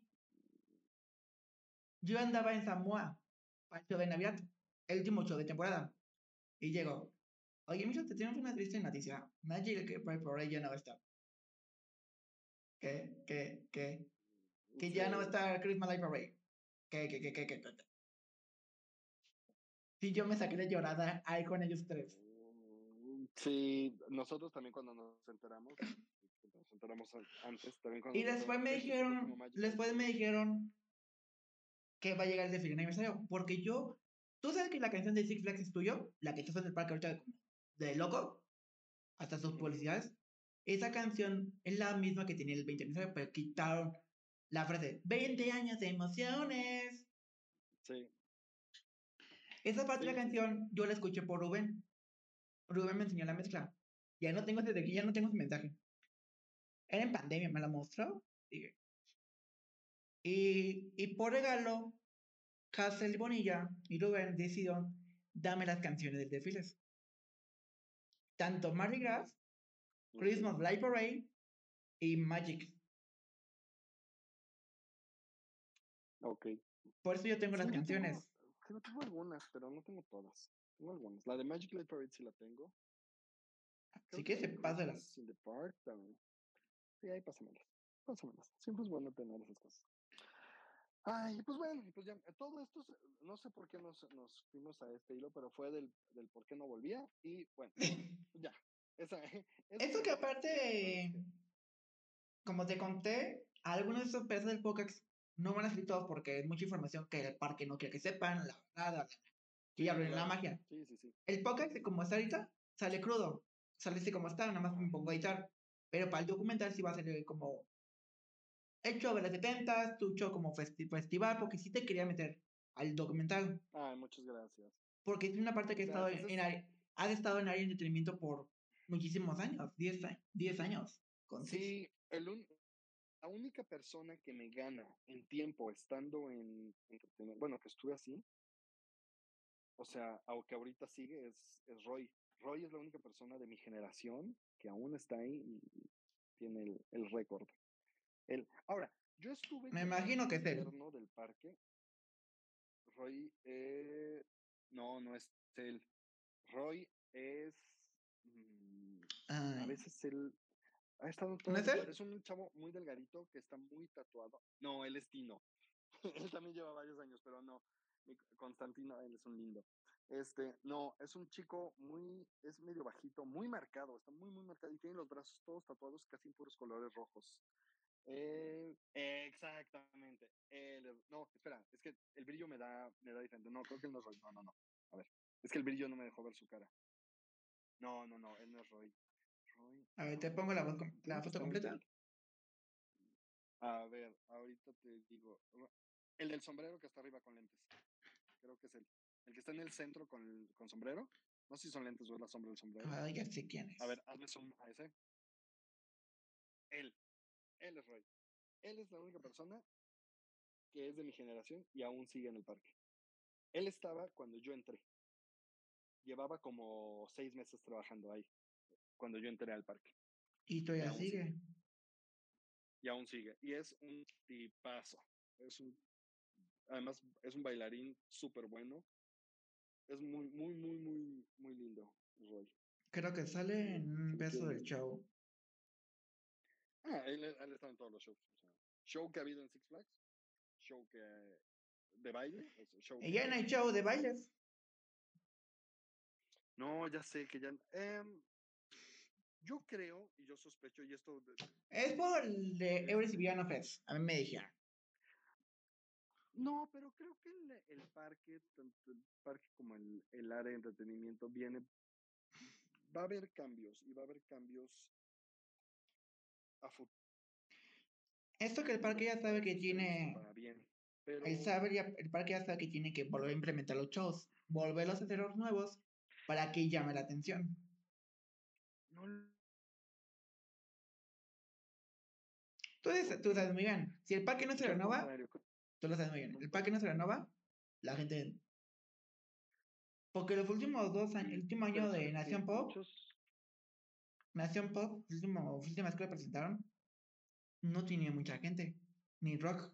Yo andaba en Samoa, para el show de Navidad, el último show de temporada. Y llegó. Oye, Micho, te tenemos una triste noticia. Magic por ahí ya no va a estar. Que ya no va a estar Christmas Live Parade. ¿Qué? Sí, yo me saqué de llorada ahí con ellos tres. Sí, nosotros también cuando nos enteramos antes, también cuando Y nos después enteramos, me eso sí fue como dijeron, Magic Life después me Parade. dijeron que va a llegar el desfile de aniversario. Porque yo, ¿tú sabes que la canción de Six Flags es tuyo? La que estás en el parque ahorita de loco, hasta sus publicidades. Esa canción es la misma que tenía el 20 aniversario, pero quitaron la frase 20 años de emociones. Sí. Esa parte de la Sí. canción yo la escuché por Rubén. Rubén me enseñó la mezcla. Ya no tengo desde aquí, ya no tengo su mensaje. Era en pandemia, me la mostró. Y por regalo, Castle Bonilla y Rubén decidieron darme las canciones del desfiles. Tanto Mardi Gras, Christmas Live Parade y Magic. Ok. Por eso yo tengo las canciones. Tengo algunas, pero no tengo todas. Tengo algunas. La de Magic Light Parade sí la tengo. Así que se pasa la. In the Park también. Sí, ahí pásamelas. Siempre es bueno tener esas cosas. Ay, pues bueno, pues ya, todo esto, no sé por qué nos fuimos a este hilo, pero fue del por qué no volvía. Y bueno, ya. Eso que aparte, como te conté, algunos de esos pedazos del podcast no van a salir todos porque es mucha información que el parque no quiere que sepan, nada, y arruinan la magia. Sí. El podcast, como está ahorita, sale crudo, sale así como está, nada más me pongo a editar. Pero para el documental sí va a salir como el show de los 70, tu show como festival, porque sí te quería meter al documental. Ay, muchas gracias. Porque es una parte que has estado en área de entretenimiento por muchísimos años, 10 años. Sí, la única persona que me gana en tiempo estando en entretenimiento, bueno, que estuve así, o sea, aunque ahorita sigue, es Roy. Roy es la única persona de mi generación que aún está ahí y tiene el récord. Ahora, yo estuve Me como imagino que es él. interno del parque. Roy, no es él. Roy es, a veces él ha estado ¿No es él? es un chavo muy delgadito que está muy tatuado. No, él es Tino. Él también lleva varios años, pero no. Constantino, él es un lindo. No, es un chico es medio bajito, muy marcado, está muy marcado y tiene los brazos todos tatuados casi en puros colores rojos. Exactamente. No, espera, es que el brillo me da diferente. No, creo que él no es Roy. No. A ver, es que el brillo no me dejó ver su cara. No, él no es Roy. A ver, te pongo la foto completa. A ver, ahorita te digo. El del sombrero que está arriba con lentes. Creo que es él. El que está en el centro con sombrero. No sé si son lentes o es la sombra del sombrero. Ah, ya sé quién es. A ver, hazme zoom a ese. Él es Roy. Él es la única persona que es de mi generación y aún sigue en el parque. Él estaba cuando yo entré. Llevaba como 6 meses trabajando ahí cuando yo entré al parque. Y todavía sigue. Y aún sigue. Y es un tipazo. Además, es un bailarín súper bueno. Es muy lindo, Roy. Creo que sale en un beso del show. Él está en todos los shows. O sea, show que ha habido en Six Flags, show de baile. Y ya no hay show de bailes. No, ya sé que ya. Yo creo y yo sospecho, y esto. Es por el de Euros y Villano Fest. A mí me dijeron. No, pero creo que el parque, tanto el parque como el área de entretenimiento va a haber cambios y va a haber cambios a futuro. Esto que el parque ya sabe que tiene. Para bien, pero... el parque ya sabe que tiene que volver a implementar los shows, volverlos a hacer los nuevos para que llame la atención. No. Tú sabes muy bien. Si el parque no se renova, tú lo sabes muy bien. El parque no se renova, la gente. Porque los últimos 2 años, el último año de Nación Pop, la última vez que lo presentaron, no tenía mucha gente, ni rock.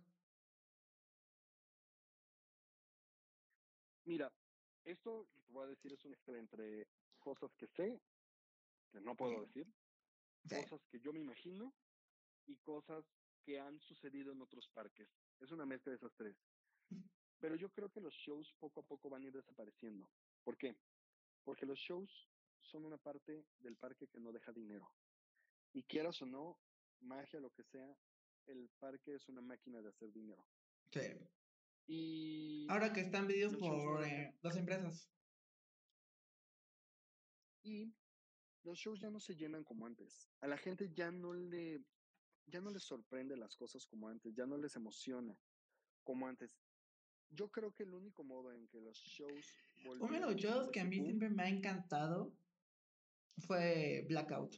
Mira, esto que te voy a decir es un mezcla entre cosas que sé, que no puedo decir, cosas que yo me imagino y cosas que han sucedido en otros parques. Es una mezcla de esas tres. Pero yo creo que los shows poco a poco van a ir desapareciendo. ¿Por qué? Porque los shows son una parte del parque que no deja dinero. Y quieras o no, magia, lo que sea, el parque es una máquina de hacer dinero. Sí. Y ahora que están vendidos los shows no por dejan. las empresas. Y los shows ya no se llenan como antes. A la gente ya no les sorprende las cosas como antes, ya no les emociona como antes. Yo creo que el único modo en que los shows Uno de los volvieron a shows tener que a ese mí boom. siempre me ha encantado fue Blackout.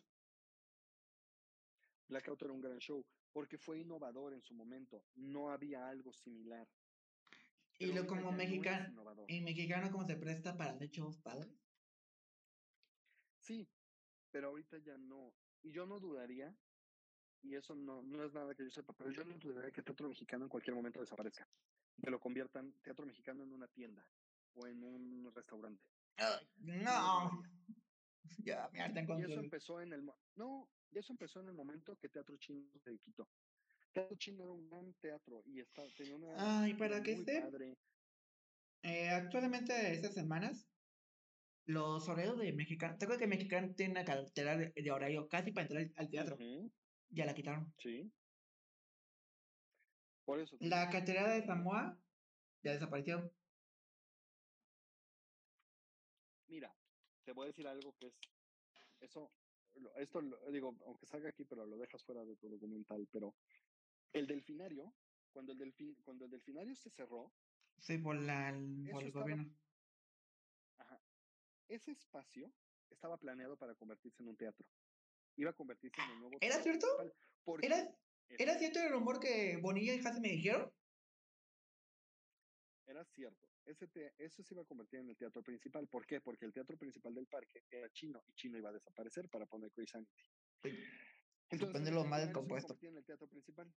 Blackout era un gran show porque fue innovador en su momento. No había algo similar. Y Pero lo ahorita como ya no es mexicano, innovador. y mexicano como se presta para hacer shows padres. Sí, pero ahorita ya no. Y yo no dudaría, y eso no es nada que yo sepa, pero yo no dudaría que Teatro Mexicano en cualquier momento desaparezca. Que lo conviertan Teatro Mexicano en una tienda o en un restaurante. Ay, No lo no, dudaría. ya me hartan Y con eso su... empezó en el... No, y eso empezó en el momento que Teatro Chino se quitó. Teatro Chino era un gran teatro y tenía una Ay, estructura para que muy esté, padre. actualmente estas semanas, los horarios de Mexicano, te acuerdas que Mexicano tiene una cartera de horario casi para entrar al teatro, Ujú, ya la quitaron. sí, por eso te La digo. cartera de Samoa ya desapareció. Mira, te voy a decir algo que es, eso, digo, aunque salga aquí, pero lo dejas fuera de tu documental, pero el delfinario, cuando el delfinario se cerró, Sí, por eso el estaba, gobierno. ajá, ese espacio estaba planeado para convertirse en un teatro. Iba a convertirse en el nuevo ¿Era teatro cierto? principal. ¿Era, Porque es ¿Era cierto, cierto el rumor que Bonilla y Hasse me dijeron? era cierto. Eso se iba a convertir en el teatro principal. ¿Por qué? Porque el teatro principal del parque era chino y chino iba a desaparecer para poner Crazy Sanity. Sí, Entonces suspende el lo mal del delfinario se iba a compuesto. convertir en el teatro principal.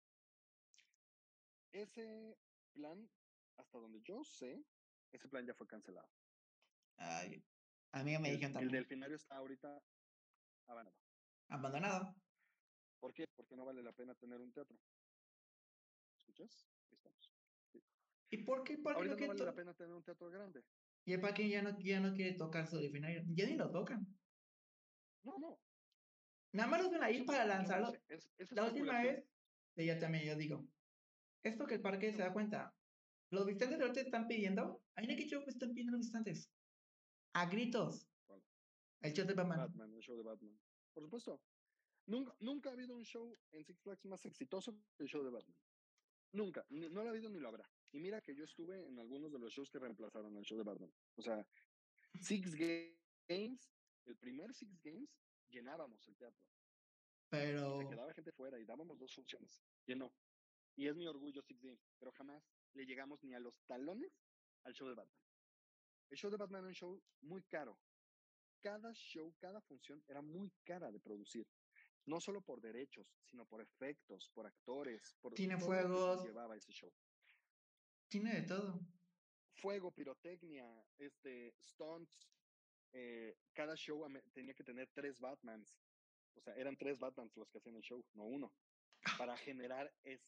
Ese plan, hasta donde yo sé, ese plan ya fue cancelado. Ay, a mí me dijeron El también. delfinario está ahorita abandonado. Abandonado. ¿Por qué? Porque no vale la pena tener un teatro. ¿Escuchas? Ahí estamos. Sí. ¿Y por qué no Ahorita no quiere vale la pena tener un teatro grande. Y el parque ya no quiere tocar su delfinario. Ya ni lo tocan. No, no. Nada más los van a ir Eso para yo no lo lanzarlo. sé. Es La última especulación. vez, y ya también yo digo, esto que el parque se No. da cuenta. Los visitantes ahorita están pidiendo. Hay una que yo están pidiendo los visitantes. A gritos. ¿Cuál? El show de Batman. Batman, el show de Batman. Por supuesto. Nunca ha habido un show en Six Flags más exitoso que el show de Batman. Nunca. No lo ha habido ni lo habrá. Y mira que yo estuve en algunos de los shows que reemplazaron el show de Batman. O sea, Six Games, el primer Six Games, llenábamos el teatro. Y se Pero quedaba gente fuera y dábamos 2 funciones. Llenó. Y es mi orgullo Six Games. Pero jamás le llegamos ni a los talones al show de Batman. El show de Batman era un show muy caro. Cada show, cada función era muy cara de producir. No solo por derechos, sino por efectos, por actores, por tiene todo lo que fuegos. conllevaba ese show. Tiene de todo. Fuego, pirotecnia, stunts. Cada show tenía que tener 3 Batmans. O sea, eran 3 Batmans los que hacían el show, no uno. Para generar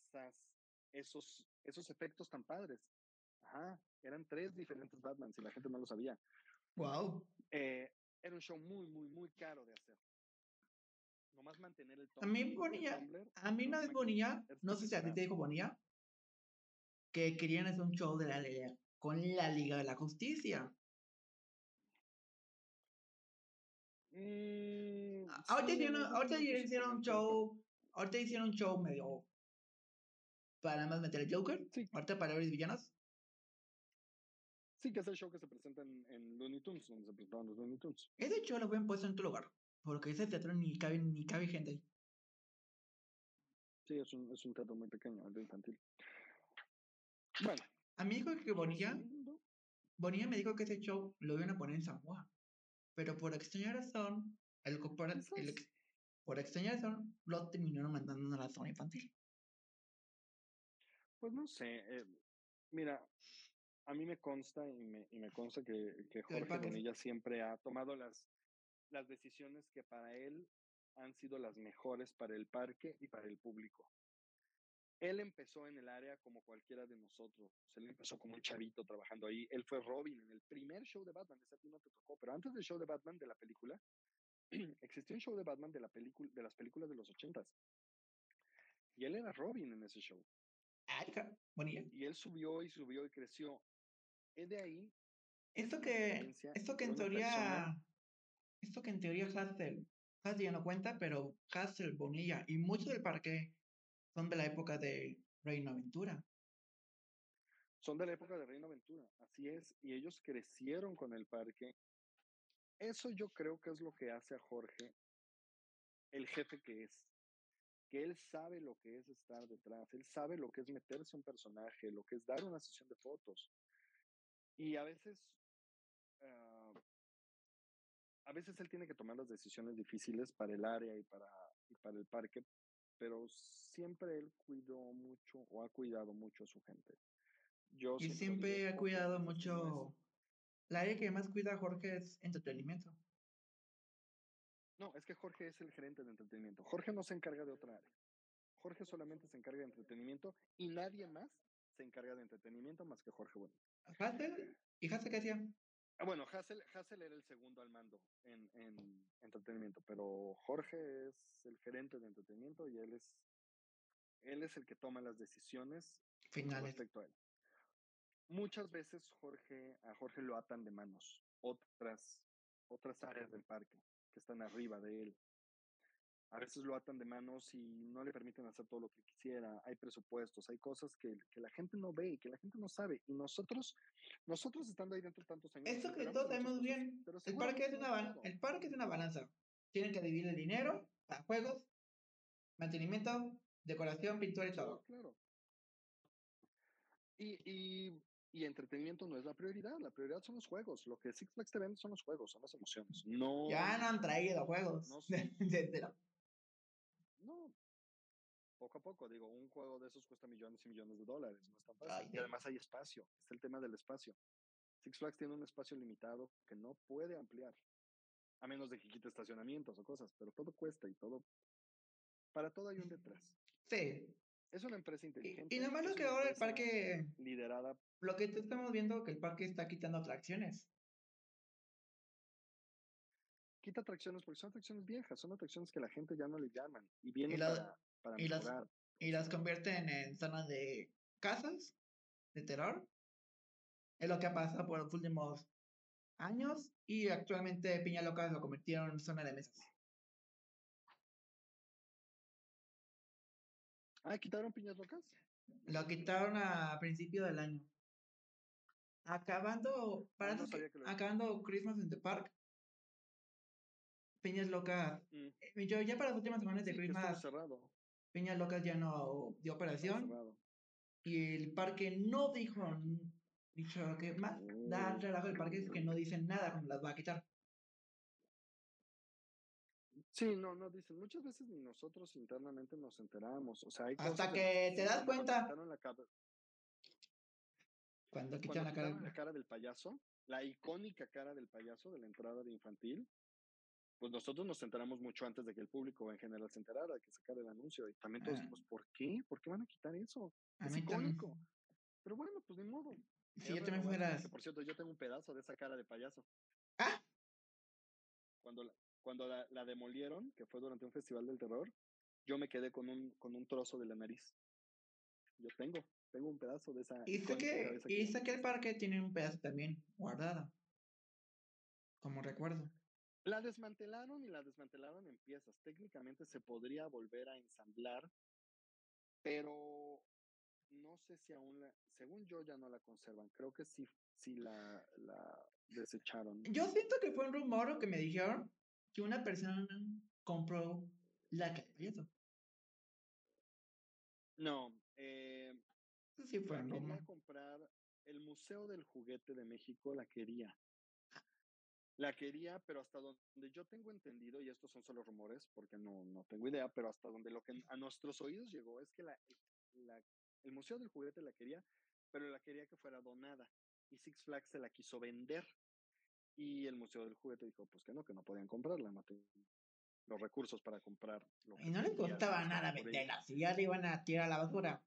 esos efectos tan padres. Ajá, eran 3 diferentes Batmans y la gente no lo sabía. Wow. Era un show muy, muy, muy caro de hacer. Nomás mantener el A mí tumbler. Bonilla, a mí Era una una vez máquina Bonilla, no sé si a ti espectacular. te dijo Bonilla, que querían hacer un show de la Liga con la Liga de la Justicia. Ahorita Sí, en hicieron, algún ahorita momento se hicieron un comentó, pero show, ahorita hicieron un show medio para más meter el Joker, sí, ahorita para los villanos. sí que es el show que se presenta en Looney Tunes, donde se presentaban los Looney Tunes. Ese show lo habían puesto en tu lugar, porque ese teatro ni cabe gente ahí. Sí, es un teatro muy pequeño, el de infantil. Bueno, A mí dijo que resumiendo, Bonilla me dijo que ese show lo iban a poner en Samoa, pero por extraña razón, quizás, por extraña razón, lo terminaron mandando a la zona infantil. pues no sé, mira, a mí me consta y me consta que El Jorge parque, Bonilla siempre ha tomado las decisiones que para él han sido las mejores para el parque y para el público. Él empezó en el área como cualquiera de nosotros. Él empezó como un chavito trabajando ahí. Él fue Robin en el primer show de Batman. Ese a ti no te tocó, pero antes del show de Batman de la película, existió un show de Batman de las películas de los 80s. Y él era Robin en ese show. Ay, bonilla. Y él subió y subió y creció. Es de ahí. Esto que en teoría Hassel ya no cuenta, pero Hassel, Bonilla y mucho del parque son de la época de Reino Aventura. Son de la época de Reino Aventura, así es, y ellos crecieron con el parque. Eso yo creo que es lo que hace a Jorge el jefe que él sabe lo que es estar detrás, él sabe lo que es meterse un personaje, lo que es dar una sesión de fotos. Y a veces él tiene que tomar las decisiones difíciles para el área y para el parque, pero siempre él cuidó mucho o ha cuidado mucho a su gente. Yo Y siempre lo digo, siempre ha Jorge cuidado siempre fue mucho. La área que más cuida a Jorge es entretenimiento. No, es que Jorge es el gerente de entretenimiento. Jorge no se encarga de otra área. Jorge solamente se encarga de entretenimiento y nadie más se encarga de entretenimiento más que Jorge Bueno. ¿Hassel? ¿Y Hassel qué hacía? Bueno, Hassel era el segundo al mando en entretenimiento, pero Jorge es el gerente de entretenimiento y él es el que toma las decisiones con Finales. respecto a él. Muchas veces a Jorge lo atan de manos otras áreas del parque que están arriba de él. A veces lo atan de manos y no le permiten hacer todo lo que quisiera. Hay presupuestos, hay cosas que la gente no ve, que la gente no sabe. Y nosotros estando ahí dentro tantos años, nos Esto que enteramos todos de muchas sabemos cosas, bien, pero seguramente no todo. el parque es una balanza. Tienen que dividir el dinero para juegos, mantenimiento, decoración, pintura y Sí, todo. claro. Y entretenimiento no es la prioridad son los juegos. Lo que Six Flags te vende son los juegos, son las emociones. Ya no han traído juegos. No, no, poco a poco, digo, un juego de esos cuesta millones y millones de dólares, no es tan fácil. Y además hay espacio, está el tema del espacio. Six Flags tiene un espacio limitado que no puede ampliar, a menos de que quite estacionamientos o cosas, pero todo cuesta y para todo hay un detrás. Sí. Es una empresa inteligente. Y lo malo es que ahora el parque, liderada. lo que estamos viendo que el parque está quitando atracciones. Quita atracciones porque son atracciones viejas, son atracciones que la gente ya no le llaman y vienen para mejorar. Y las convierten en zonas de casas de terror. Es lo que ha pasado por los últimos años y actualmente Piña Loca lo convirtieron en zona de mesas. ¿Quitaron Piñas Locas? Lo quitaron a principio del año. Acabando Christmas in the Park. Piñas Locas. Yo ya para las últimas semanas de Christmas. Piñas Locas ya no dio operación. Y el parque no dijo que más da el relajo del parque es que no dicen nada cuando las va a quitar. Sí, no dicen. Muchas veces ni nosotros internamente nos enteramos. O sea, hay hasta que te das cuenta. Cuando quitaron la cara del payaso, la icónica cara del payaso de la entrada de infantil, pues nosotros nos enteramos mucho antes de que el público en general se enterara, de que sacara el anuncio. Y también todos dijimos, ¿por qué? ¿Por qué van a quitar eso? Es icónico. Pero bueno, pues ni modo. Si yo también fuera. Que, por cierto, yo tengo un pedazo de esa cara de payaso. ¿Ah? Cuando la demolieron, que fue durante un festival del terror, yo me quedé con un trozo de la nariz. Yo tengo un pedazo de esa. Y sé que el parque tiene un pedazo también guardado. Como recuerdo. La desmantelaron en piezas. Técnicamente se podría volver a ensamblar, pero no sé si aún según yo ya no la conservan. Creo que sí la desecharon. Yo siento que fue un rumor o que me dijeron que una persona compró la cara de payaso. No, sí fue un quería rumor. comprar el Museo del Juguete de México, la quería, pero hasta donde yo tengo entendido, y estos son solo rumores porque no tengo idea, pero hasta donde lo que a nuestros oídos llegó es que el Museo del Juguete la quería, pero la quería que fuera donada, y Six Flags se la quiso vender, y el Museo del Juguete dijo, pues que no podían comprarla, los recursos para comprar lo Y que no le podías costaba nada por ellos. venderla, si ya le iban a tirar a la basura.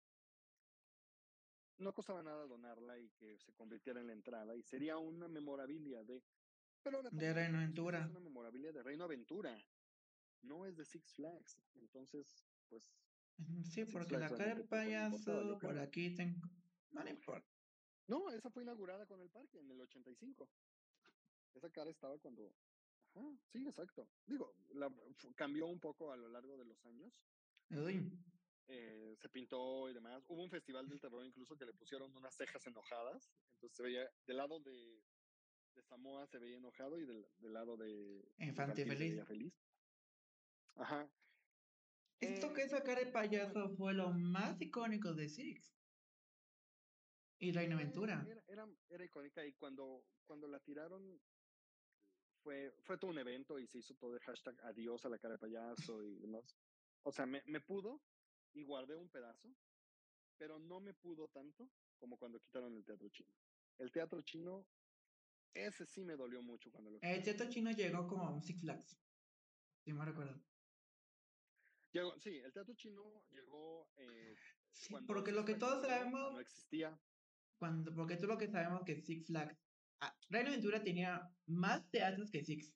No costaba nada donarla y que se convirtiera en la entrada y sería una memorabilia de... Pero ahora De también Reino recordemos que esta es Aventura. una memorabilia de Reino Aventura, no es de Six Flags. Entonces, pues Sí, a Six porque Flags la cara realmente del poco le importaba, yo payaso, por creo. aquí tengo. No le importa. No, esa fue inaugurada con el parque en el 85. Esa cara estaba cuando... Ajá, sí, exacto. Digo, cambió un poco a lo largo de los años. Uy. Se pintó y demás. Hubo un festival del terror incluso que le pusieron unas cejas enojadas. Entonces se veía, del lado de Samoa se veía enojado y del lado de Infante infantil se feliz. veía feliz. Ajá. Esto que esa cara de payaso Bueno, fue lo más icónico de Six y Reino Aventura. era icónica y cuando la tiraron fue todo un evento y se hizo todo el hashtag adiós a la cara de payaso y demás. O sea, me pudo y guardé un pedazo, pero no me pudo tanto como cuando quitaron el teatro chino. El teatro chino, ese sí me dolió mucho cuando lo El quitaron. teatro chino llegó como a un Six Flags, si me recuerdo. Sí, el teatro chino llegó Sí, cuando porque lo Six que Flags todos abrió, no sabemos, existía. porque tú lo que sabemos que Six Flags, Reino Aventura tenía más teatros que Six.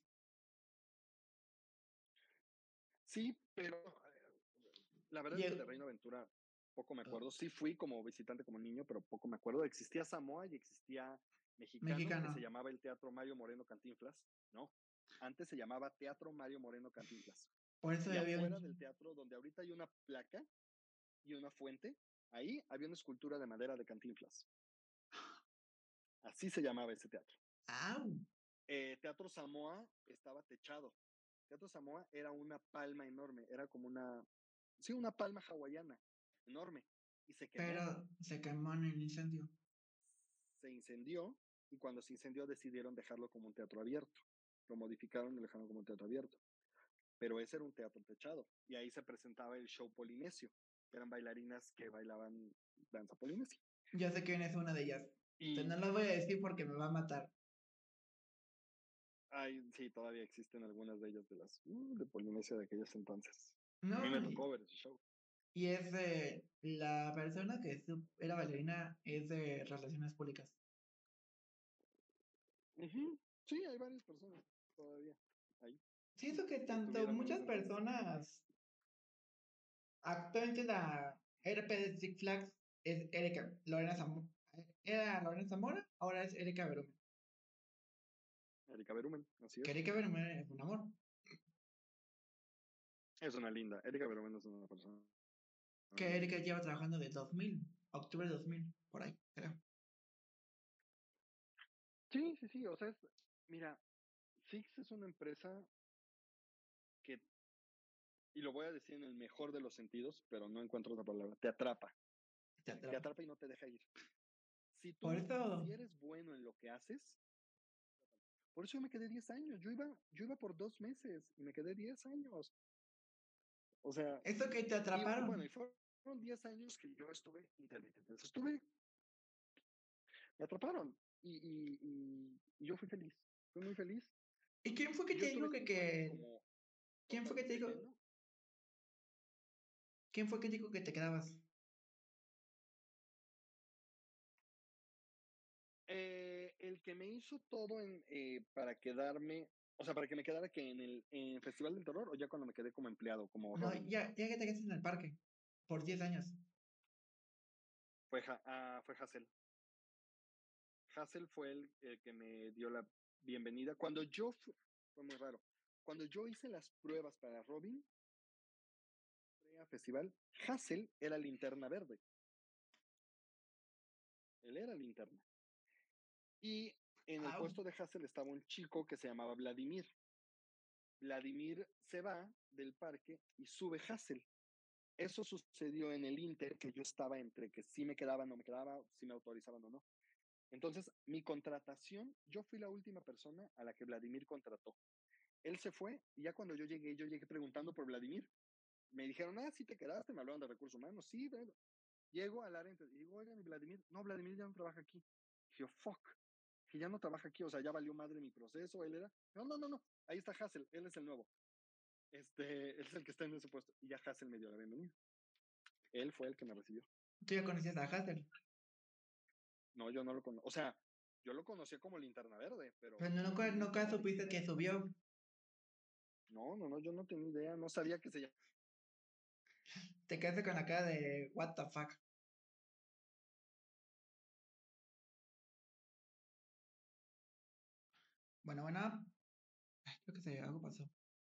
Sí, pero la verdad es que de Llegó, Reino Aventura poco me acuerdo. Sí fui como visitante, como niño, pero poco me acuerdo. Existía Samoa y existía Mexicano, que se mexicano. llamaba el Teatro Mario Moreno Cantinflas, ¿no? Antes se llamaba Teatro Mario Moreno Cantinflas. Por eso Y había afuera del un... teatro, donde ahorita hay una placa y una fuente, ahí había una escultura de madera de Cantinflas. Así se llamaba ese teatro. ¡Au! Teatro Samoa estaba techado. Teatro Samoa era una palma enorme, era como una palma hawaiana enorme y se quemó, Pero se quemó en el incendio. se incendió y cuando se incendió decidieron dejarlo como un teatro abierto. Lo modificaron y lo dejaron como un teatro abierto. Pero ese era un teatro techado y ahí se presentaba el show polinesio, que eran bailarinas que bailaban danza polinesia. Yo sé quién es una de ellas. No Y lo voy a decir porque me va a matar. sí, todavía existen algunas de ellas de Polinesia de aquellos entonces. A mí No, me tocó ver ese show. y es de la persona que era bailarina es de relaciones públicas. Uh-huh. Sí, hay varias personas todavía ahí Siento que que tanto estuvieron en muchas ese entonces. personas actualmente la RP de Six Flags es Erika Lorena Zamora. Era Lorena Zamora, ahora es Erika Berumen. Erika Berumen, así Que es. Erika Berumen es un amor. Es una linda. Erika Berumen es una persona Que muy Erika linda. lleva trabajando desde 2000, octubre de 2000, por ahí, creo. Sí, sí, sí. O sea, mira, Six es una empresa que, y lo voy a decir en el mejor de los sentidos, pero no encuentro otra palabra, te atrapa. Te Te atrapa. atrapa y no te deja ir. Por eso, Si eres bueno en lo que haces, por eso yo me quedé 10 años. Yo iba por 2 meses y me quedé 10 años. O sea, eso que te y bueno, atraparon. y fueron 10 años que yo estuve intermitente. Me atraparon y yo fui feliz. Fui muy feliz. ¿Y quién fue que Yo te dijo estuve 5 años como quién fue que te totalmente dijo, lleno. quién fue que dijo que te quedabas? El que me hizo todo para quedarme, o sea, para que me quedara que en Festival del Terror o ya cuando me quedé como empleado, como No, Robin, ya que te quedaste en el parque, por 10 años. fue Hassel. Hassel fue el que me dio la bienvenida. Fue muy raro. Cuando yo hice las pruebas para Robin, festival, Hassel era linterna verde. Él era linterna. Y en el Au. puesto de Hassel estaba un chico que se llamaba Vladimir. Vladimir se va del parque y sube Hassel. Eso sucedió en el Inter, que yo estaba entre que sí me quedaba, no me quedaba, si me autorizaban o no. Entonces, mi contratación, yo fui la última persona a la que Vladimir contrató. Él se fue y ya cuando yo llegué preguntando por Vladimir. Me dijeron, sí te quedaste, me hablaron de recursos humanos, sí, bueno. Llego al área y digo, oigan, ¿y Vladimir? No, Vladimir ya no trabaja aquí. Y yo, fuck, que ya no trabaja aquí, o sea, ya valió madre mi proceso, él era. No, ahí está Hassel, él es el nuevo. Él es el que está en ese puesto. Y ya Hassel me dio la bienvenida. Él fue el que me recibió. ¿Tú ya conocías a Hassel? No, yo no lo conozco. O sea, yo lo conocía como Linterna Verde, pero... Pero nunca supiste que subió. No, yo no tenía idea, no sabía que se llamaba. Te quedaste con la cara de what the fuck. Bueno. Ay, creo que algo pasó.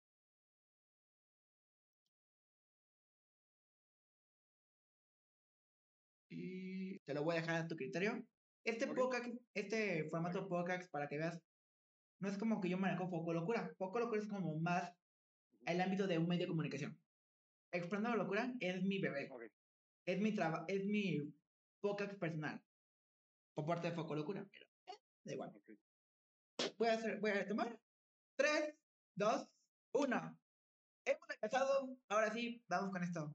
Y te lo voy a dejar a tu criterio. Este formato podcast, para que veas, no es como que yo manejo Foco Locura. Foco Locura es como más el ámbito de un medio de comunicación. Explorando la Locura es mi bebé. Okay. Es mi podcast personal. Por parte de Foco Locura. Pero, da igual. Okay. Voy a tomar 3, 2, 1. Hemos empezado. Ahora sí, vamos con esto.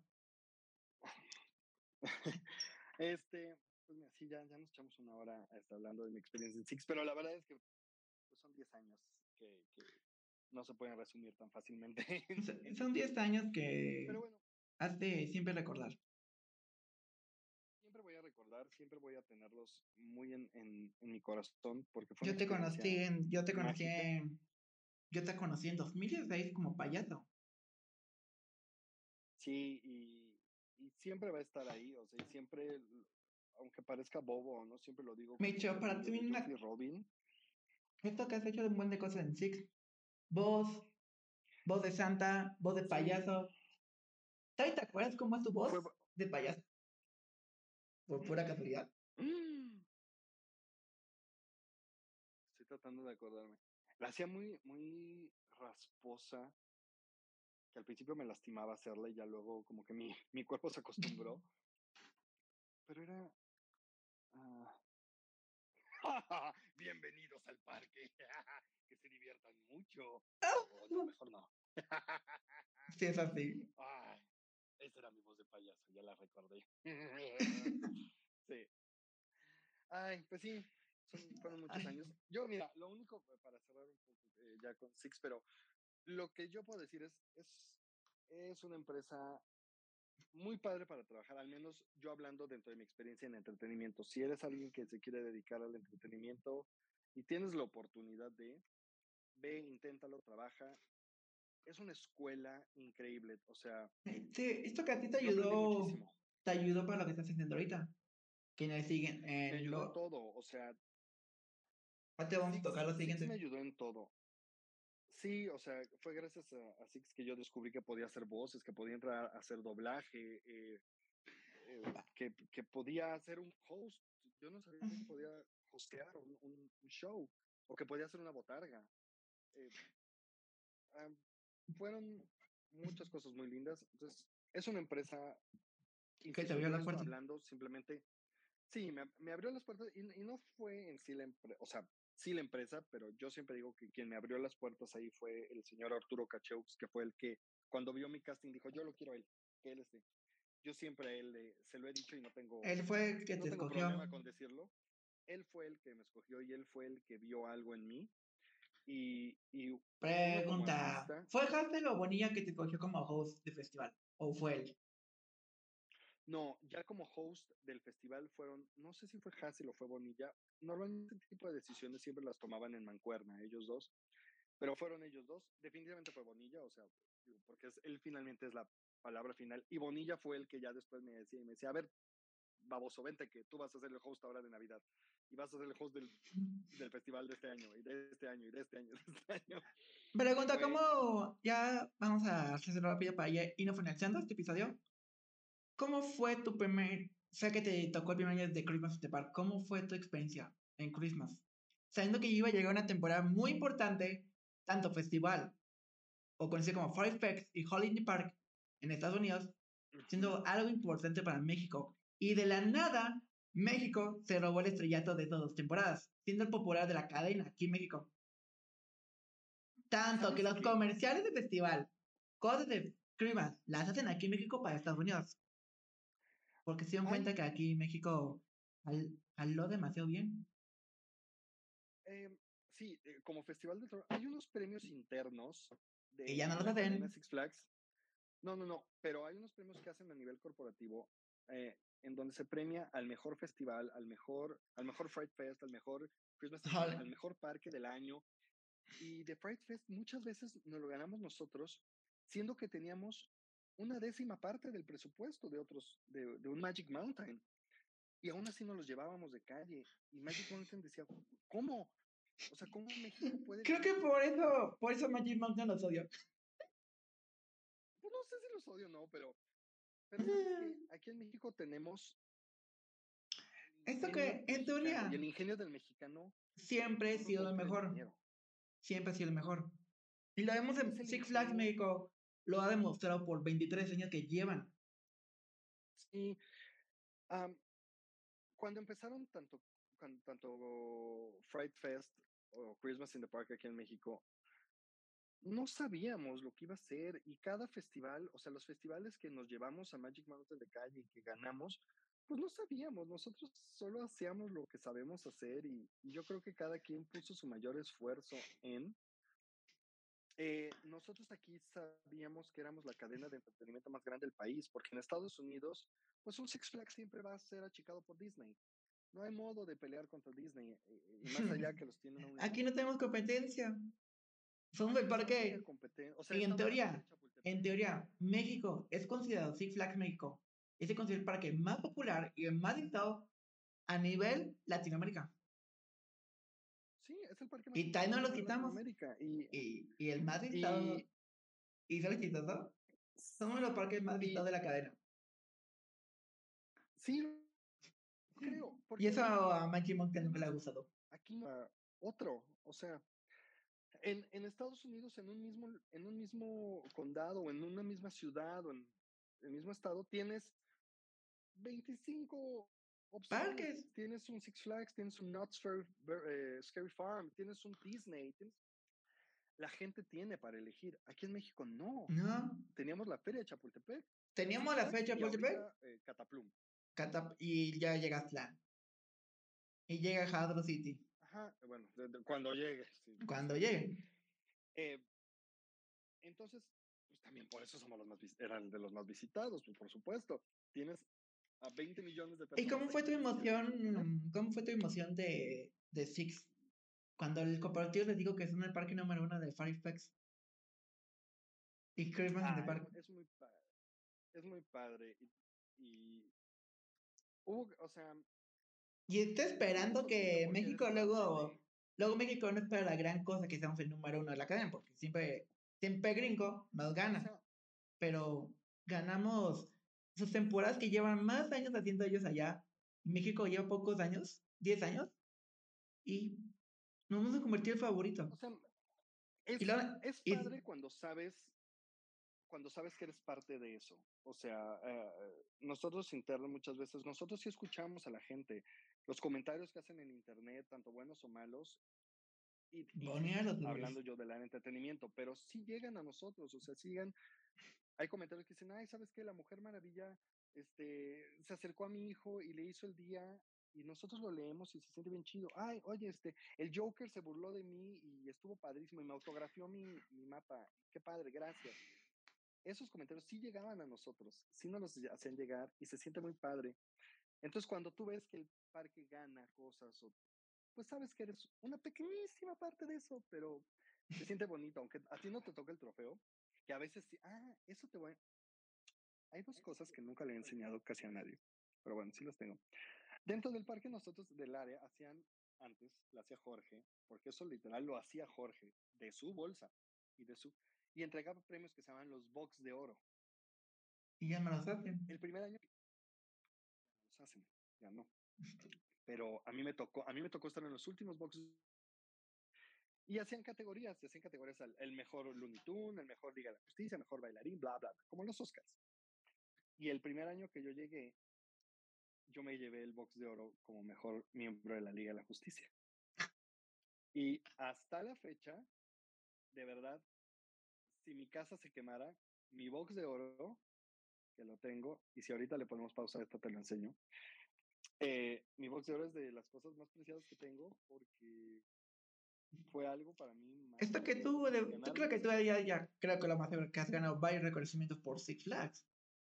Pues mira, sí, ya nos echamos una hora hablando de mi experiencia en Six, pero la verdad es que pues, son 10 años que no se pueden resumir tan fácilmente. Son 10 años que pero bueno, has de siempre recordar. Siempre voy a recordar, siempre voy a tenerlos muy en mi corazón, porque fue Yo una te conocí mágica. Yo te conocí en 2016 como payaso. Sí, y siempre va a estar ahí, o sea, y siempre, aunque parezca bobo, ¿no? Siempre lo digo como Micho, para ti yo fui Robin. esto que has hecho de un buen de cosas en Six. Voz de Santa, voz de payaso. ¿Te acuerdas cómo es tu voz Fue... de payaso? Por pura casualidad. Estoy tratando de acordarme. La hacía muy rasposa, que al principio me lastimaba hacerla y ya luego como que mi cuerpo se acostumbró. Pero era... Bienvenidos al parque. Que se diviertan mucho. Oh, no, mejor no. Sí, es así. Ay, esa era mi voz de payaso, ya la recordé. Sí. Ay, pues sí, fueron muchos años. Yo, mira, lo único para cerrar un poco ya con Six, pero lo que yo puedo decir es una empresa muy padre para trabajar, al menos yo hablando dentro de mi experiencia en entretenimiento. Si eres alguien que se quiere dedicar al entretenimiento y tienes la oportunidad ve, inténtalo, trabaja. Es una escuela increíble, o sea... Sí, esto que a ti yo aprendí muchísimo. te ayudó para lo que estás haciendo ahorita. Quienes siguen Me ayudó en todo, o sea... Ahora te vamos a tocar lo Six siguiente. me ayudó en todo. Sí, o sea, fue gracias a Six que yo descubrí que podía hacer voces, que podía entrar a hacer doblaje, que podía hacer un host. Yo no sabía que podía hostear un show o que podía hacer una botarga. Fueron muchas cosas muy lindas. Entonces, es una empresa, ¿Qué te insisto, abrió yo la estoy puerta? hablando simplemente, sí, me abrió las puertas y no fue en sí la empresa, o sea, sí la empresa, pero yo siempre digo que quien me abrió las puertas ahí fue el señor Arturo Cacheux, que fue el que cuando vio mi casting dijo, yo lo quiero a él, que él esté. Yo siempre a él se lo he dicho y Él fue el que no te tengo escogió. problema con decirlo. Él fue el que me escogió y él fue el que vio algo en mí. Y uno como Pregunta, artista... ¿fue Hassel o Bonilla que te escogió como host de festival? ¿O fue él? No, ya como host del festival fueron, no sé si fue Hassel o fue Bonilla. Normalmente este tipo de decisiones siempre las tomaban en mancuerna, ellos dos. Pero fueron ellos dos. Definitivamente fue Bonilla, o sea, porque él finalmente es la palabra final. Y Bonilla fue el que ya después me decía, a ver, baboso, vente que tú vas a ser el host ahora de Navidad. Y vas a ser el host del festival de este año, y de este año, y de este año, y de este año. Pregunta, ¿cómo? Ya vamos a hacerlo rápido para ir finalizando este episodio. ¿Cómo fue tu sé que te tocó el primer año de Christmas in the Park, ¿cómo fue tu experiencia en Christmas? Sabiendo que iba a llegar una temporada muy importante, tanto festival o conocido como Fire Fest y Holiday in the Park en Estados Unidos, siendo algo importante para México. Y de la nada, México se robó el estrellato de todas las temporadas, siendo el popular de la cadena aquí en México. Tanto que los comerciales de festival, cosas de Christmas, las hacen aquí en México para Estados Unidos. Porque se dieron cuenta que aquí en México jaló demasiado bien. Sí, como Festival de Terror, hay unos premios internos Y ya no los la cadena hacen. Six Flags. No, pero hay unos premios que hacen a nivel corporativo en donde se premia al mejor festival, al mejor Fright Fest, al mejor Christmas Tree, al mejor parque del año. Y de Fright Fest muchas veces nos lo ganamos nosotros, siendo que teníamos una décima parte del presupuesto de un Magic Mountain. Y aún así nos los llevábamos de calle. Y Magic Mountain decía, ¿cómo? O sea, ¿cómo México puede Creo que vivir por eso Magic Mountain los odio. Pues no sé si los odio o no, pero ¿sabes qué? Aquí en México tenemos el Esto ingenio que, en mexicano, y teoría, el ingenio del mexicano siempre he no nos sido da el por el mejor. dinero. Siempre ha sido el mejor. Y lo vemos Es en el Six Flags ingenio, México. Lo ha demostrado por 23 años que llevan. sí. am, cuando empezaron tanto Fright Fest o Christmas in the Park aquí en México, no sabíamos lo que iba a ser, y cada festival, o sea, los festivales que nos llevamos a Magic Mountain de calle y que ganamos, pues no sabíamos, nosotros solo hacíamos lo que sabemos hacer, y yo creo que cada quien puso su mayor esfuerzo en... nosotros aquí sabíamos que éramos la cadena de entretenimiento más grande del país, porque en Estados Unidos, pues un Six Flags siempre va a ser achicado por Disney. No hay modo de pelear contra Disney, y más allá que los tienen a un Aquí lado. no tenemos competencia. Somos el Aquí no había parque. competencia, o sea, Y estaba la Feria de en Chapultepec. teoría, México es considerado Six Flags México. Es el considerado el parque más popular y el más visitado a nivel Latinoamérica. Sí, es el parque más Y tal visitado no a los nivel quitamos. Latinoamérica. Y el más Y, visitado. ¿Y sabes chistoso? Somos los parques más y visitados de la cadena. sí, creo, Y porque eso a Magic porque Mountain nunca le además ha gustado. aquí no hay otro, o sea, en Estados Unidos, en un mismo condado, o en una misma ciudad, o en el mismo estado, tienes 25 opciones. Parques. Tienes un Six Flags, tienes un Knott's Scary Farm, tienes un Disney, la gente tiene para elegir. Aquí en México no. No. Teníamos la Feria de Chapultepec, Teníamos Six la Flags fecha y por Chapultepec. ahorita Cataplum. Y ya llega Aztlán. Y llega Hadro City. Ajá, bueno, cuando llegue. Sí, Cuando llegue. eh, entonces, pues también por eso somos eran de los más visitados, pues por supuesto. Tienes a 20 millones de ¿Y personas cómo fue tu aquí que emoción? ¿Cómo fue tu emoción de Six? Cuando el comparativo les digo que son el parque número 1 de Firefox y Christmas in the Park. es muy padre. Es muy padre. Y hubo, o sea, Y está sí te esperando consigue que porque eres México parte de... luego México no espera la gran cosa que seamos el número 1 de la cadena, porque siempre gringo nos O gana. sea, Pero ganamos sus temporadas que llevan más años haciendo ellos allá. México lleva pocos años, 10 años, y nos vamos a convertir en favorito. o sea, Y, es, lo, es y padre cuando sabes que eres parte de eso. O sea, nosotros internos muchas veces, nosotros sí escuchamos a la gente, los comentarios que hacen en internet, tanto buenos o malos, y Bonía los números. hablando yo del entretenimiento, pero sí llegan a nosotros, o sea, siguen, hay comentarios que dicen, ay, ¿sabes qué? La Mujer Maravilla se acercó a mi hijo y le hizo el día, y nosotros lo leemos y se siente bien chido. Ay, oye, el Joker se burló de mí y estuvo padrísimo y me autografió mi mapa. Qué padre, gracias. Esos comentarios sí llegaban a nosotros, sí nos los hacían llegar y se siente muy padre. Entonces, cuando tú ves que el parque gana cosas, pues sabes que eres una pequeñísima parte de eso, pero se siente bonito, aunque a ti no te toca el trofeo, que a veces sí, eso te voy. Hay dos cosas que nunca le he enseñado casi a nadie, pero bueno, sí las tengo. Dentro del parque, nosotros del área lo hacía Jorge, porque eso literal lo hacía Jorge, de su bolsa y entregaba premios que se llaman los Box de Oro. Y ya me los hacen. El primer año los hacen, ya no. Pero a mí me tocó estar en los últimos boxes y hacían categorías, el mejor Looney Tunes, el mejor Liga de la Justicia, el mejor bailarín, bla, bla, bla, como los Oscars. Y el primer año que yo llegué, yo me llevé el box de oro como mejor miembro de la Liga de la Justicia. Y hasta la fecha, de verdad, si mi casa se quemara, mi box de oro, que lo tengo, y si ahorita le ponemos pausa a esto, te lo enseño. Mi box de oro es de las cosas más preciadas que tengo porque fue algo para mí Esto que mágico. tú creo que tú ya creo que lo más seguro que has ganado varios reconocimientos por Six Flags.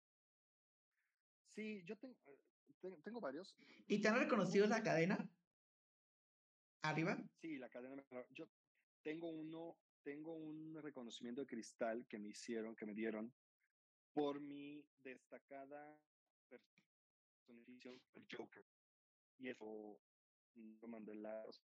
Sí, yo tengo varios. ¿Y te han reconocido la cadena? ¿Arriba? Sí, la cadena. Yo tengo un reconocimiento de cristal que me dieron por mi destacada personificación del Joker. Y eso lo mandé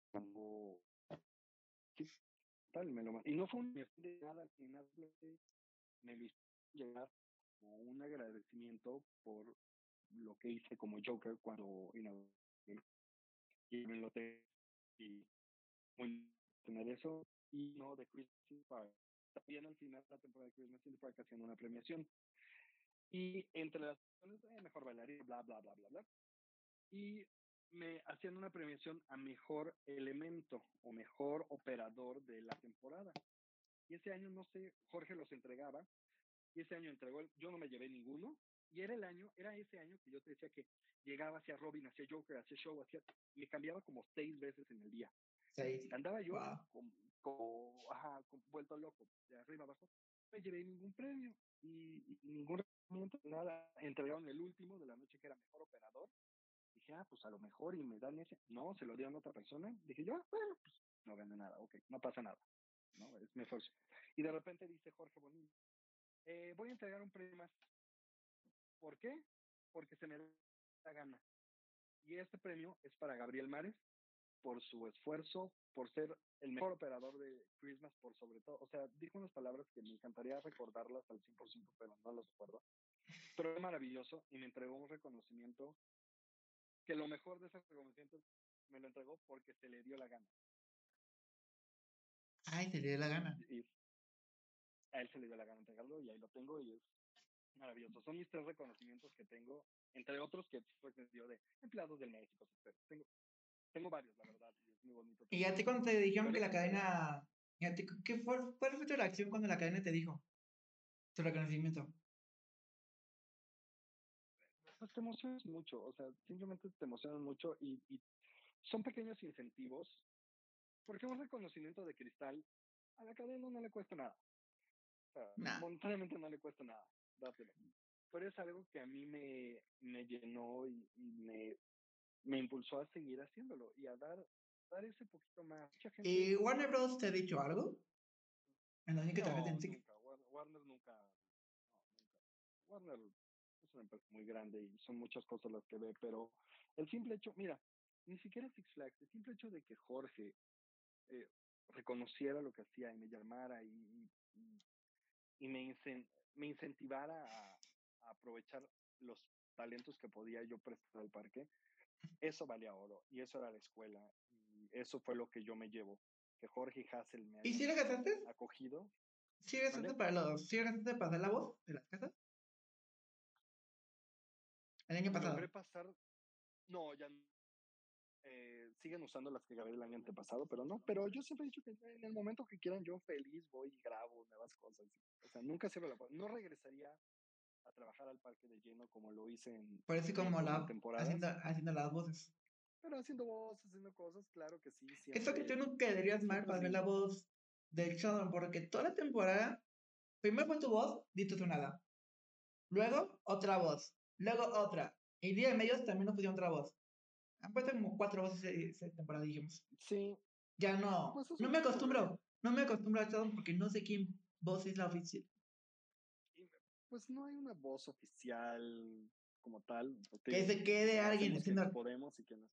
tal, y no fue un de nada, ni nada, me lo hicieron llegar como un agradecimiento por lo que hice como Joker cuando inauguré y me lo tengo y muy tener eso y no de Christmas Park. También al final de la temporada de Christmas in the Park haciendo una premiación y entre las mejor bailarín, bla, bla, bla, bla, bla. Y me hacían una premiación a mejor elemento o mejor operador de la temporada. Y ese año, no sé, Jorge los entregaba, y ese año entregó, yo no me llevé ninguno, y era ese año que yo te decía que llegaba hacia Robin, hacia Joker, hacia Show, me cambiaba como 6 veces en el día. 6. Andaba yo Wow. vuelto loco, de arriba abajo, no me llevé ningún premio, y ningún reconocimiento, nada. Entregaron el último de la noche, que era mejor operador. Dije, pues a lo mejor, y me dan ese. No, se lo dieron a otra persona. Dije yo, bueno, pues no gané nada, ok, no pasa nada, ¿no? Es mi esfuerzo. Y de repente dice Jorge Bonilla, voy a entregar un premio más. ¿Por qué? Porque se me da la gana. Y este premio es para Gabriel Mares por su esfuerzo, por ser el mejor operador de Christmas, por sobre todo. O sea, dijo unas palabras que me encantaría recordarlas al 100%, pero no las recuerdo. Pero es maravilloso y me entregó un reconocimiento que lo mejor de ese reconocimiento me lo entregó porque se le dio la gana. Ay, te dio la gana. Y a él se le dio la gana entregarlo y ahí lo tengo y es maravilloso. Son mis 3 reconocimientos que tengo, entre otros que dio de empleados del mes y cosas, pero tengo varios, la verdad, y es muy bonito. ¿Y a ti cuando te dijeron que la cadena... ¿Y a ti, cuál fue tu reacción cuando la cadena te dijo tu reconocimiento? Pues te emocionas mucho, o sea, simplemente te emocionas mucho y son pequeños incentivos, porque un reconocimiento de cristal a la cadena no le cuesta nada. O sea, Nah. monetariamente no le cuesta nada, dátelo. Pero es algo que a mí me llenó y me impulsó a seguir haciéndolo y a dar ese poquito más. Mucha gente. ¿Y Warner Bros. Te ha dicho algo? En los que trabajaste en No, SIG. nunca. Warner nunca. No, nunca. Warner es una empresa muy grande y son muchas cosas las que ve, pero el simple hecho, mira, ni siquiera Six Flags, el simple hecho de que Jorge eh, reconociera lo que hacía y me llamara y me incentivara a aprovechar los talentos que podía yo prestar al parque, eso valía oro y eso era la escuela y eso fue lo que yo me llevo, que Jorge y Hassel me ¿Y si hayan le gastaste? acogido. ¿Sí gastaste para los... ¿Sí gastaste para hacer la voz de las casas? El año Logré pasado. pasar, no, ya siguen usando las que grabé el año antepasado, pero no, pero yo siempre he dicho que en el momento que quieran yo feliz voy y grabo nuevas cosas, o sea, nunca cierro la puerta, no regresaría a trabajar al parque de lleno como lo hice en Parece como picos de la... temporadas, haciendo las voces. pero haciendo voces, haciendo cosas, claro que sí, Eso que tú siempre, no quedarías mal siempre para es hacer la lindo. voz del Sheldon, porque toda la temporada, primero fue tu voz, dito tu nada. Luego, otra voz. Luego, otra. Y día de medios también nos pusieron otra voz. Han puesto como 4 voces esa temporada, dijimos. Sí, Ya no. pues eso No me ocurre. acostumbro. No me acostumbro a Sheldon porque no sé quién voz es la oficial. Y, pues no hay una voz oficial como tal, pues, Que digo, se quede alguien hacemos haciendo. quienes podemos y quienes.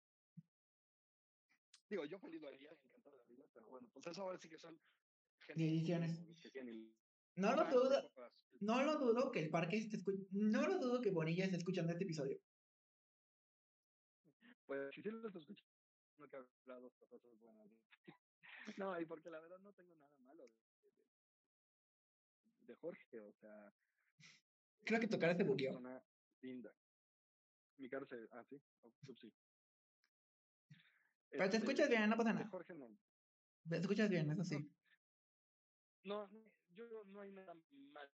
Digo, yo feliz lo haría, encantado de la vida, pero bueno, pues eso ahora sí que son De gente ediciones. como los que tienen No lo parque, dudo. papás. No lo dudo que el parque esté no lo dudo que Bonilla esté escuchando este episodio. Pues si sí los escucho, no que hablar dos cosas buenas. No, y porque la verdad no tengo nada malo de Jorge, o sea, Creo que tu cara se una bugueó. persona linda. Mi cara se, sí, sí. Pero te escuchas bien, no pasa De nada. Jorge no. Te escuchas bien, eso No, sí. no, yo no hay nada mal.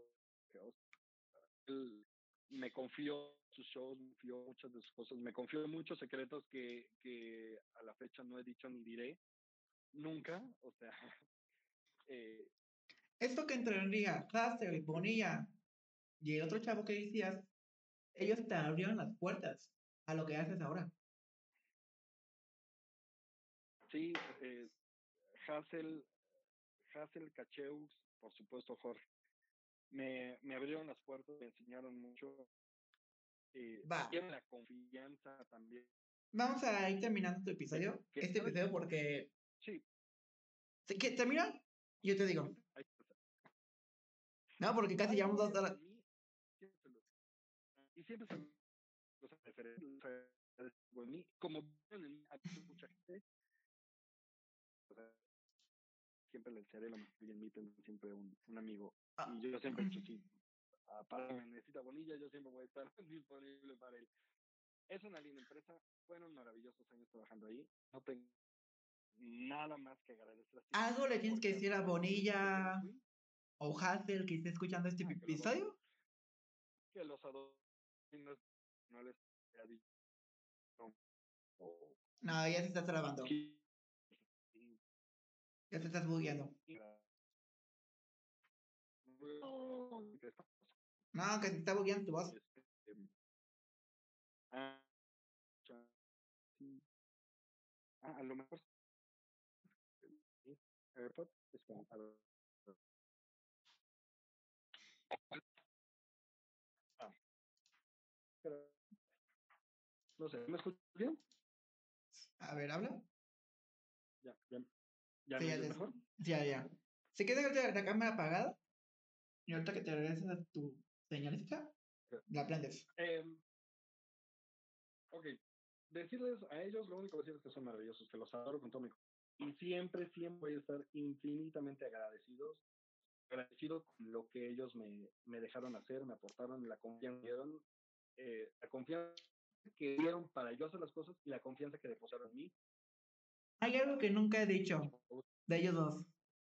Él me confió sus shows, me confió muchas de sus cosas, me confió muchos secretos que a la fecha no he dicho ni diré, nunca, o sea, Esto que entraría Hazel, Bonilla y el otro chavo que decías, ellos te abrieron las puertas a lo que haces ahora. sí, Hassel, Cacheux, por supuesto, Jorge, me abrieron las puertas, me enseñaron mucho, Va, tienen la confianza también. vamos a ir terminando tu episodio, este ¿sabes? episodio porque... Sí. ¿Qué termina? Yo te digo. Ahí está. No, porque casi llevamos 2 horas. Y siempre se los referentes en mí, como en mucha gente, o sea, siempre le enseñaré lo mejor y en mí tengo siempre un amigo. Y yo siempre he dicho, sí, para que necesita Bonilla, yo siempre voy a estar disponible para él. Es una linda empresa, fueron maravillosos años trabajando ahí, no tengo nada más que agradecer. ¿Algo le tienes que decir a Bonilla o Hassel que esté escuchando este episodio? Que los adoro, no les he dicho. No, ya se está trabando. Ya te estás bugueando. No, que se está bugueando tu voz. A lo mejor AirPod es como no sé, ¿me escuchas bien? A ver, habla. Ya Sí, me oyes mejor. Ya. Se queda la cámara apagada y ahorita que te regreses a tu señalética, la prendes. Ok, decirles a ellos, lo único que decirles es que son maravillosos, que los adoro con todo mi corazón. Y siempre voy a estar infinitamente agradecido con lo que ellos me dejaron hacer, me aportaron, la confianza que dieron, la confianza que dieron para yo hacer las cosas y la confianza que depositaron en mí. Hay algo que nunca he dicho de ellos dos.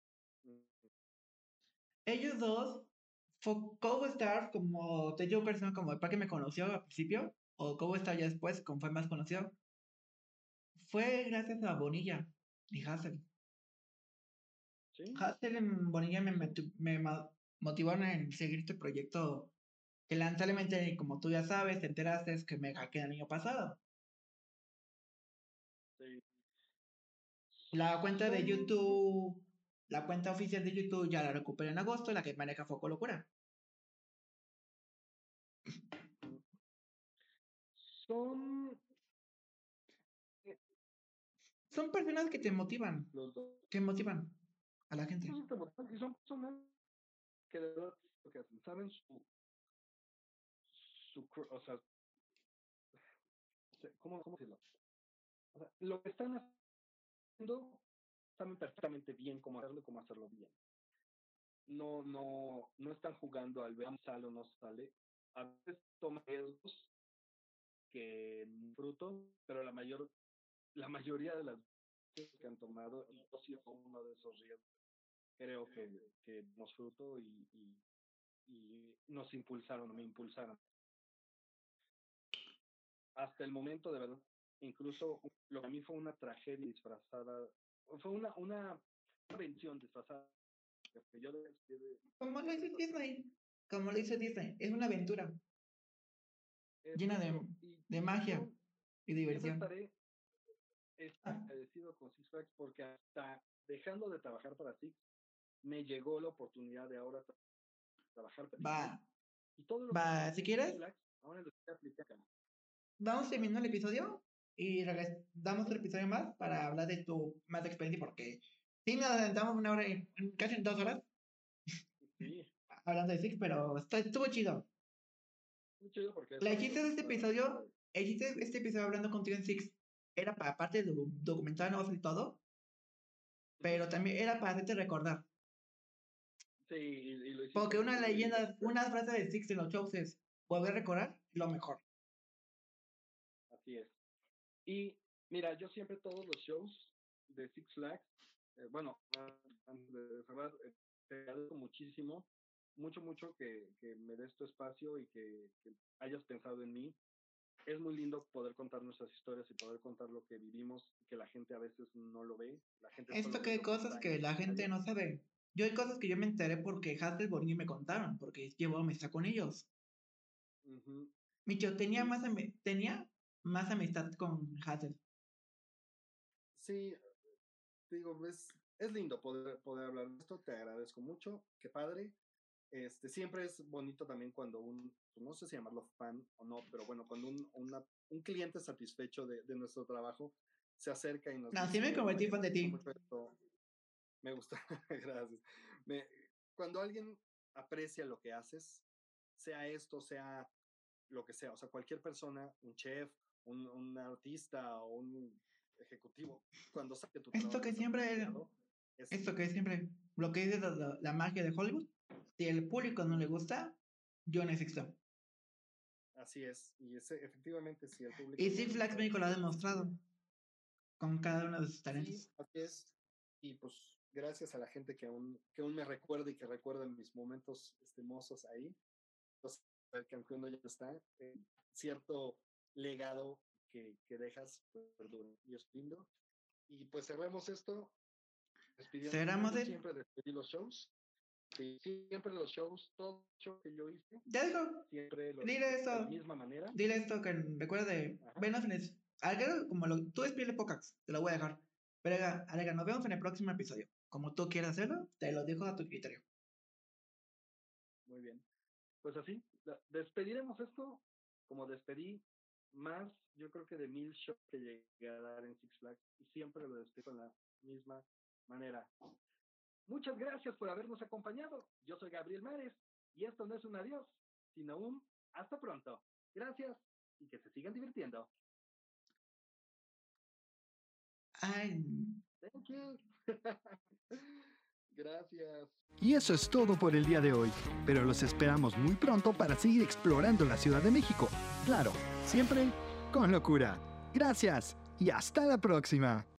Ellos dos, Co-Star, como The Joker, son como el par que me conoció al principio, o Co-Star ya después, como fue más conocido, fue gracias a Bonilla y Hassel. ¿Sí? Hassel y Bonilla me motivaron en seguir este proyecto que lamentablemente, como tú ya sabes, te enteraste, es que me hackeé el año pasado. Sí. La cuenta de YouTube, la cuenta oficial de YouTube ya la recuperé en agosto, la que maneja Foco Locura. Son personas que te motivan, que motivan a la gente. Y son personas que de verdad lo que hacen, saben o sea, ¿cómo decirlo? O sea, lo que están haciendo, saben perfectamente bien cómo hacerlo bien. No están jugando al ver si sale o no sale. A veces toman riesgos que fruto, pero la mayoría de las veces que han tomado, y yo sí fue uno de esos riesgos, creo que nos fruto y nos impulsaron, me impulsaron. Hasta el momento, de verdad, incluso lo que a mí fue una tragedia disfrazada, fue una invención disfrazada. Que yo Como lo hizo Disney. Como lo hizo Disney. Es una aventura. Llena de magia y diversión. Estaré agradecido con Six Flags porque hasta dejando de trabajar para Six, me llegó la oportunidad de ahora trabajar para Va. Y todo lo va, si quieres, Flags, ahora lo estoy aplicando. Vamos terminando el episodio y damos otro episodio más para hablar de tu más experiencia porque sí nos adelantamos una hora, casi 2 horas. Sí. Hablando de Six, pero estuvo chido. Muy chido porque La chiste de este episodio, el chiste de este episodio hablando contigo en Six, era para parte del documental no y todo, pero también era para hacerte recordar. Sí, y lo hiciste. Porque una leyenda, una frase de Six en los shows es, volver a recordar lo mejor. Así es. Y mira, yo siempre todos los shows de Six Flags, bueno, antes de cerrar, te agradezco muchísimo, mucho que me des tu espacio y que hayas pensado en mí. es muy lindo poder contar nuestras historias y poder contar lo que vivimos, que la gente a veces no lo ve. La gente Esto que hay cosas que la gente no sabe. Yo hay cosas que yo me enteré porque Hasselborn me contaron, porque llevo amistad con ellos. Mi tío tenía más amistad con Hassel. Sí, digo, es lindo poder hablar de esto. Te agradezco mucho. Qué padre. Siempre es bonito también cuando no sé si llamarlo fan o no, pero bueno, cuando un cliente satisfecho de nuestro trabajo se acerca y nos dice... Sí me convertí fan de ti. Me gusta, gracias. Cuando alguien aprecia lo que haces, sea esto, sea lo que sea, o sea, cualquier persona, un chef, un artista o un ejecutivo, cuando sabe tu trabajo... Esto que siempre, lo que dice la magia de Hollywood, si el público no le gusta, yo no existo. Así es, y efectivamente si el público... Y Six Flags México lo ha demostrado con cada uno de sus talentos. Sí, así es, y pues gracias a la gente que aún me recuerda y que recuerda mis momentos mozos ahí, pues, que aunque uno ya está, cierto legado que dejas perdura, y es lindo. Y pues cerramos esto despidiendo. Siempre despedí los shows. Sí, siempre los shows, todo show que yo hice. Ya digo, siempre dile esto. De la misma manera. Dile esto que recuerda de vernos en el. Como tú despide Pocax, te lo voy a dejar. Pero Alega, nos vemos en el próximo episodio. Como tú quieras hacerlo, te lo dejo a tu criterio. Muy bien. Pues así, despediremos esto como despedí más, yo creo que de 1000 shows que llegué a dar en Six Flags, y siempre lo despido de la misma manera. Muchas gracias por habernos acompañado. Yo soy Gabriel Mares y esto no es un adiós, sino un hasta pronto. Gracias y que se sigan divirtiendo. Ay. Thank you. Gracias. Y eso es todo por el día de hoy, pero los esperamos muy pronto para seguir explorando la Ciudad de México. Claro, siempre con locura. Gracias y hasta la próxima.